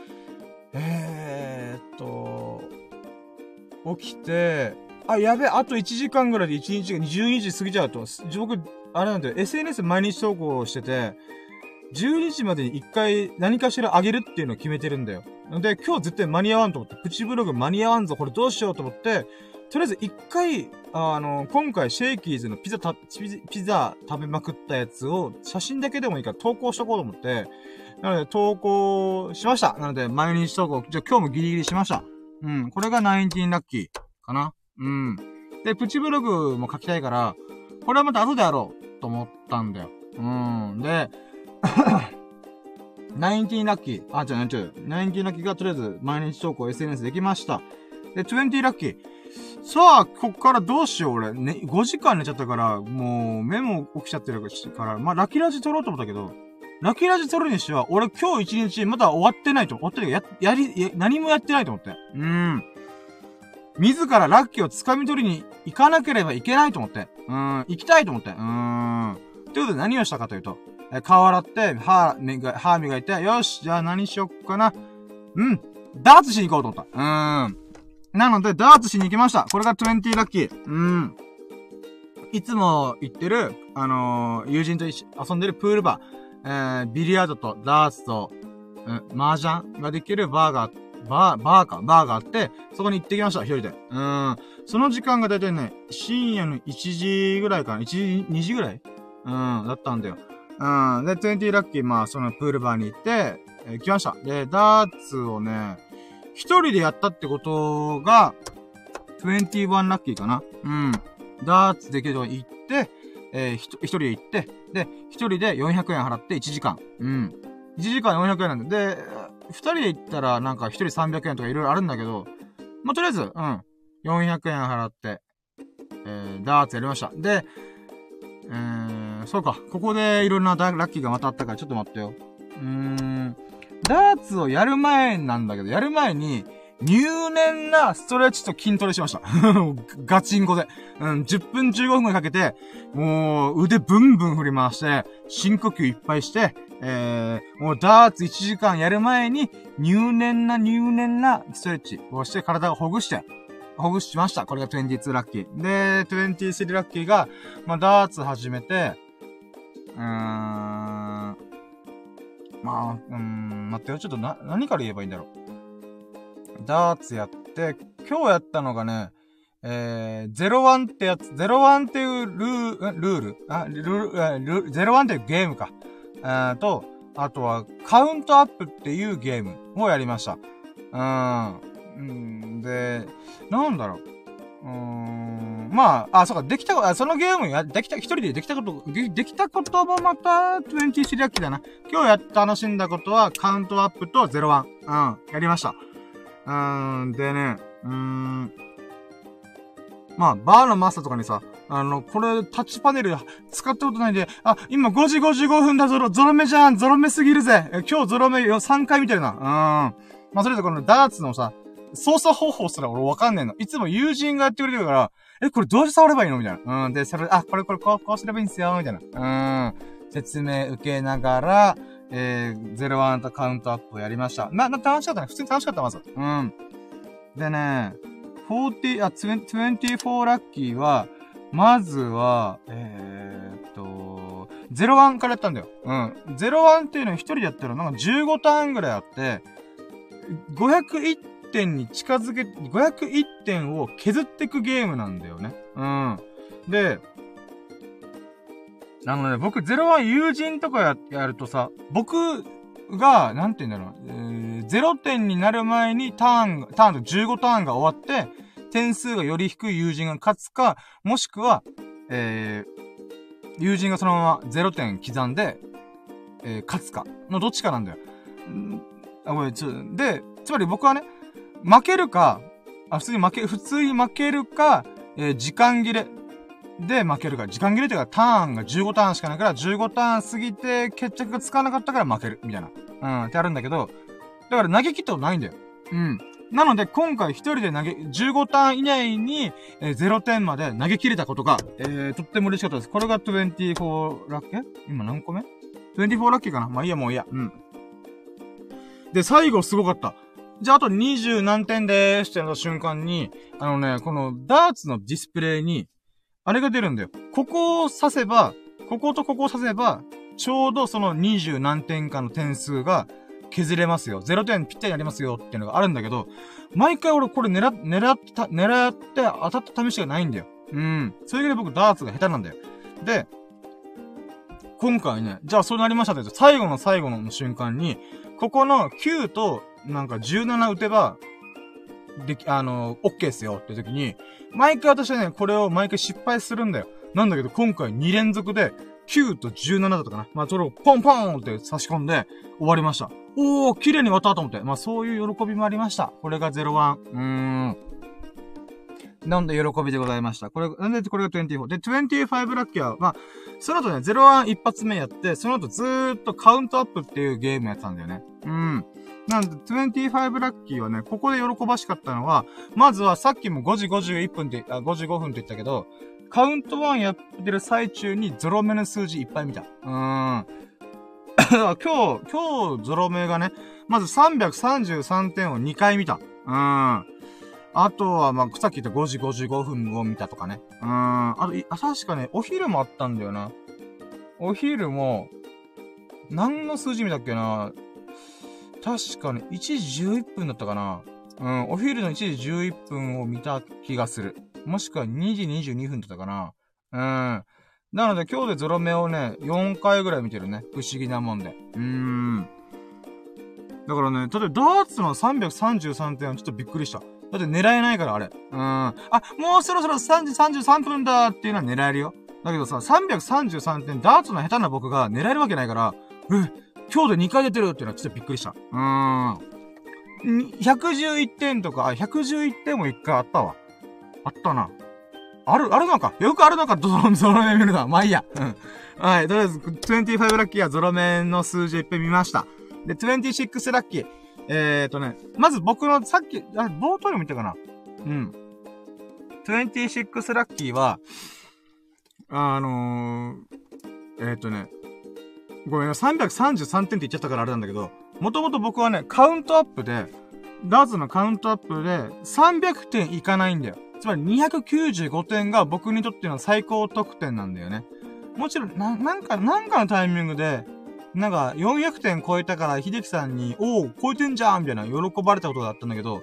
えーっと、起きて、あ、やべえ、あといちじかんぐらいでいちにちがじゅうにじ過ぎちゃうと。僕、あれなんだよ、エスエヌエス 毎日投稿してて、じゅうにじまでに一回何かしらあげるっていうのを決めてるんだよ。で、今日絶対間に合わんと思って、プチブログ間に合わんぞ、これどうしようと思って、とりあえず一回、あの、今回シェイキーズのピザた、ピザ食べまくったやつを写真だけでもいいから投稿しとこうと思って、なので投稿しました。なので毎日投稿、じゃあ今日もギリギリしました。うん、これがナインティーンラッキーかな。うん。で、プチブログも書きたいから、これはまた後でやろうと思ったんだよ。うん。で、ナインティーンラッキー。あ、じゃあ、違う。ナインティーンラッキーがとりあえず毎日投稿 エスエヌエス できました。で、トゥエンティーラッキー。さあ、こっからどうしよう俺。ね、ごじかん寝ちゃったから、もう、目も起きちゃってるから、まあ、ラッキーラジ撮ろうと思ったけど、ラッキーラジ撮るにしては、俺今日一日まだ終わってないと。終わってるや、やり、や、何もやってないと思って。うーん。自らラッキーを掴み取りに行かなければいけないと思って。うーん。行きたいと思って。うーん。ということで何をしたかというと、顔洗って、歯、磨、歯磨いて、よし、じゃあ何しよっかな。うん。ダーツしに行こうと思った。うーん。なので、ダーツしに行きました。これがにじゅうラッキー。うん。いつも行ってる、あのー、友人と一緒遊んでるプールバー、えー、ビリヤードとダーツと、うん、麻雀ができるバーが、バー、バーか、バーがあって、そこに行ってきました、一人で。うん。その時間がだいたいね、深夜のいちじぐらいかな。いちじ、にじぐらいうん、だったんだよ。うん。で、にじゅうラッキー、まあ、そのプールバーに行って、えー、来ました。で、ダーツをね、一人でやったってことが、にじゅういちラッキーかな。うん。ダーツできるとこ行って、 えー、ひと、一人で行って、で、一人でよんひゃくえん払っていちじかん。うん。いちじかんよんひゃくえんなんで。で、二人で行ったらなんか一人さんびゃくえんとかいろいろあるんだけど、まあ、とりあえず、うん。よんひゃくえん払って、えー、ダーツやりました。で、えー、そうか。ここでいろんなラッキーがまたあったから、ちょっと待ってよ。うーん。ダーツをやる前なんだけど、やる前に、入念なストレッチと筋トレしました。ガチンコで。うん、じゅっぷんじゅうごふんぐらいかけて、もう腕ブンブン振り回して、深呼吸いっぱいして、えー、もうダーツいちじかんやる前に、入念な入念なストレッチをして体をほぐして、ほぐしました。これがにじゅうにラッキー。で、にじゅうさんラッキーが、まあ、ダーツ始めて、うーん、まあ、うーん、待ってよ。ちょっとな、何から言えばいいんだろう。ダーツやって、今日やったのがね、えー、ゼロワンってやつ、ゼロワンっていうルール、ルールあ、ルール、ルゼロワンっていうゲームか。あと、あとは、カウントアップっていうゲームをやりました。うーん。うんで、なんだろう。うーん。まあ、あ、そうか、できた、あそのゲームや、できた、一人でできたこと、でできたこともまた、にじゅうさんラッキーだな。今日やった楽しんだことは、カウントアップとゼロワン。うん、やりました。うーん、でね、うーん。まあ、バーのマスターとかにさ、あの、これ、タッチパネル使ったことないんで、あ、今ごじごじゅうごふんだぞろ、ゾロ目じゃん、ゾロ目すぎるぜ。え今日ゾロ目よ、さんかい見てるな。うーん。まあ、それでこのダーツのさ、操作方法すら俺わかんねえの。いつも友人がやってくれてるから、え、これどうして触ればいいのみたいな。うん。で、それ、あ、これこれこう、こうすればいいんすよ、みたいな。うん。説明受けながら、えー、ゼロワンとカウントアップをやりました。ま、ま、楽しかったね。普通に楽しかった、まず。うん。でね、よんじゅう、あ、にじゅうよんラッキーは、まずは、えーっと、ゼロワンからやったんだよ。うん。ゼロワンっていうのを一人でやったら、なんかじゅうごターンぐらいあって、ごひゃくいってんに近づけ、ごひゃくいってんを削っていくゲームなんだよね。うん。で、あのね、僕ゼロワン友人とかや、やるとさ、僕が、なんて言うんだろう、えー、ゼロてんになる前にターン、ターンとじゅうごターンが終わって、点数がより低い友人が勝つか、もしくは、えー、友人がそのままゼロてん刻んで、えー、勝つか、のどっちかなんだよ。んあ、ごめん、ちょ、で、つまり僕はね、負けるか、あ、普通に負け、普通に負けるか、えー、時間切れで負けるか。時間切れっていうか、ターンがじゅうごターンしかないから、じゅうごターン過ぎて決着がつかなかったから負ける。みたいな。うん、ってあるんだけど、だから投げ切ったことないんだよ。うん。なので、今回一人で投げ、じゅうごターン以内に、えー、ゼロてんまで投げ切れたことが、えー、とっても嬉しかったです。これがにじゅうよんラッキー今何個目 ?にじゅうよんラッキーかなまあいいや、もういいや。うん。で、最後すごかった。じゃあ、あとにじゅう何点でーすってなった瞬間に、あのね、このダーツのディスプレイに、あれが出るんだよ。ここを刺せば、こことここを刺せば、ちょうどそのにじゅう何点かの点数が削れますよ。ゼロてんぴったりになりますよっていうのがあるんだけど、毎回俺これ狙、狙った、狙って当たった試しがないんだよ。うん。それぐらい僕ダーツが下手なんだよ。で、今回ね、じゃあそうなりましたって言うと、最後の最後の瞬間に、ここのきゅうとなんかじゅうなな打てば、でき、あの、OK っすよって時に、毎回私はね、これを毎回失敗するんだよ。なんだけど今回に連続で、きゅうとじゅうななだったかな。まあ、それをポンポンって差し込んで終わりました。おー、綺麗に終わったと思って。まあ、そういう喜びもありました。これがゼロワン。うーん。なんで喜びでございました。これ、なんでこれがにじゅうよん。で、にじゅうごラッキーは、まあ、その後ね、ゼロワン一発目やって、その後ずーっとカウントアップっていうゲームやってたんだよね。うん。なんで、にじゅうごラッキーはね、ここで喜ばしかったのは、まずはさっきもごじごじゅういっぷんで、あ、ごじゅうごふんって言ったけど、カウントワンやってる最中にゾロ目の数字いっぱい見た。うーん。今日、今日ゾロ目がね、まずさんびゃくさんじゅうさんてんをにかい見た。うーん。あとは、まあ、さっき言ったごじごじゅうごふんを見たとかね。うーん。あと、あ、確かね、お昼もあったんだよな。お昼も、何の数字見たっけな。確かね、いちじじゅういっぷんだったかな。うん、お昼のいちじじゅういっぷんを見た気がする。もしくはにじにじゅうにふんだったかな。うん。なので今日でゾロ目をね、よんかいぐらい見てるね。不思議なもんで。うーん。だからね、例えばダーツのさんびゃくさんじゅうさんてんはちょっとびっくりした。だって狙えないから、あれ。うん。あ、もうそろそろさんじさんじゅうさんぷんだっていうのは狙えるよ。 だけどさ、さんびゃくさんじゅうさんてん、ダーツの下手な僕が狙えるわけないから、え、今日でにかい出てるっていうのはちょっとびっくりした。うーん。ひゃくじゅういってんとか、あ、ひゃくじゅういってんもいっかいあったわ。あったな。ある、あるのか。よくあるのか、ゾロ、ゾロ目見るな。まあいいや。うん。はい。とりあえず、にじゅうごラッキーはゾロ目の数字をいっぺん見ました。で、にじゅうろくラッキー。えーとね、まず僕のさっき、あ、冒頭にも見たかな。うん。にじゅうろくラッキーは、あのー、えーとね、ごめんな、さんびゃくさんじゅうさんてんって言っちゃったからあれなんだけど、もともと僕はね、カウントアップで、ダーツのカウントアップでさんびゃくてんいかないんだよ。つまりにひゃくきゅうじゅうごてんが僕にとっての最高得点なんだよね。もちろん、な、なんか、なんかのタイミングで、なんか、よんひゃくてん超えたから、秀樹さんに、おう、超えてんじゃんみたいな、喜ばれたことがあったんだけど、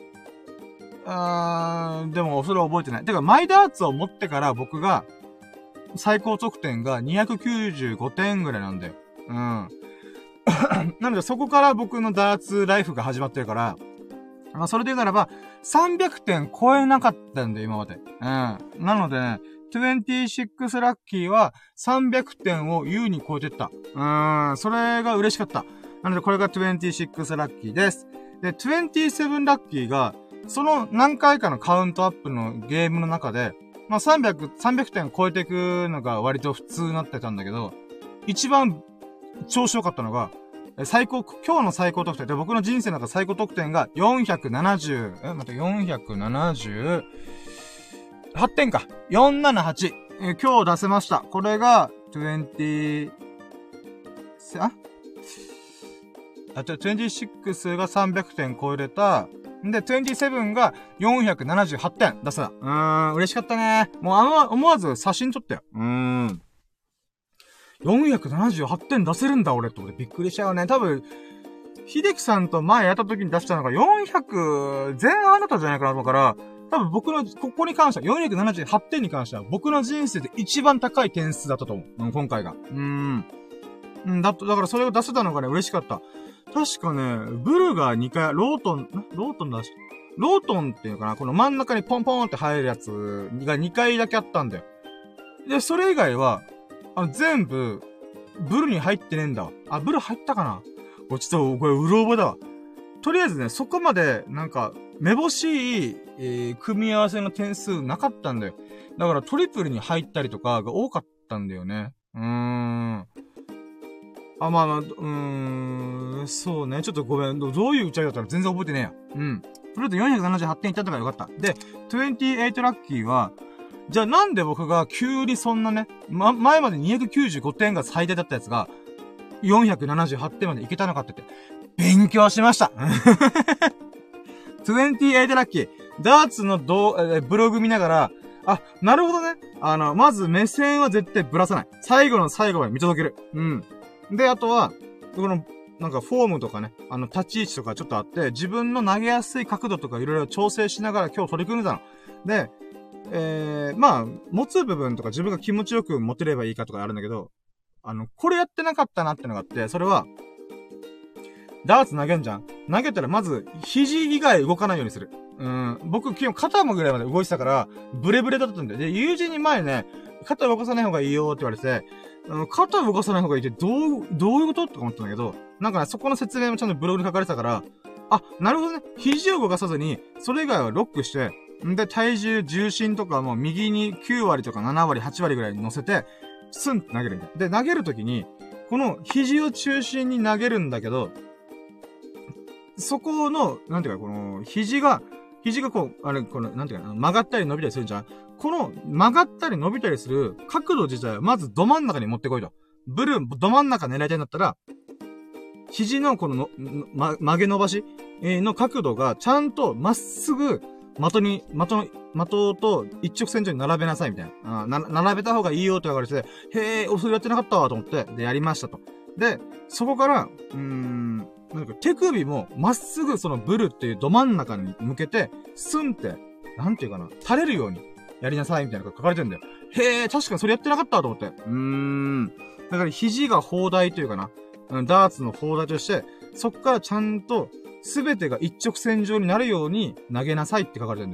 あー、でも、それは覚えてない。てか、マイダーツを持ってから僕が、最高得点がにひゃくきゅうじゅうごてんぐらいなんだよ。うん。なので、そこから僕のダーツライフが始まってるから、まあ、それで言うならば、さんびゃくてん超えなかったんだよ、今まで。うん。なのでね、にじゅうろくラッキーはさんびゃくてんを優に超えてった。うーん、それが嬉しかった。なのでこれがにじゅうろくラッキーです。で、にじゅうななラッキーが、その何回かのカウントアップのゲームの中で、まあ、さんびゃく、さんびゃくてん超えていくのが割と普通になってたんだけど、一番調子良かったのが、最高、今日の最高得点で僕の人生の中最高得点がよんひゃくななじゅう、え、待って、よんひゃくななじゅうはってんか。よんひゃくななじゅうはち。えー、今日出せました。これが、にじゅう、ああと、にじゅうろくがさんびゃくてん超えれた。んで、にじゅうなながよんひゃくななじゅうはってん出せた。うーん、嬉しかったね。もうあの、思わず写真撮ったよ。うーん。よんひゃくななじゅうはってん出せるんだ、俺って。俺びっくりしちゃうね。多分、秀樹さんと前やった時に出したのがよんひゃくぜん半だったんじゃないかなと思うから、多分僕の、ここに関しては、よんひゃくななじゅうはってんに関しては、僕の人生で一番高い点数だったと思う。うん、今回が。うーん。うん、だと、だからそれを出せたのがね、嬉しかった。確かね、ブルがにかい、ロートン、ロートン出し、ロートンっていうのかな、この真ん中にポンポンって入るやつがにかいだけあったんだよ。で、それ以外は、あの、全部、ブルに入ってねえんだわ。あ、ブル入ったかな？これちょっと、これ、うろ覚えだわ。とりあえずね、そこまで、なんか、めぼしい、えー、組み合わせの点数なかったんだよ。だからトリプルに入ったりとかが多かったんだよね。うーん。あ、まあまあ、うーん、そうね。ちょっとごめん。どういう打ち上げだったら全然覚えてねえや。うん。とりあえずよんひゃくななじゅうはってんいったのがよかった。で、にじゅうはちラッキーは、じゃあなんで僕が急にそんなね、ま、前までにひゃくきゅうじゅうごてんが最大だったやつが、よんひゃくななじゅうはってんまでいけたのかって言って、勉強しました。にじゅうはちラッキー。ダーツのどう、えブログ見ながら、あ、なるほどね。あの、まず目線は絶対ぶらさない。最後の最後まで見届ける。うん。で、あとは、この、なんかフォームとかね、あの、立ち位置とかちょっとあって、自分の投げやすい角度とかいろいろ調整しながら今日取り組んでたの。で、えー、まあ、持つ部分とか自分が気持ちよく持てればいいかとかあるんだけど、あの、これやってなかったなってのがあって、それは、ダーツ投げんじゃん。投げたらまず、肘以外動かないようにする。うん。僕、昨日肩もぐらいまで動いてたから、ブレブレだったんだよ。で、友人に前ね、肩動かさない方がいいよって言われて、あの、肩動かさない方がいいってどう、どういうこととか思ったんだけど、なんかね、そこの説明もちゃんとブログに書かれてたから、あ、なるほどね。肘を動かさずに、それ以外はロックして、んで、体重、重心とかも右にきゅうわりとかななわり、はちわりぐらいに乗せて、スンって投げるんだよ。で、投げるときに、この肘を中心に投げるんだけど、そこの、なんていうか、この、肘が、肘がこう、あれ、この、なんていうかな、曲がったり伸びたりするんじゃん。この、曲がったり伸びたりする角度自体は、まずど真ん中に持ってこいと。ブルー、ど真ん中狙いたいんだったら、肘のこのの、ま、曲げ伸ばしの角度が、ちゃんとまっすぐ、的に、的の、的と一直線上に並べなさいみたいな。あな、並べた方がいいよって言われて、へえ、おそれやってなかったわと思って、で、やりましたと。で、そこから、うーん、なんか手首もまっすぐそのブルっていうど真ん中に向けて、スンって、なんていうかな、垂れるようにやりなさいみたいなのが書かれてるんだよ。へえ、確かにそれやってなかったわと思って。うーん。だから肘が砲台というかな、ダーツの砲台として、そっからちゃんと、すべてが一直線上になるように投げなさいって書かれてるんだよね。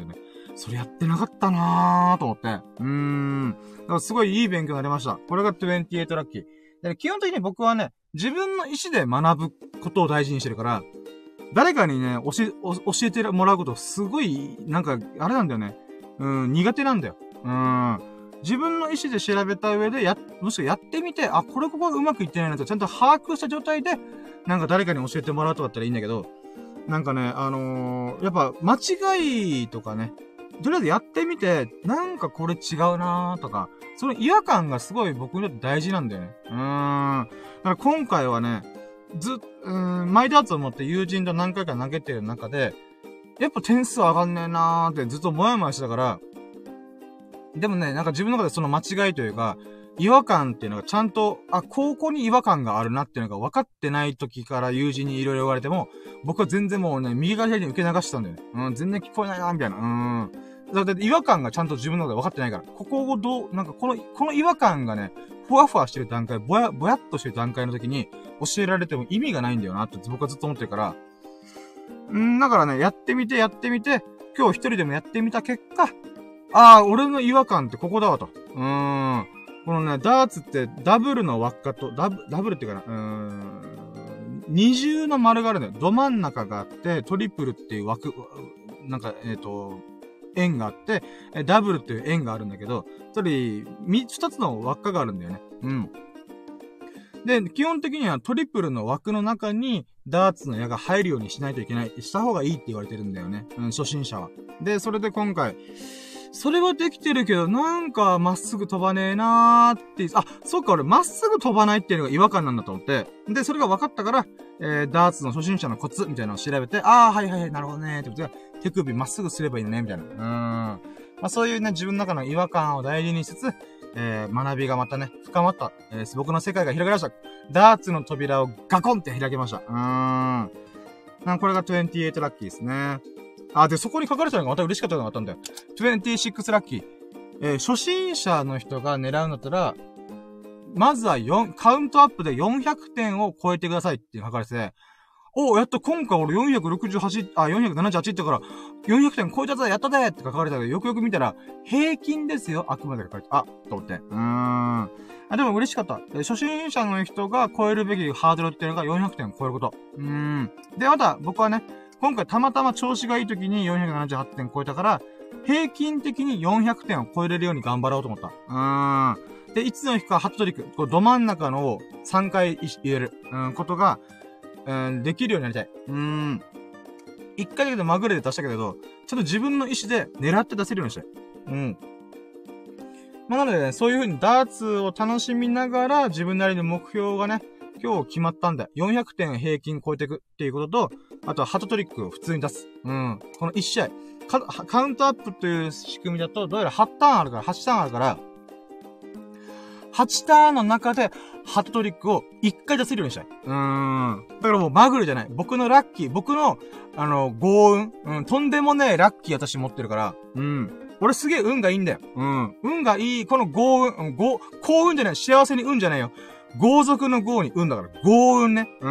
それやってなかったなーと思って。うーん。だからすごいいい勉強になりました。これがにじゅうはちラッキー。で基本的に僕はね、自分の意思で学ぶことを大事にしてるから、誰かにね、教え、教えてもらうことすごい、なんか、あれなんだよね。うん、苦手なんだよ。うん。自分の意思で調べた上で、や、もしくはやってみて、あ、これここうまくいってないなと、ちゃんと把握した状態で、なんか誰かに教えてもらうとかだったらいいんだけど、なんかね、あのー、やっぱ、間違いとかね、とりあえずやってみて、なんかこれ違うなーとか、その違和感がすごい僕にとって大事なんだよね。うーん。だから今回はね、ず、うーん、マイダーツを持って友人と何回か投げてる中で、やっぱ点数上がんねえなーってずっともやもやしてたから、でもね、なんか自分の中でその間違いというか、違和感っていうのがちゃんと、あ、ここに違和感があるなっていうのが分かってない時から友人にいろいろ言われても、僕は全然もうね、右側左に受け流してたんだよね。うん、全然聞こえないな、みたいな。うん。だって違和感がちゃんと自分の中で分かってないから。ここをどう、なんかこの、この違和感がね、ふわふわしてる段階、ぼや、ぼやっとしてる段階の時に教えられても意味がないんだよなって僕はずっと思ってるから。んだからね、やってみて、やってみて、今日一人でもやってみた結果、ああ、俺の違和感ってここだわと。うーん。このね、ダーツってダブルの輪っかと、ダブ、ダブルっていうかな、うーん。二重の丸があるのよ。ど真ん中があって、トリプルっていう枠、なんか、えっと、円があって、ダブルっていう円があるんだけど、それ、み、二つの輪っかがあるんだよね。うん。で、基本的にはトリプルの枠の中にダーツの矢が入るようにしないといけない。した方がいいって言われてるんだよね。うん、初心者は。で、それで今回、それはできてるけど、なんかまっすぐ飛ばねえなーって、あ、そっか、俺まっすぐ飛ばないっていうのが違和感なんだと思って。で、それが分かったから、えー、ダーツの初心者のコツみたいなのを調べて、あー、はいはいはい、なるほどねーってことで、手首まっすぐすればいいのね、みたいな。うーん。まあそういうね、自分の中の違和感を大事にしつつ、えー、学びがまたね、深まった。えー、僕の世界が広がりました。ダーツの扉をガコンって開けました。うーん。なんこれがにじゅうはちラッキーですね。あ、で、そこに書かれてたのがまた嬉しかったのがあったんだよ。にじゅうろくラッキー。えー、初心者の人が狙うんだったら、まずはよん、カウントアップでよんひゃくてんを超えてくださいって書かれてて、お、やっと今回俺よんひゃくろくじゅうはち、あ、よんひゃくななじゅうはちってから、よんひゃくてん超えたぜ、やったぜって書かれたけど、よくよく見たら、平均ですよ、あくまで書かれて、あ、と思って。うーん。あ、でも嬉しかった。初心者の人が超えるべきハードルっていうのがよんひゃくてんを超えること。うーん。で、また、僕はね、今回たまたま調子がいい時によんひゃくななじゅうはちてん超えたから、平均的によんひゃくてんを超えれるように頑張ろうと思った。うーん。で、いつの日かハットトリック、こうど真ん中のをさんかい入れる、うん、ことが、うん、できるようになりたい。うーん。一回だけでまぐれで出したけれど、ちょっと自分の意思で狙って出せるようにしたい。うん。まあ、なのでね、そういう風にダーツを楽しみながら自分なりの目標がね、今日決まったんだよ。よんひゃくてん平均超えていくっていうことと、あとはハットトリックを普通に出す。うん。このいち試合。カウントアップという仕組みだと、どうやらはちターンあるから、はちターンあるから、はちターンの中で、ハットトリックをいっかい出せるようにしたい。うーん。だからもうマグルじゃない。僕のラッキー、僕の、あの、豪運。うん、とんでもねえラッキー私持ってるから。うん。俺すげえ運がいいんだよ。うん。運がいい、この豪運、うん、豪、幸運じゃない。幸せに運じゃないよ。豪族の豪に運だから。豪運ね。うん。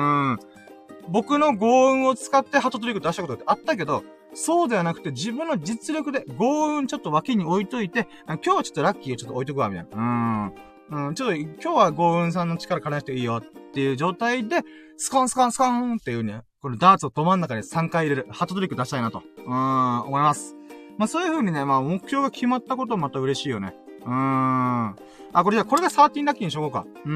僕の豪運を使ってハットトリック出したことってあったけど、そうではなくて自分の実力で豪運ちょっと脇に置いといて、今日はちょっとラッキーをちょっと置いとくわ、みたいな。うん。うん、ちょっと今日は豪運さんの力借りなくていいよっていう状態で、スコンスコンスコンっていうね、このダーツをど真ん中にさんかい入れる、ハットトリック出したいなと、うーん、思います。まあそういう風にね、まあ目標が決まったこともまた嬉しいよね。うーん。あ、これじゃあ、これがじゅうさんラッキーにしようか。うん。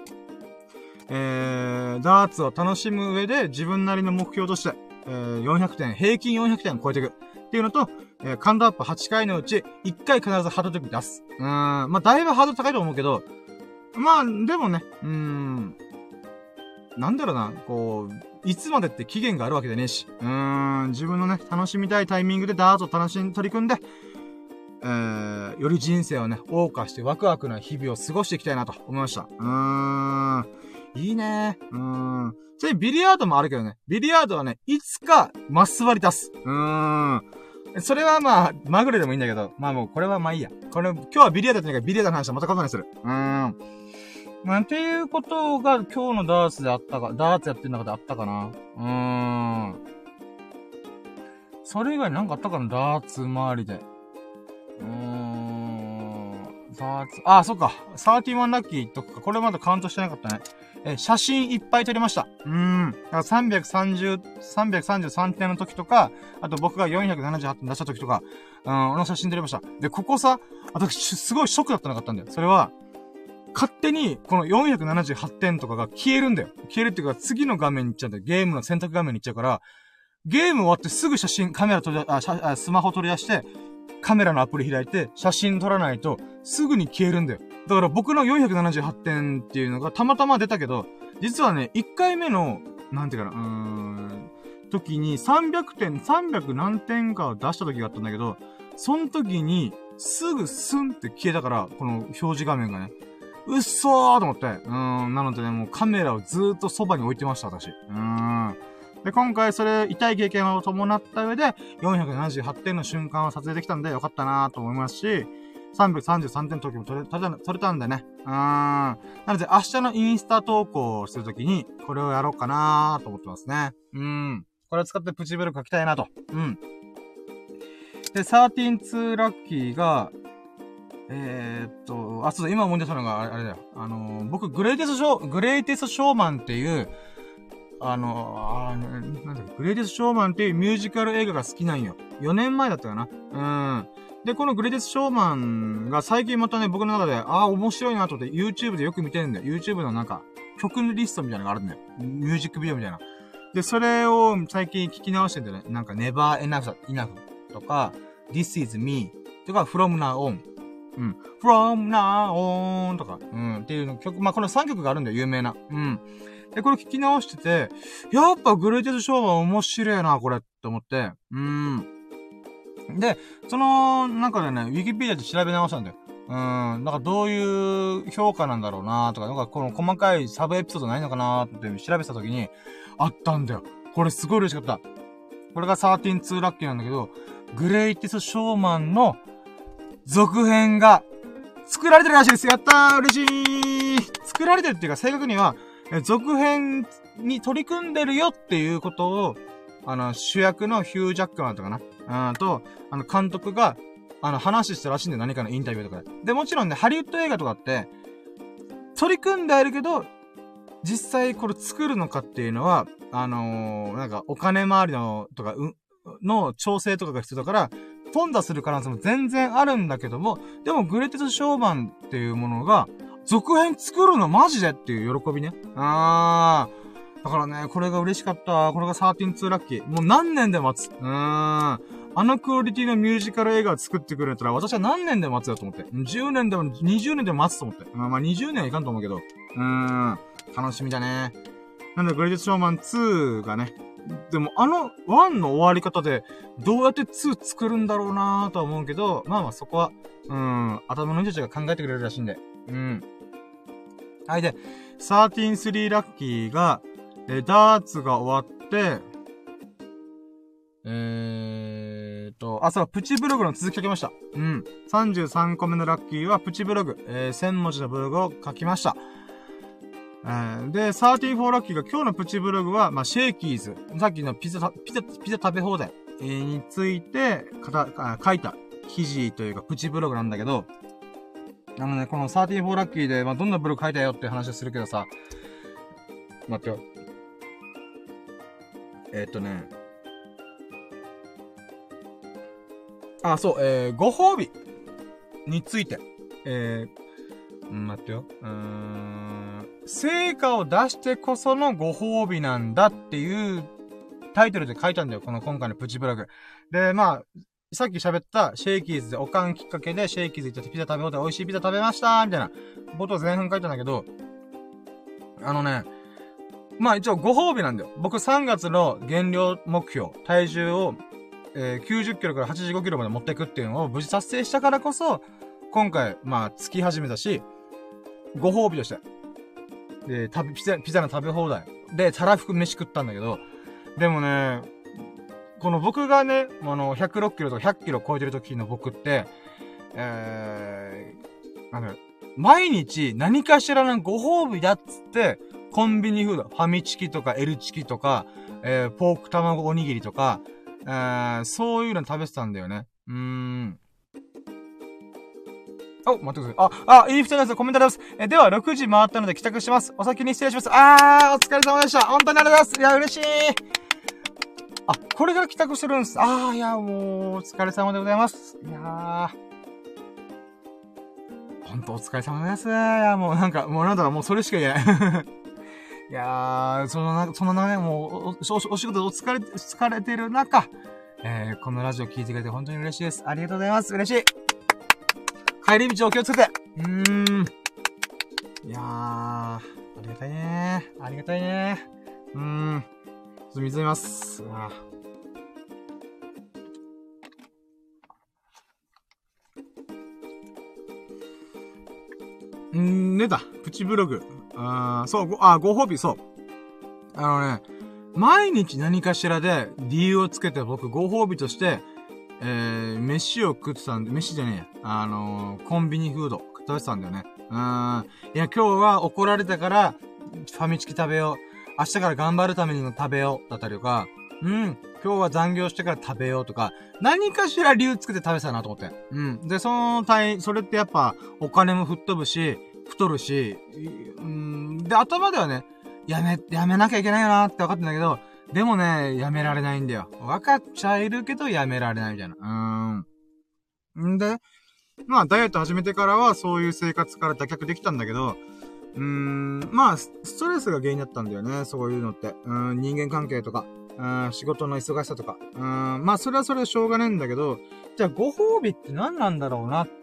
えー、ダーツを楽しむ上で自分なりの目標として、えー、よんひゃくてん、平均よんひゃくてんを超えていく。っていうのと、えー、カウントアップはちかいのうち、いっかい必ずハードトリック出す。うーん。まあ、だいぶハードル高いと思うけど、まあ、でもね、うーん。なんだろうな、こう、いつまでって期限があるわけでねえし。うーん。自分のね、楽しみたいタイミングでダーツを楽しん、取り組んで、えー、より人生をね、謳歌してワクワクな日々を過ごしていきたいなと思いました。うーん。いいね。うーん。それビリヤードもあるけどね。ビリヤードはね、いつかマス割り出す。うーん。それはまあ、まぐれでもいいんだけど、まあもうこれはまあいいや。これ、今日はビリヤードって言うからビリヤードの話はまたことにする。うーん。まあ、っていうことが今日のダーツであったか、ダーツやってる中であったかな。うーん。 それ以外なんかあったかな、ダーツ周りで。うーん。ダーツ、あ、そっか。サーティワンラッキーとか、これまだカウントしてなかったね。え、写真いっぱい撮りました。うーん。だからさんびゃくさんじゅう、さんびゃくさんじゅうさんてんの時とか、あと僕がよんひゃくななじゅうはちてん出した時とか、うん、の写真撮りました。で、ここさ、私、すごいショックだったのがあったんだよ。それは、勝手に、このよんひゃくななじゅうはちてんとかが消えるんだよ。消えるっていうか、次の画面に行っちゃうんだよ。ゲームの選択画面に行っちゃうから、ゲーム終わってすぐ写真、カメラ取り出、あ、あスマホ取り出して、カメラのアプリ開いて、写真撮らないと、すぐに消えるんだよ。だから僕のよんひゃくななじゅうはちてんっていうのがたまたま出たけど、実はね、いっかいめの、なんていうかな、うーん、時にさんびゃくてん、さんびゃく何点かを出した時があったんだけど、その時に、すぐスンって消えたから、この表示画面がね。うっそーと思って。うーん、なのでね、もうカメラをずーっとそばに置いてました、私。うーん。で、今回それ、痛い経験を伴った上で、よんひゃくななじゅうはちてんの瞬間を撮影できたんでよかったなーと思いますし、さんびゃくさんじゅうさんてんの時も撮れ、撮れた、撮れたんでね。うーん。なので、明日のインスタ投稿をするときに、これをやろうかなーと思ってますね。うーん。これを使ってプチブログ書きたいなと。うん。で、サーティーンツーラッキーが、えー、っと、あ、そうだ、今思い出したのがあれ、あれだよ。あのー、僕、グレイテスショー、グレイテスショーマンっていう、あのー、あーなんだっけ、グレイテスショーマンっていうミュージカル映画が好きなんよ。よねんまえだったかな。うん。で、このグレイテスショーマンが最近またね、僕の中で、ああ、面白いなと思って YouTube でよく見てるんだよ。YouTube のなんか、曲リストみたいなのがあるんだよ。ミュージックビデオみたいな。で、それを最近聞き直してんだよね。なんか、Never Enough, Enough とか、This is Me とか、From Now On。うん。From Now On とか、うん。っていうの曲、まあ、このさんきょくがあるんだよ、有名な。うん。で、これ聞き直してて、やっぱグレイテスショーマン面白いな、これって思って。うん。で、その中でね、ウィキペディアで調べ直したんだよ。うん。なんかどういう評価なんだろうなとか、なんかこの細かいサブエピソードないのかなって調べたときに、あったんだよ。これすごい嬉しかった。これがサーティーンツーラッキーなんだけど、グレイテスショーマンの続編が作られてるらしいです。やったー、嬉しい。作られてるっていうか、正確には、続編に取り組んでるよっていうことを、あの、主役のヒュー・ジャックマンとかな。うんと、あの、監督が、あの、話したらしいんだよ。何かのインタビューとかで。で、もちろんね、ハリウッド映画とかって、取り組んではいるけど、実際これ作るのかっていうのは、あのー、なんか、お金回りの、とか、う、の調整とかが必要だから、頓挫する可能性も全然あるんだけども、でも、グレイテスショーマンっていうものが、続編作るのマジでっていう喜びね。あー。だからね、これが嬉しかった。これがサーティーンツーラッキー。もう何年で待つ。うーん。あのクオリティのミュージカル映画を作ってくれたら、私は何年で待つよと思って。じゅうねんでもにじゅうねんでも待つと思って。まあ、まあ、にじゅうねんはいかんと思うけど。うーん。楽しみだね。なんで、グレイテスショーマンツーがね。でも、あのワンの終わり方で、どうやってツー作るんだろうなーとは思うけど、まあまあそこは、うーん、頭の人たちが考えてくれるらしいんで。うん。はい、で、サーティーンスリーラッキーが、えー、ダーツが終わって、えーと、あ、そう、プチブログの続き書きました。うん。さんじゅうさんこめのラッキーはプチブログ、えー、せんもじのブログを書きました。えー、で、さんじゅうよんラッキーが今日のプチブログは、まあ、シェイキーズ。さっきのピザ、ピザ、ピザ食べ放題、えー、について、かた、書いた記事というかプチブログなんだけど、あのね、このさんじゅうよんラッキーで、まあ、どんなブログ書いたよって話をするけどさ、待ってよ。えー、っとね、あ、そう、えー、ご褒美について、えー、待ってよ。うーん、成果を出してこそのご褒美なんだっていうタイトルで書いたんだよ、この今回のプチブログ。で、まあ、さっき喋ったシェイキーズでおかんきっかけでシェイキーズ行ってピザ食べ放題美味しいピザ食べましたみたいなことを前半書いたんだけど、あのね、まあ一応ご褒美なんだよ。僕さんがつの減量目標、体重を、えー、きゅうじゅっキロからはちじゅうごキロまで持っていくっていうのを無事達成したからこそ、今回、まあ、つき始めたし、ご褒美として。で、食べ、ピザ、ピザの食べ放題。で、たらふく飯食ったんだけど、でもね、この僕がね、あの、ひゃくろっキロとかひゃっキロ超えてる時の僕って、えー、あの、毎日何かしらのご褒美だっつって、コンビニフード、ファミチキとか L チキとか、えー、ポーク卵おにぎりとか、 えー、そういうの食べてたんだよね。うーん。お、待ってください。あ、あ、いい人です。コメントあります。え、では、ろくじ回ったので帰宅します。お先に失礼します。あー、お疲れ様でした。本当にありがとうございます。いや、嬉しい。あ、これから帰宅してるんです。あー、いや、もう、お疲れ様でございます。いやー。ほんとお疲れ様です。いや、もうなんか、もうなんだろう、もうそれしか言えない。いやー、そのな、そのね、もう、お、お、お仕事でお疲れ、疲れてる中、えー、このラジオ聞いてくれて本当に嬉しいです。ありがとうございます。嬉しい。帰り道お気をつけて。うーん。いやー、ありがたいねー。ありがたいねー。うーん。ちょっと水飲みます。あー。んー、出た。プチブログ。あー、そう、ご、あ、ご褒美、そう。あのね、毎日何かしらで理由をつけて僕ご褒美として、えー、飯を食ってたんで、飯じゃねえや。あのー、コンビニフード食べてたんだよね。うーん。いや、今日は怒られたから、ファミチキ食べよう。明日から頑張るためにも食べよう。だったりとか、うん。今日は残業してから食べようとか、何かしら理由つけて食べてたなと思って。うん。で、その体、それってやっぱ、お金も吹っ飛ぶし、太るし、うん。で、頭ではね、やめ、やめなきゃいけないよなって分かってんだけど、でもね、やめられないんだよ。分かっちゃいるけど、やめられないみたいな。うーん。んで、まあ、ダイエット始めてからは、そういう生活から脱却できたんだけど、うーん、まあ、ストレスが原因だったんだよね、そういうのって。うん、人間関係とか、うん、仕事の忙しさとか。うん、まあ、それはそれでしょうがねえんだけど、じゃあ、ご褒美って何なんだろうなって、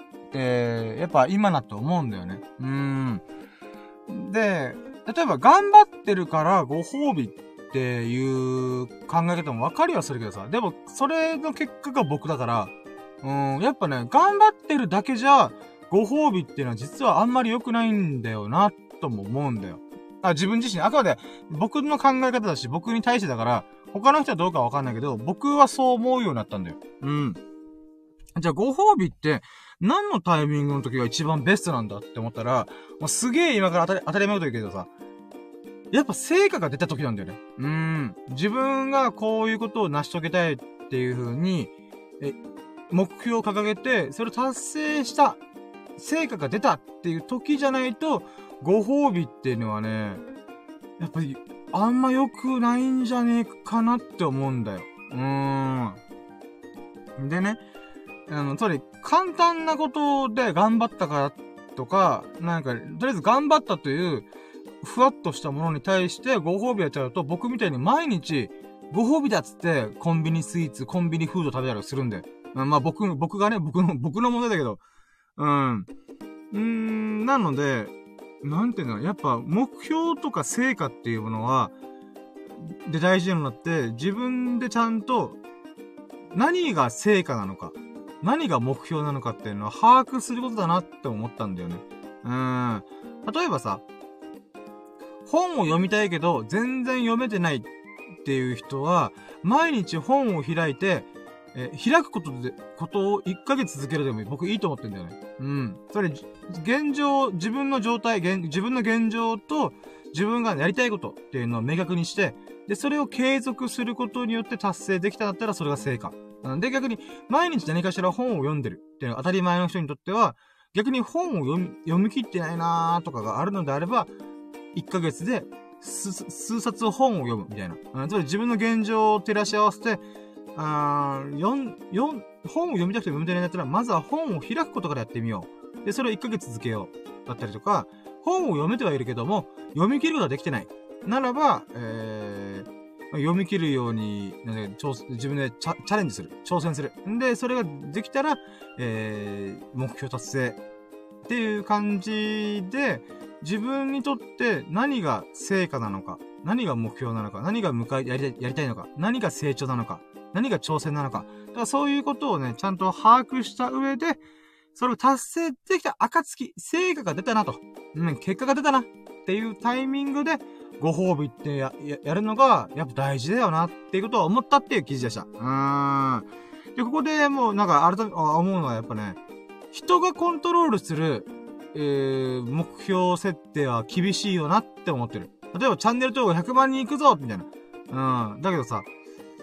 やっぱ今なって思うんだよね。うーん。で、例えば、頑張ってるからご褒美っていう考え方も分かりはするけどさ、でも、それの結果が僕だから、うん、やっぱね、頑張ってるだけじゃ、ご褒美っていうのは実はあんまり良くないんだよな、とも思うんだよ。あ、自分自身、あくまで僕の考え方だし、僕に対してだから、他の人はどうかわかんないけど、僕はそう思うようになったんだよ。うん。じゃあ、ご褒美って、何のタイミングの時が一番ベストなんだって思ったら、もうすげえ今から当たり、当たり前のこと言うけどさ、やっぱ成果が出た時なんだよね。うーん。自分がこういうことを成し遂げたいっていう風に、え、目標を掲げて、それを達成した、成果が出たっていう時じゃないと、ご褒美っていうのはね、やっぱり、あんま良くないんじゃねえかなって思うんだよ。うーん。でね、あの、つまり、簡単なことで頑張ったからとか、なんか、とりあえず頑張ったという、ふわっとしたものに対してご褒美やっちゃうと、僕みたいに毎日、ご褒美だっつって、コンビニスイーツ、コンビニフード食べたりするんで。うん、まあ僕、僕がね、僕の、僕の問題だけど。うん。うーん、なので、なんていうの、やっぱ目標とか成果っていうものは、で大事なのって、自分でちゃんと、何が成果なのか、何が目標なのかっていうのは把握することだなって思ったんだよね。うーん。例えばさ、本を読みたいけど、全然読めてないっていう人は、毎日本を開いて、えー、開くことで、ことをいっかげつ続けるでもいい。僕いいと思ってんだよね。うん。それ、現状、自分の状態、現自分の現状と、自分がやりたいことっていうのを明確にして、で、それを継続することによって達成できたんだったら、それが成果。で、逆に、毎日何かしら本を読んでるっていうのが当たり前の人にとっては、逆に本を読み、読み切ってないなーとかがあるのであれば、いっかげつで数、数冊本を読むみたいな。うん、つまり自分の現状を照らし合わせて、あー、四、四、本を読みたくても読みたいんだったら、まずは本を開くことからやってみよう。で、それをいっかげつ続けよう。だったりとか、本を読めてはいるけども、読み切ることができてない。ならば、えー、読み切るように、ね、自分でチャ、チャレンジする。挑戦する。んで、それができたら、えー、目標達成。っていう感じで、自分にとって何が成果なのか、何が目標なのか、何が向かい、やりたい、やりたいのか、何が成長なのか、何が挑戦なのか。だからそういうことをね、ちゃんと把握した上で、それを達成できた暁、成果が出たなと。うん、結果が出たな。っていうタイミングで、ご褒美ってや、や、やるのが、やっぱ大事だよな、っていうことを思ったっていう記事でした。うーん。で、ここでもう、なんか、改め、思うのはやっぱね、人がコントロールする、えー、目標設定は厳しいよなって思ってる。例えばチャンネル登録ひゃくまん人行くぞみたいな。うん。だけどさ、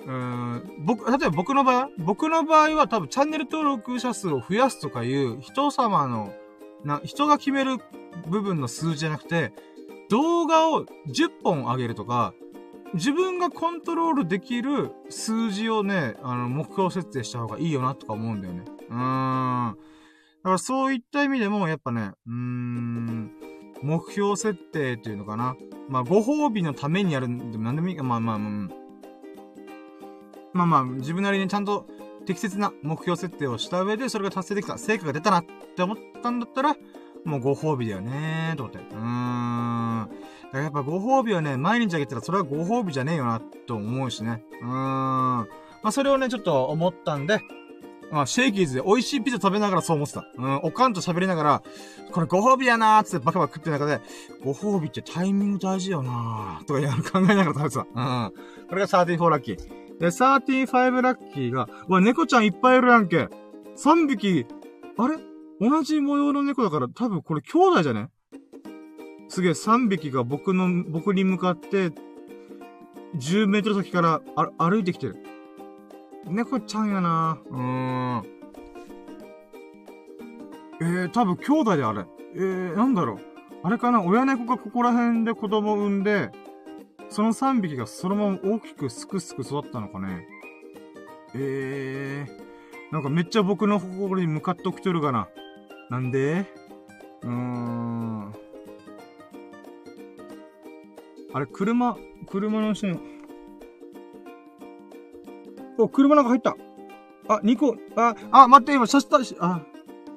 うーん、僕、例えば僕の場合僕の場合は多分チャンネル登録者数を増やすとかいう人様の、な、人が決める部分の数字じゃなくて、動画をじゅっぽん上げるとか、自分がコントロールできる数字をね、あの、目標設定した方がいいよなとか思うんだよね。うーん。だからそういった意味でも、やっぱね、うーん、目標設定っていうのかな。まあ、ご褒美のためにやるんでも何でもいいか。まあまあまあ、まあまあ、自分なりにちゃんと適切な目標設定をした上で、それが達成できた、成果が出たなって思ったんだったら、もうご褒美だよねーと思って。うーん。だからやっぱご褒美はね、毎日あげたらそれはご褒美じゃねえよな、と思うしね。うーん。まあそれをね、ちょっと思ったんで、まあシェイキーズで美味しいピザ食べながらそう思ってた。うん、おかんと喋りながら、これご褒美やなーつってバカバカ食ってる中で、ご褒美ってタイミング大事よなーとかやる考えながら食べてた。うん。これがさんじゅうよんラッキー。で、さんじゅうごラッキーが、うわ、猫ちゃんいっぱいいるやんけ。さんびき、あれ同じ模様の猫だから多分これ兄弟じゃね？すげえ、さんびきが僕の、僕に向かって、じゅうメートル先からあ歩いてきてる。猫ちゃんやなうーん。えー、多分兄弟であれ。えー、なんだろう。あれかな親猫がここら辺で子供を産んで、そのさんびきがそのまま大きくすくすく育ったのかね。えー、なんかめっちゃ僕の心に向かってきてるかな。なんでうーん。あれ、車、車の下に、お、車なんか入った。あ、にこ、あ、あ、待って、今、シャッターし、あ。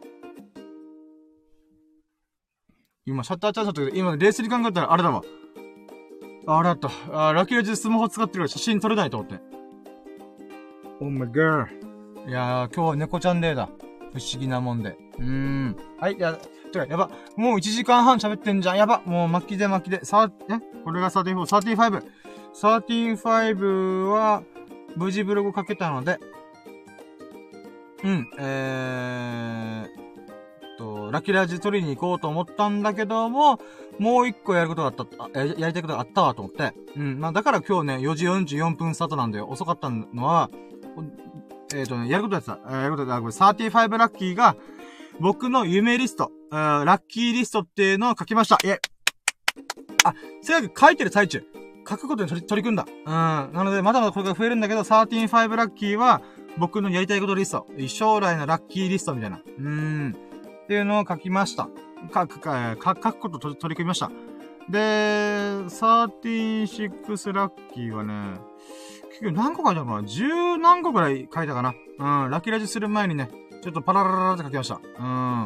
今、シャッターチャンスだったけど、今、冷静に考えたら、あれだわ。あれだった。あ、ラッキーラジでスマホ使ってるから写真撮れないと思って。Oh my god。いやー、今日は猫ちゃんデーだ。不思議なもんで。うーん。はい、や、てか、やば。もういちじかんはん喋ってんじゃん。やば。もう巻きで巻きで。さ、えこれがさんじゅうよん、さんじゅうご。さんじゅうごは、無事ブログ書けたので、うん、えー、と、ラッキーラジ取りに行こうと思ったんだけども、もう一個やることがあった、や、やりたいことがあったわと思って。うん、まあだから今日ね、よじよんじゅうよんぷんスタートなんだよ。遅かったのは、えーとね、やることやってた。えー、やることだ、これさんじゅうごラッキーが、僕の夢リスト、えー、ラッキーリストっていうのを書きました。イェイ。あ、せやく書いてる最中。書くことに取り、取り組んだ。うん。なので、まだまだこれが増えるんだけど、さんじゅうごラッキーは、僕のやりたいことリスト。将来のラッキーリストみたいな。うーん。っていうのを書きました。か、か、か、書くこと取り組みました。で、さんじゅうろくラッキーはね、結局何個書いたのかな ?じゅう 何個くらい書いたかな。うん。ラッキーラジする前にね、ちょっとパララララって書きました。うん。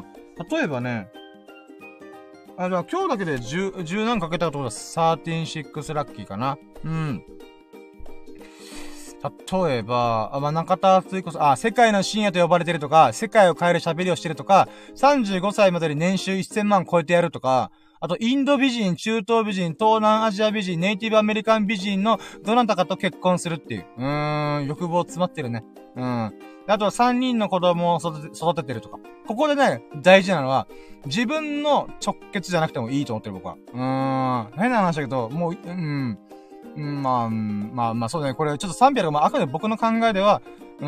例えばね、あ、じゃあ今日だけでじゅう、じゅう何かけたと思います。さんじゅうろくラッキーかな。うん。例えば、あ、まあ、中田敦彦さん、あ、世界の深夜と呼ばれてるとか、世界を変える喋りをしてるとか、さんじゅうごさいまでに年収せんまん超えてやるとか、あと、インド美人、中東美人、東南アジア美人、ネイティブアメリカン美人のどなたかと結婚するっていう。うーん、欲望詰まってるね。うん。あとはさんにんの子供を育て、育ててるとか。ここでね、大事なのは、自分の直結じゃなくてもいいと思ってる僕は。うーん。変な話だけど、もう、うん。うん、まあ、まあまあそうだね。これちょっとさんびゃく、まああくまで僕の考えでは、うん、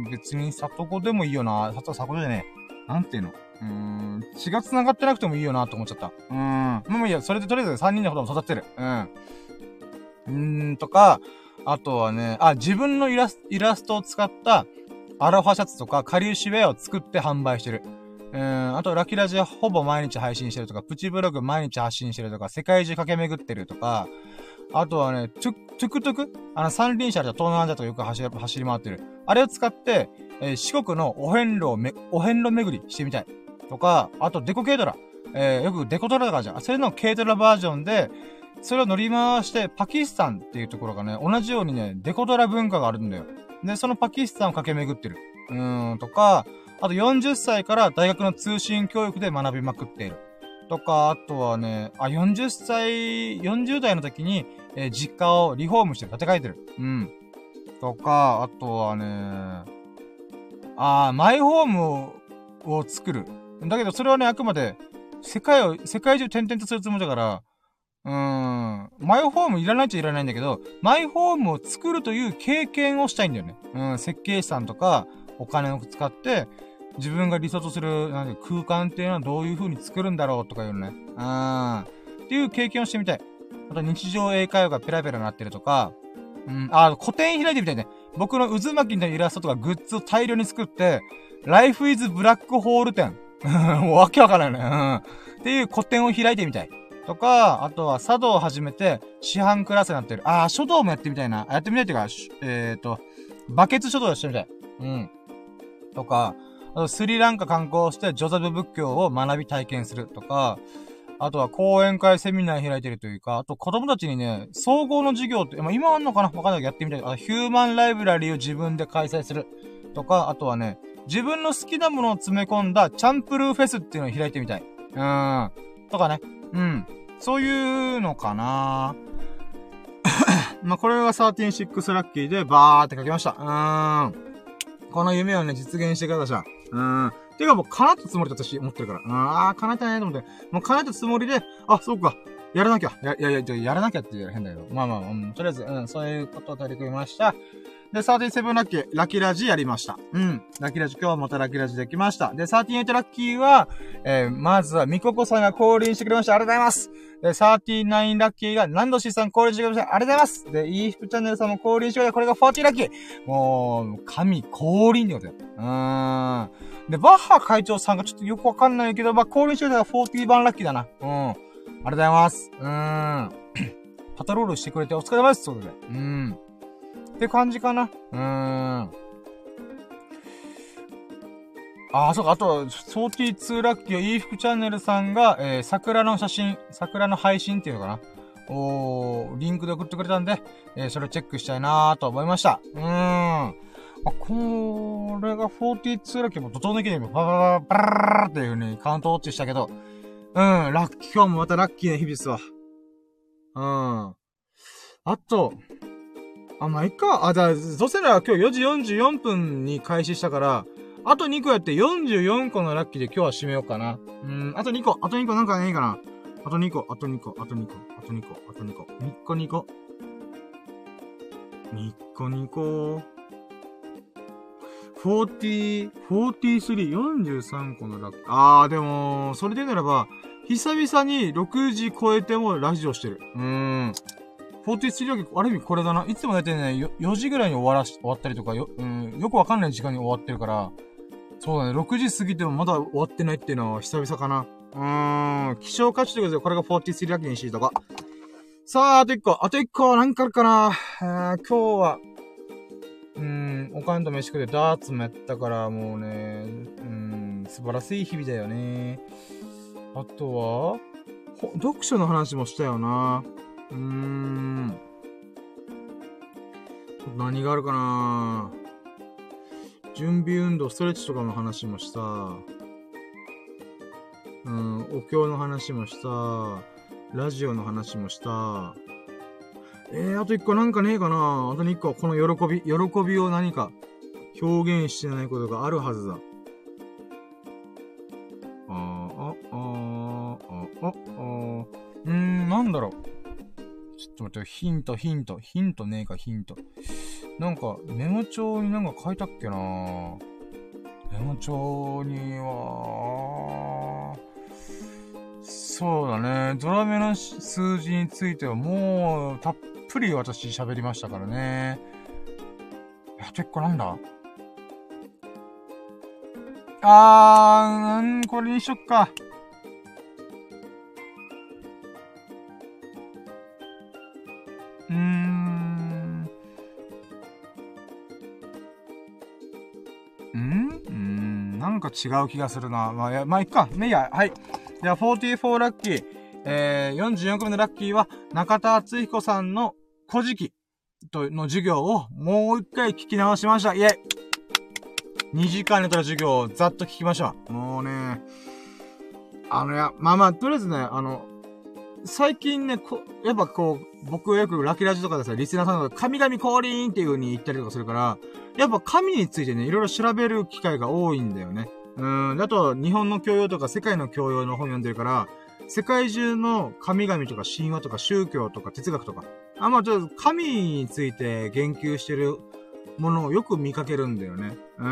別に里子でもいいよな。里子じゃねえ。なんていうのうーん、血が繋がってなくてもいいよなと思っちゃった。うーん。まあいいや、それでとりあえずさんにんの子供育てる。うん。うーん、とか、あとはね、あ、自分のイラスト、イラストを使ったアロハシャツとか、カリウシウェアを作って販売してる。うん、あと、ラキラジはほぼ毎日配信してるとか、プチブログ毎日発信してるとか、世界中駆け巡ってるとか、あとはね、トゥ、トゥクトゥクあの、三輪車で東南アジアとかよく走り、走り回ってる。あれを使って、えー、四国のお遍路をめ、お遍路巡りしてみたい。とか、あと、デコ軽トラ。えー、よくデコトラとかじゃん。それの軽トラバージョンで、それを乗り回して、パキスタンっていうところがね、同じようにね、デコトラ文化があるんだよ。で、そのパキスタンを駆け巡ってる。うーん、とか、あとよんじゅっさいから大学の通信教育で学びまくっている。とか、あとはね、あ、よんじゅっさい、よんじゅう代の時に、えー、実家をリフォームして建て替えてる。うん。とか、あとはね、あー、マイホームを作る。だけど、それはね、あくまで、世界を、世界中転々とするつもりだから、 うーん。マイホームいらないっちゃいらないんだけど、マイホームを作るという経験をしたいんだよね。うん、設計士さんとか、お金を使って、自分が理想とする、なんて空間っていうのはどういう風に作るんだろうとかいうのね。うん。っていう経験をしてみたい。あと日常英会話がペラペラなってるとか、うん、あ、個展開いてみたいね。僕の渦巻きのイラストとかグッズを大量に作って、Life is Black Hole 展。もうわけわからないね。うん。っていう個展を開いてみたい。とか、あとは茶道を始めて、市販クラスになってる。あー、書道もやってみたいな。やってみたいっていうか、えーと、バケツ書道をしてみたい。うん。とか、あとスリランカ観光してジョザブ仏教を学び体験するとか、あとは講演会セミナー開いてるというか、あと子供たちにね、総合の授業って、まあ、今あんのかなわかんないけどやってみたい。あ、ヒューマンライブラリーを自分で開催する。とか、あとはね、自分の好きなものを詰め込んだチャンプルーフェスっていうのを開いてみたい。うーん。とかね。うん。そういうのかなまあ、これがじゅうろくラッキーでバーって書きました。うーん。この夢をね、実現してください。うーん。てかもう叶ったつもりだと私思ってるから。あー、叶えたねと思って。もう叶えたつもりで、あ、そうか。やらなきゃ。や、いやいや、やらなきゃって言うら変だけど。まあまあ、うん。とりあえず、うん、そういうことを取り組みました。で、さんじゅうななラッキー、ラッキーラジやりました。うん。ラッキーラジ、今日はまたラッキーラジできました。で、さんじゅうはちラッキーは、えー、まずは、みここさんが降臨してくれました。ありがとうございます。で、さんじゅうきゅうラッキーが、ナンドシーさん降臨してくれました。ありがとうございます。で、イーフプチャンネルさんも降臨してくれた。これがよんじゅうラッキー。もう、神降臨ってことよ。うーん。で、バッハ会長さんがちょっとよくわかんないけど、まあ、降臨してくれたらよんじゅう番ラッキーだな。うん。ありがとうございます。うーん。パトロールしてくれてお疲れ様です。そうで。うん。って感じかな。うーん。ああ、そうか。あと、よんじゅうにラッキーは、イーフクチャンネルさんが、えー、桜の写真、桜の配信っていうのかな。おー、リンクで送ってくれたんで、えー、それをチェックしたいなーと思いました。うーん。あ、これがよんじゅうにラッキーも怒涛の駅で今、バババババラーっていう風にカウントウォッチしたけど、うん、ラッキー、今日もまたラッキーな日々ですわ。うん。あと、あ、まあ、いっか。あ、じゃあ、どうせなら今日よじよんじゅうよんぷんに開始したから、あとにこやってよんじゅうよんこのラッキーで今日は締めようかな。うーん、あとにこ、あとにこなんかねえかな。あとにこ、あとにこ、あとにこ、あとにこ、あとにこ、にっこにこ。にっこにこ。よんじゅう、よんじゅうさん、よんじゅうさんこのラッキー。あー、でも、それで言うならば、久々にろくじ超えてもラジオしてる。うーん。よんじゅうさんラッキー、ある意味これだな。いつもだいたいね、よ、よじぐらいに終わらし、終わったりとか、よ、うん、よくわかんない時間に終わってるから、そうだね、ろくじ過ぎてもまだ終わってないっていうのは久々かな。うーん、希少価値ということで、これがよんじゅうさんラッキーにしとか。さあ、あといっこ、あといっこ、なんかあるかな。えー、今日は、うーん、おかんと飯食ってダーツもやったから、もうね、うーん、素晴らしい日々だよね。あとは、読書の話もしたよな。うーん。何があるかな。準備運動、ストレッチとかの話もした。うん、お経の話もした。ラジオの話もした。えー、あと一個なんかねえかな。あと一個、この喜び、喜びを何か表現してないことがあるはずだ。あー、あ、あー、あ、あ、あー。うーん、なんだろう。ちょっと待って、ヒント、ヒント、ヒントねえか、ヒント。なんか、メモ帳になんか書いたっけな。メモ帳には、そうだね。ドラメの数字についてはもう、たっぷり私喋りましたからね。あと一個なんだあー、んー、これにしよっか。うーん。んうーん、なんか違う気がするな。まあ、いや、まあ、いっか。ねいや、はい。じゃあ、よんじゅうよんラッキー。えー、よんじゅうよんこめのラッキーは、中田敦彦さんの古事記との授業をもう一回聞き直しました。イェイ !に 時間寝たら授業をざっと聞きました。もうね、あのや、まあまあ、とりあえずね、あの、最近ね、こ、やっぱこう、僕よくラキラジとかでさ、リスナーさんとか、神々降臨っていう風に言ったりとかするから、やっぱ神についてね、いろいろ調べる機会が多いんだよね。うん、あと、日本の教養とか世界の教養の本読んでるから、 世界中の神々とか神話とか宗教とか哲学とか、あ、まあちょっと神について言及してるものをよく見かけるんだよね。うん。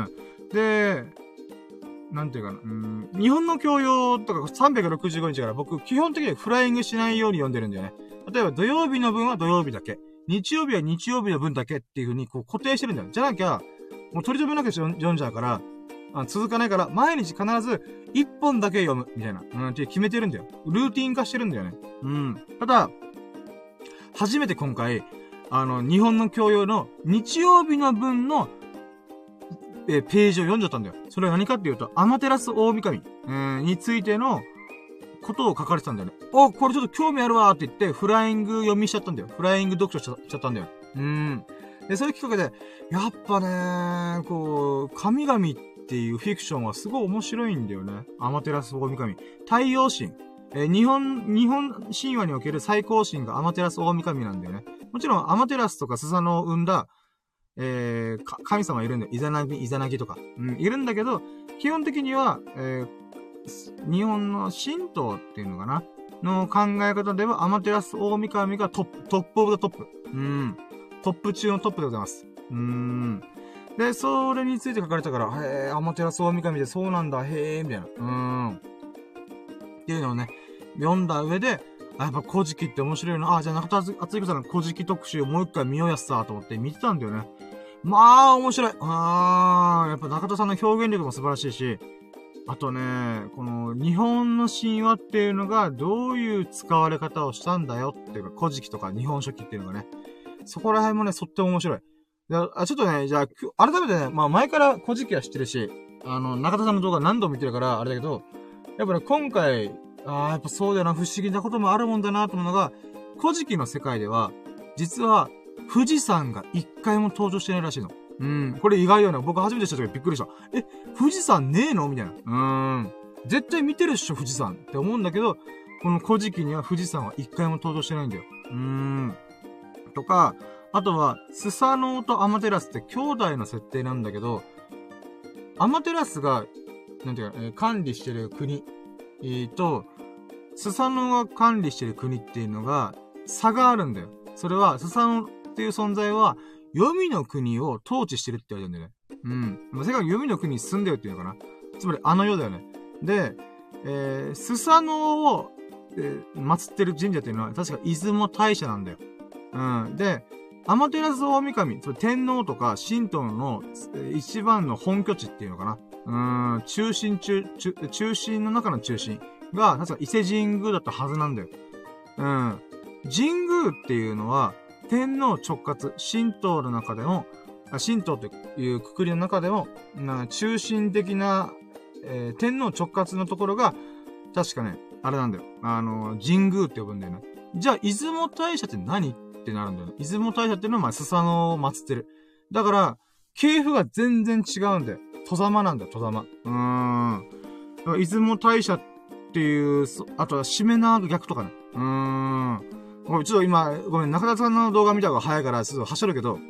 で、なんていうかな、うん、日本の教養とかさんびゃくろくじゅうごにちから僕基本的にはフライングしないように読んでるんだよね。例えば土曜日の分は土曜日だけ。日曜日は日曜日の分だけっていう風にこう固定してるんだよ。じゃなきゃ、もう取り留めなく読んじゃうから、あ続かないから、毎日必ず一本だけ読む、みたいな、うん、って決めてるんだよ。ルーティン化してるんだよね。うん。ただ、初めて今回、あの、日本の教養の日曜日の分の、えー、ページを読んじゃったんだよ。それは何かっていうと、アマテラス大神、えー、についてのことを書かれてたんだよね。お、これちょっと興味あるわーって言って、フライング読みしちゃったんだよ。フライング読書しちゃったんだよ。うーん。で、そういうきっかけで、やっぱねー、こう、神々っていうフィクションはすごい面白いんだよね。アマテラス大神。太陽神。えー、日本、日本神話における最高神がアマテラス大神なんだよね。もちろんアマテラスとかスサノを生んだ、えー、神様いるんだよ。イザナギ、イザナギとか。うん、いるんだけど、基本的には、えー、日本の神道っていうのかなの考え方では、アマテラス大神がトップ、トップオブザトップ。うん。トップ中のトップでございます。うーん。で、それについて書かれたから、へぇ、アマテラス大神でそうなんだ、へぇ、みたいな。うーん。っていうのをね、読んだ上で、あ、やっぱ古事記って面白いな。あ、じゃあ中田敦彦さんの古事記特集をもう一回見ようやっさ、と思って見てたんだよね。まあ、面白い。あー、やっぱ中田さんの表現力も素晴らしいし、あとね、この日本の神話っていうのがどういう使われ方をしたんだよっていうか、古事記とか日本書紀っていうのがね、そこら辺もね、とっても面白い。あ、ちょっとね、じゃあ、改めてね、まあ前から古事記は知ってるし、あの、中田さんの動画何度も見てるから、あれだけど、やっぱね、今回、ああ、やっぱそうだよな、不思議なこともあるもんだなと思うのが、古事記の世界では、実は、富士山が一回も登場してないらしいの。うん。これ意外よね。僕初めて知った時びっくりした。え、富士山ねえのみたいな。うーん。絶対見てるっしょ、富士山って思うんだけど、この古事記には富士山は一回も登場してないんだよ。うーん。とか、あとは、スサノオとアマテラスって兄弟の設定なんだけど、アマテラスが、なんていうか、えー、管理してる国、えー、と、スサノオが管理してる国っていうのが、差があるんだよ。それは、スサノオっていう存在は、黄泉の国を統治してるって言われてるんだよね。うん。世界の黄泉の国に住んでるっていうのかな。つまり、あの世だよね。で、えー、スサノオを、えー、祀ってる神社っていうのは、確か出雲大社なんだよ。うん。で、アマテラス大神、天皇とか神道の一番の本拠地っていうのかな。うん、中心中、中、中心の中の中心が、確か伊勢神宮だったはずなんだよ。うん。神宮っていうのは、天皇直轄、神道の中でも、神道というくくりの中でも、な中心的な、えー、天皇直轄のところが、確かね、あれなんだよ。あの、神宮って呼ぶんだよね。じゃあ、出雲大社って何ってなるんだよね。出雲大社っていうのは、まあ、スサノオを祀ってる。だから、系譜が全然違うんだよ。戸様なんだよ、戸様。うーん。だから出雲大社っていう、あとは、しめ縄の逆とかね。うーん。ごめん、ちょっと今、ごめん、中田さんの動画見た方が早いから、ちょっと走るけど、うん。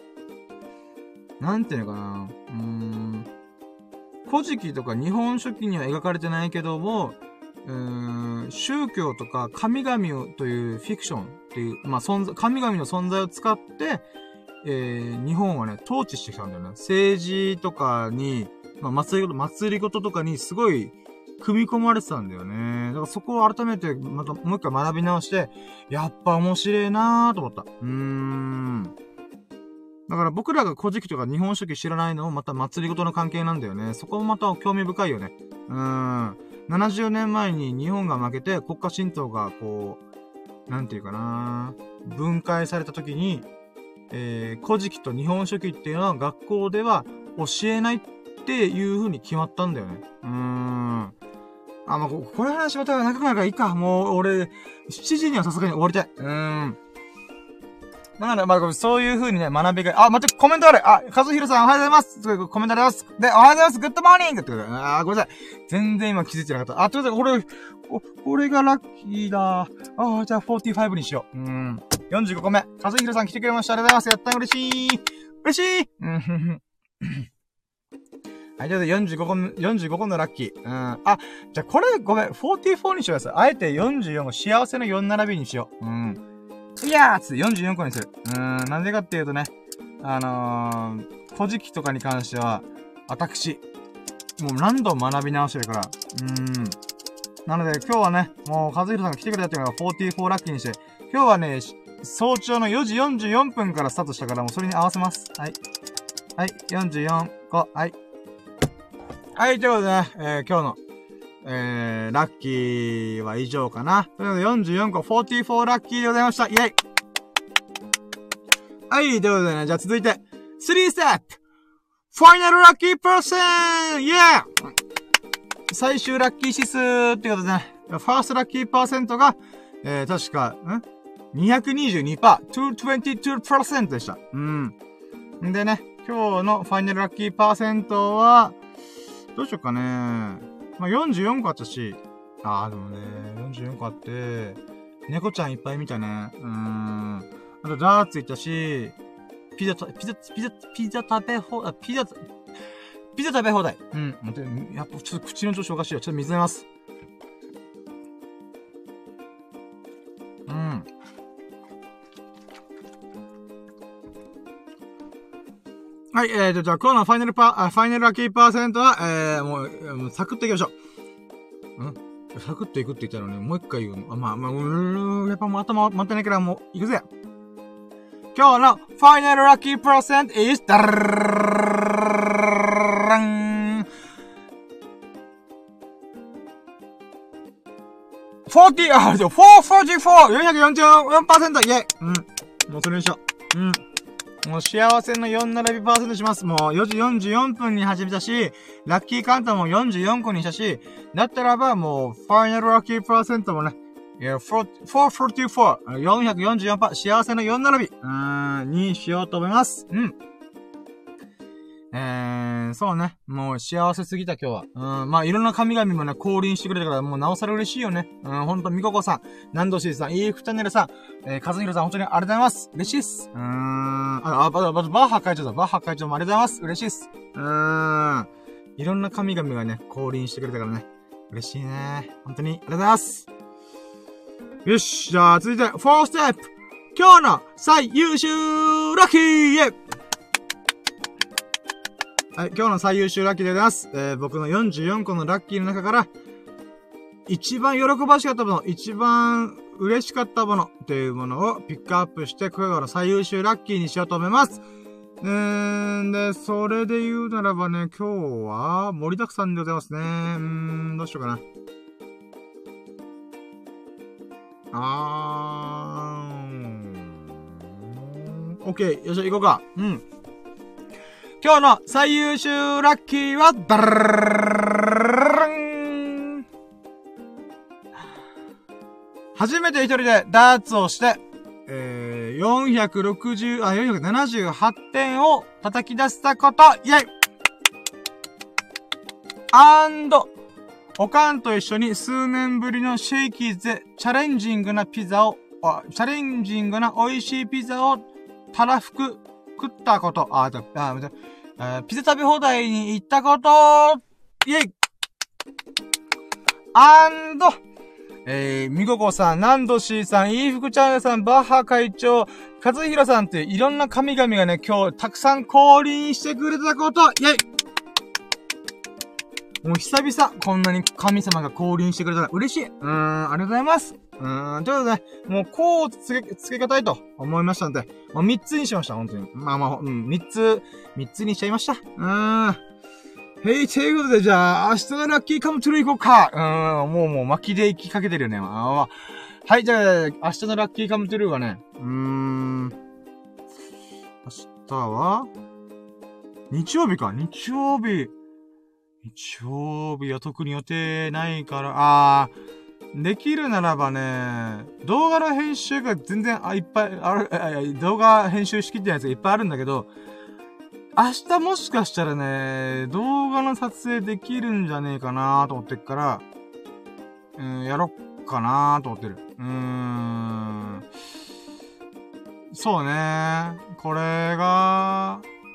なんていうのかな。うーん。古事記とか日本書紀には描かれてないけども、うーん、宗教とか神々というフィクションっていう、まあ、存在、神々の存在を使って、えー、日本はね、統治してきたんだよね。政治とかに、まあ、祭りごと、祭りごととかにすごい、組み込まれてたんだよね。だからそこを改めて、またもう一回学び直して、やっぱ面白いなーと思った。うーん。だから僕らが古事記とか日本書紀知らないのもまた祭りごとの関係なんだよね。そこもまた興味深いよね。うーん。ななじゅうねんまえに日本が負けて国家神道がこう、なんていうかな、分解された時に、えー、古事記と日本書紀っていうのは学校では教えないっていう風に決まったんだよね。うーん。あ、まあ、こ、これ話また長くなるからいいか。もう、俺、しちじにはさすがに終わりたい。うーん。だから、まあ、そういう風にね、学びが、あ、待って、コメントある。あ、和弘さんおはようございます。コメントあります。で、おはようございます。グッドモーニングってことで、あー、ごめんなさい。全然今気づいてなかった。あ、ということで、これ、お、これがラッキーだ。あー、じゃあ、よんじゅうごにしよう。うーん。よんじゅうごこめ。和弘さん来てくれました。ありがとうございます。やった、嬉しい。嬉しい。うん、ふんふん。 はい、ということでよんじゅうごこ、よんじゅうごこのラッキー。うん。あ、じゃあこれごめん、よんじゅうよんにしようや。あえてよんじゅうよんを幸せのよん並びにしよう。うん。いやーつってよんじゅうよんこにする。うーん、なんでかっていうとね、あのー、古事記とかに関しては、私、もう何度も学び直してるから、うーん。なので今日はね、もう和弘さんが来てくれたっていうのがよんじゅうよんラッキーにして、今日はね、早朝のよじよんじゅうよんぷんからスタートしたから、もうそれに合わせます。はい。はい、よんじゅうよんこ、はい。はい、ということでね、えー、今日の、えー、ラッキーは以上かな。ということでよんじゅうよんこ、よんじゅうよんラッキーでございました。イェイはい、ということでね、じゃあ続いて、スリーステップファイナルラッキーパーセンイェー最終ラッキー指数ってことでね、ファーストラッキーパーセントが、えー、確か、ん ?にひゃくにじゅうにパーセント、にひゃくにじゅうにパーセントでした。うん。んでね、今日のファイナルラッキーパーセントは、どうしようかね。まあ、よんじゅうよんこあったし、あーでもね、よんじゅうよんこあって、猫ちゃんいっぱい見たね。うーん。あと、ダーツ行ったし、ピザ、ピザ、ピザ、ピザ食べ放題、ピザ、ピザ食べ放題。うん。待って、やっぱちょっと口の調子おかしいよ。ちょっと水飲みます。うん。はい、えーと、じゃあ今日のファイナルパー、ファイナルラッキーパーセントは、えー、もう、もうサクッといきましょう。んサクッといくって言ったらね、もう一回言うの。あ、まあ、まあ、うーん、やっぱもう頭待ってないからもう、行くぜ。今日のファイナルラッキーパーセント is ダルランよんじゅう、あ、じゃあ、よんひゃくよんじゅうよん、よんひゃくよんじゅうよんパーセント、イェイうん。もうそれにしよう。うん。もう幸せのよん並びパーセントします。もうよじよんじゅうよんぷんに始めたし、ラッキーカウントもよんじゅうよんこにしたし、だったらばもう、ファイナルラッキーパーセントもね、いや、よんひゃくよんじゅうよん、よんひゃくよんじゅうよんパー、幸せのよん並び、うーん、にしようと思います。うん。えー、そうね。もう幸せすぎた今日は。うん、まあいろんな神々もね、降臨してくれたから、もうなおさら嬉しいよね。うん、ほんと、みここさん、ナンドシーさん、イーフチャンネルさん、えー、カズヒロさん、ほんとにありがとうございます。嬉しいっす。うーん、あ、あ、バ、バ、バッハ会長だ。バッハ会長もありがとうございます。嬉しいっす。うーん、いろんな神々がね、降臨してくれたからね。嬉しいね。ほんとにありがとうございます。よし、じゃあ続いて、フォーステップ今日の最優秀ラッキーイェイはい、今日の最優秀ラッキーでございます。えー、僕のよんじゅうよんこのラッキーの中から、一番喜ばしかったもの、一番嬉しかったものっていうものをピックアップして、今日の最優秀ラッキーにしようと思います。えー、で、それで言うならばね、今日は盛りだくさんでございますね。うーん、どうしようかな。あー、オッケー、よっしゃ、行こうか。うん。今日の最優秀ラッキーは、ダラン初めて一人でダーツをして、えー、よんひゃくろくじゅう、あ、よんひゃくななじゅうはってんを叩き出したこと、イェイアンド、おかんと一緒に数年ぶりのシェイキーズでチャレンジングなピザを、あチャレンジングな美味しいピザをたらふく食ったこと、あ、あ、あ、あ、ピザ食べ放題に行ったこと、イェイアンド、えー、みごこさん、ナンドシーさん、イーフクチャンネルさん、バッハ会長、カズヒロさんっていろんな神々がね、今日たくさん降臨してくれたこと、イェイもう久々、こんなに神様が降臨してくれたら嬉しい。うーん、ありがとうございます。うーん、ということでね、もう、こうつけ、つけがたいと思いましたので、もうみっつにしました、本当に。まあまあ、うん、みっつ、みっつにしちゃいました。うーん。へい、ということで、じゃあ、明日のラッキーカムトゥルー行こうか。うーん、もうもう巻きで行きかけてるよね。あはい、じゃあ、明日のラッキーカムトゥルーはね、うーん、明日は日曜日か、日曜日。日曜日は特に予定ないから、あー、できるならばね、動画の編集が全然、あ、いっぱいある、動画編集しきってないやつがいっぱいあるんだけど、明日もしかしたらね、動画の撮影できるんじゃねえかなと思ってっから、うん、やろっかなと思ってる。うーん。そうね。これが、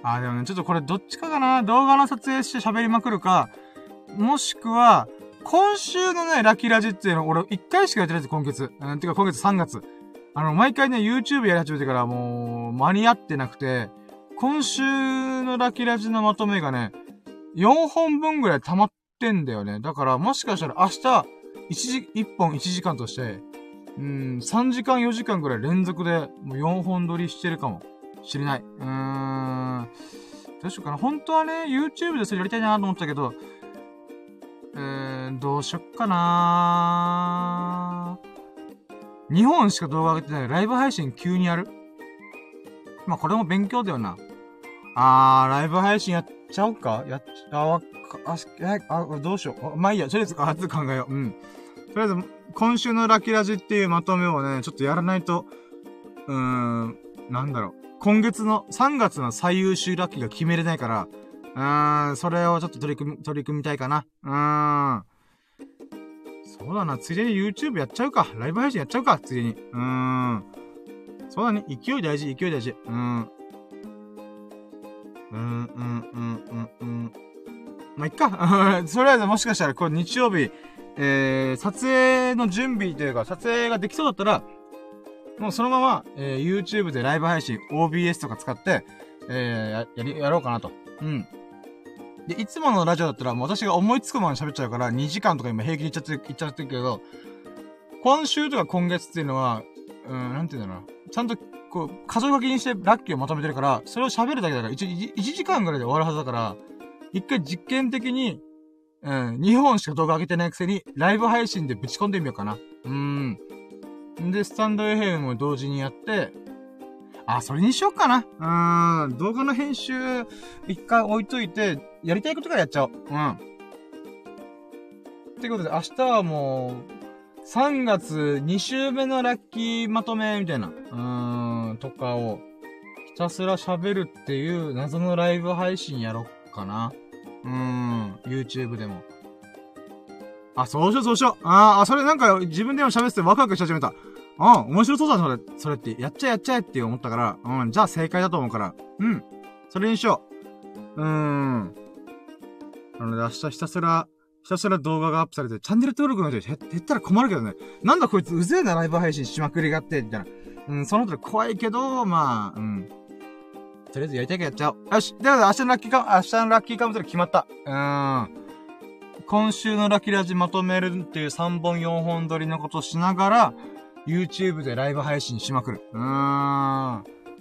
あ、でもね、ちょっとこれどっちかかな。動画の撮影して喋りまくるか、もしくは、今週のね、ラッキーラジっていうの、俺いっかいしかやってないです、今月。うん、てか今月さんがつ。あの、毎回ね、YouTube やり始めてからもう、間に合ってなくて、今週のラッキーラジのまとめがね、よんほんぶんぐらい溜まってんだよね。だから、もしかしたら明日、一時、いっぽんいちじかんとして、うーん、さんじかんよじかんぐらい連続で、もうよんほん撮りしてるかもしれない。うーん。どうしようかな。本当はね、YouTube でそれやりたいなと思ったけど、えー、どうしよっかなー。にほんしか動画上げてない。ライブ配信急にやる？まあ、これも勉強だよな。あー、ライブ配信やっちゃおうかやっちゃ、あ、わか、あ、あ、あ、どうしよう。まあいいや、とりあえず、あ、後で考えよう。うん。とりあえず、今週のラッキーラジっていうまとめをね、ちょっとやらないと、うーん、なんだろう。今月の、さんがつの最優秀ラッキーが決めれないから、うーん、それをちょっと取り組み、取り組みたいかな。うーん。そうだな、ついでに YouTube やっちゃうか。ライブ配信やっちゃうか、ついでに。うーん。そうだね、勢い大事、勢い大事。うーん。うん、うん、うん、うん、うん。まあ、いっか。とりあえずもしかしたら、これ日曜日、えー、撮影の準備というか、撮影ができそうだったら、もうそのまま、えー、YouTube でライブ配信、オービーエス とか使って、えー、や、やり、やろうかなと。うん。で、いつものラジオだったら、もう私が思いつくまま喋っちゃうから、にじかんとか今平気で言っちゃって、言っちゃってるけど、今週とか今月っていうのは、うん、なんていうんだろうな。ちゃんと、こう、箇条書きにしてラッキーをまとめてるから、それを喋るだけだから、いち、いちじかんぐらいで終わるはずだから、一回実験的に、うん、にほんしか動画上げてないくせに、ライブ配信でぶち込んでみようかな。うーん。で、スタンド エフエム も同時にやって、あ、それにしよっかな。うーん、動画の編集、一回置いといて、やりたいことからやっちゃおう。うん。ってことで、明日はもう、さんがつに週目のラッキーまとめみたいな、うーん、とかを、ひたすら喋るっていう謎のライブ配信やろっかな。うーん、YouTube でも。あ、そうしよう、そうしよう。ああ、それなんか自分でも喋っててワクワクし始めた。ああ、面白そうだ、それ、それって。やっちゃえ、やっちゃえって思ったから、うん、じゃあ正解だと思うから。うん。それにしよう。うーん。なので明日ひたすら、ひたすら動画がアップされて、チャンネル登録の人減減ったら困るけどね。なんだこいつうぜえなライブ配信しまくりがって、みたいな。うん、その後で怖いけど、まあ、うん。とりあえずやりたいからやっちゃおう。よし。では、明日のラッキーカ、明日のラッキーカウントで決まった。うーん。今週のラッキーラジまとめるっていうさんぼんよんほん撮りのことしながら、YouTube でライブ配信しまくる。うーん。や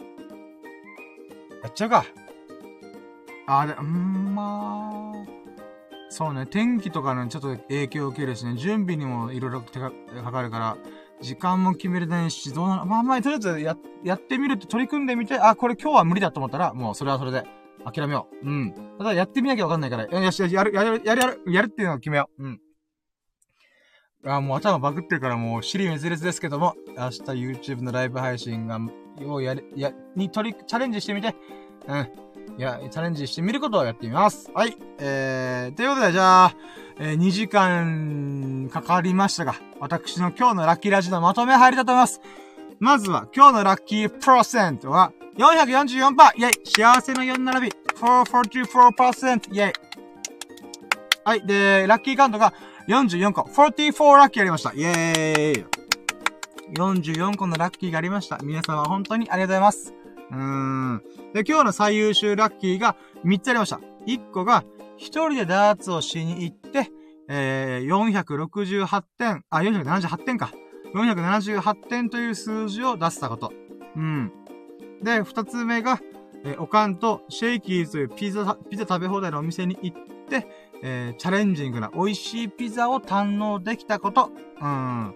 っちゃうか。あれ、うーん、まあ。そうね、天気とかね、ちょっと影響を受けるしね、準備にもいろいろ手がかかるから、時間も決めれないし、どうなのまあまあ、とりあえずや、やってみるって取り組んでみて、あ、これ今日は無理だと思ったら、もうそれはそれで諦めよう。うん。ただやってみなきゃわかんないから、よしよし、やる、やる、やる、やる、やるっていうのを決めよう。うん。あ、もう頭バグってるからもう尻滅裂ですけども、明日 YouTube のライブ配信が、をやる、や、に取り、チャレンジしてみて、うん。いや、チャレンジしてみることをやってみます。はい。えー、ということで、じゃあ、えー、にじかんかかりましたが、私の今日のラッキーラジのまとめ入りたと思います。まずは、今日のラッキープロセントは、よんひゃくよんじゅうよんパーセント! イェイ幸せのよん並び !よんひゃくよんじゅうよんパーセント! イェイはい。で、ラッキーカウントがよんじゅうよんこ。よんじゅうよんラッキーありました。イェーイ !よんじゅうよんこのラッキーがありました。皆様本当にありがとうございます。うーん。で、今日の最優秀ラッキーがみっつありました。いっこが、一人でダーツをしに行って、えー、よんひゃくろくじゅうはちてん、あ、よんひゃくななじゅうはちてんか。よんひゃくななじゅうはちてんという数字を出せたこと。うん。で、二つ目が、えー、おかんとシェイキーズというピザ、ピザ食べ放題のお店に行って、えー、チャレンジングな美味しいピザを堪能できたこと。うん。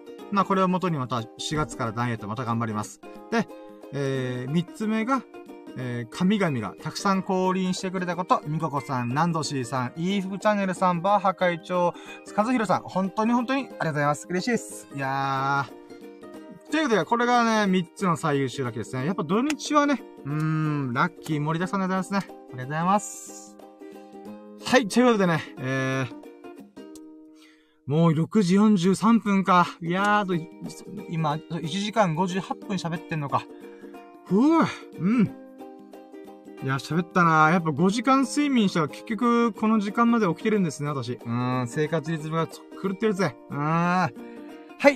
まあ、これを元にまたしがつからダイエットまた頑張ります。で、えー、三つ目が、えー、神々がたくさん降臨してくれたこと、みここさん、ナンドシーさん、イーフチャンネルさん、バーハ会長、和弘さん、本当に本当にありがとうございます。嬉しいです。いやー。ということで、これがね、三つの最優秀ラッキーですね。やっぱ土日はね、うーん、ラッキー盛りだくさんでございますね。ありがとうございます。はい、ということでね、えー、もうろくじよんじゅうさんぷんか。いやーと、今、いちじかんごじゅうはっぷん喋ってんのか。ふぅ、うん。 いや、喋ったな。やっぱごじかん睡眠したら結局この時間まで起きてるんですね、私。うーん、生活リズムが狂ってるぜ。うーん。はい、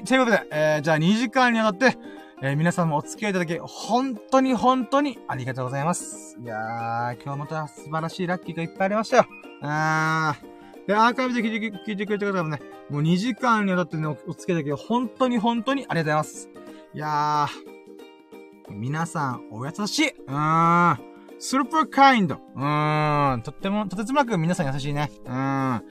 ということで、えー、じゃあにじかんにわたって、えー、皆さんもお付き合いいただき、本当に本当にありがとうございます。いやー、今日また素晴らしいラッキーがいっぱいありましたよ。あー。で、アーカイブで聞いて、聞いてくれた方もね、もうにじかんにわたってね、お付き合いいただき、本当に本当にありがとうございます。いやー、皆さん、お優しい。うーん。スーパーカインド。うーん。とっても、とてつもなく皆さん優しいね。うーん。はい。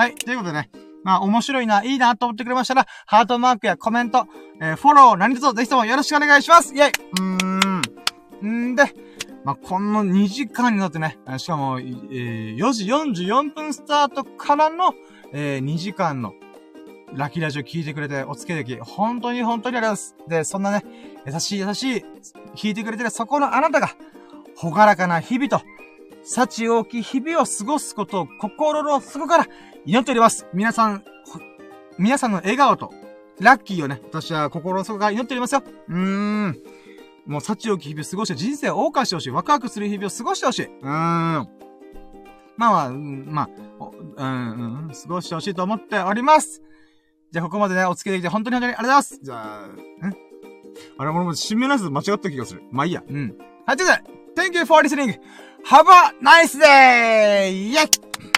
ということでね。まあ、面白いな、いいなと思ってくれましたら、ハートマークやコメント、えー、フォロー、何卒ぜひともよろしくお願いします。イェイ。うーん。んで、まあ、このにじかんになってね、しかも、えー、よじよんじゅうよんぷんスタートからの、えー、にじかんの、ラッキーラジオ聞いてくれて、お付き合いでき、本当に本当にありがとうございます。で、そんなね、優しい優しい、聞いてくれてるそこのあなたが、ほがらかな日々と、幸多き日々を過ごすことを心の底から祈っております。皆さん、皆さんの笑顔と、ラッキーをね、私は心の底から祈っておりますよ。うーん。もう幸多き日々を過ごして人生を謳歌してほしい。ワクワクする日々を過ごしてほしい。うーん。まあまあ、うん、まあ、うん、うん、過ごしてほしいと思っております。じゃあ、ここまでね、お付き合いできて本当に本当にありがとうございます。じゃあ、んあれ、俺も締めのやつ間違った気がする。まあいいや。うん。はい、ということで、Thank you for listening! Have a nice day! イェ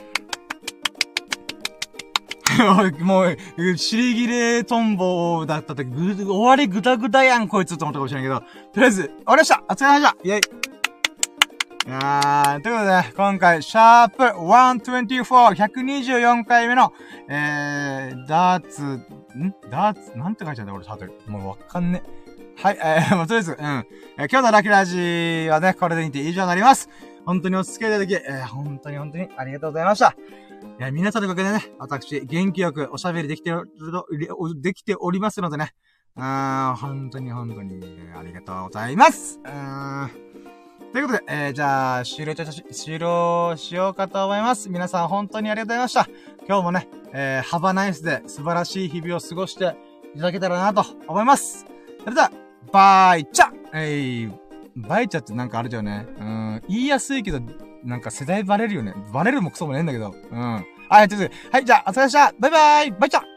イもう、尻切れトンボだった時、ぐ、終わりぐだぐだやん、こいつと思ったかもしれないけど、とりあえず、終わりましたお疲れ様でしたイェイいやー、ということでね、今回、シャープひゃくにじゅうよん、ひゃくにじゅうよんかいめの、えー、ダーツ、んダーツ、なんて書いてあるんだ俺、タイトル。もうわかんね。はい、えー、もうとりあえず、うん。えー、今日のラッキーラジはね、これでにて以上になります。本当にお付き合いいただき、えー、本当に本当にありがとうございました。いや、皆さんのおかげでね、私、元気よくおしゃべりできてお、できておりますのでね、あー、本当に本当に、ありがとうございます。うーん。ということで、えー、じゃあ、終了いたし、終了しようかと思います。皆さん本当にありがとうございました。今日もね、えー、ハバナイスで素晴らしい日々を過ごしていただけたらなと思います。それでは、バイチャえい、バイチャってなんかあれだよね。うん、言いやすいけど、なんか世代バレるよね。バレるもクソもねえんだけど。うん。はい、ということで、はい、じゃあ、お疲れ様でした。バイバイバイチャ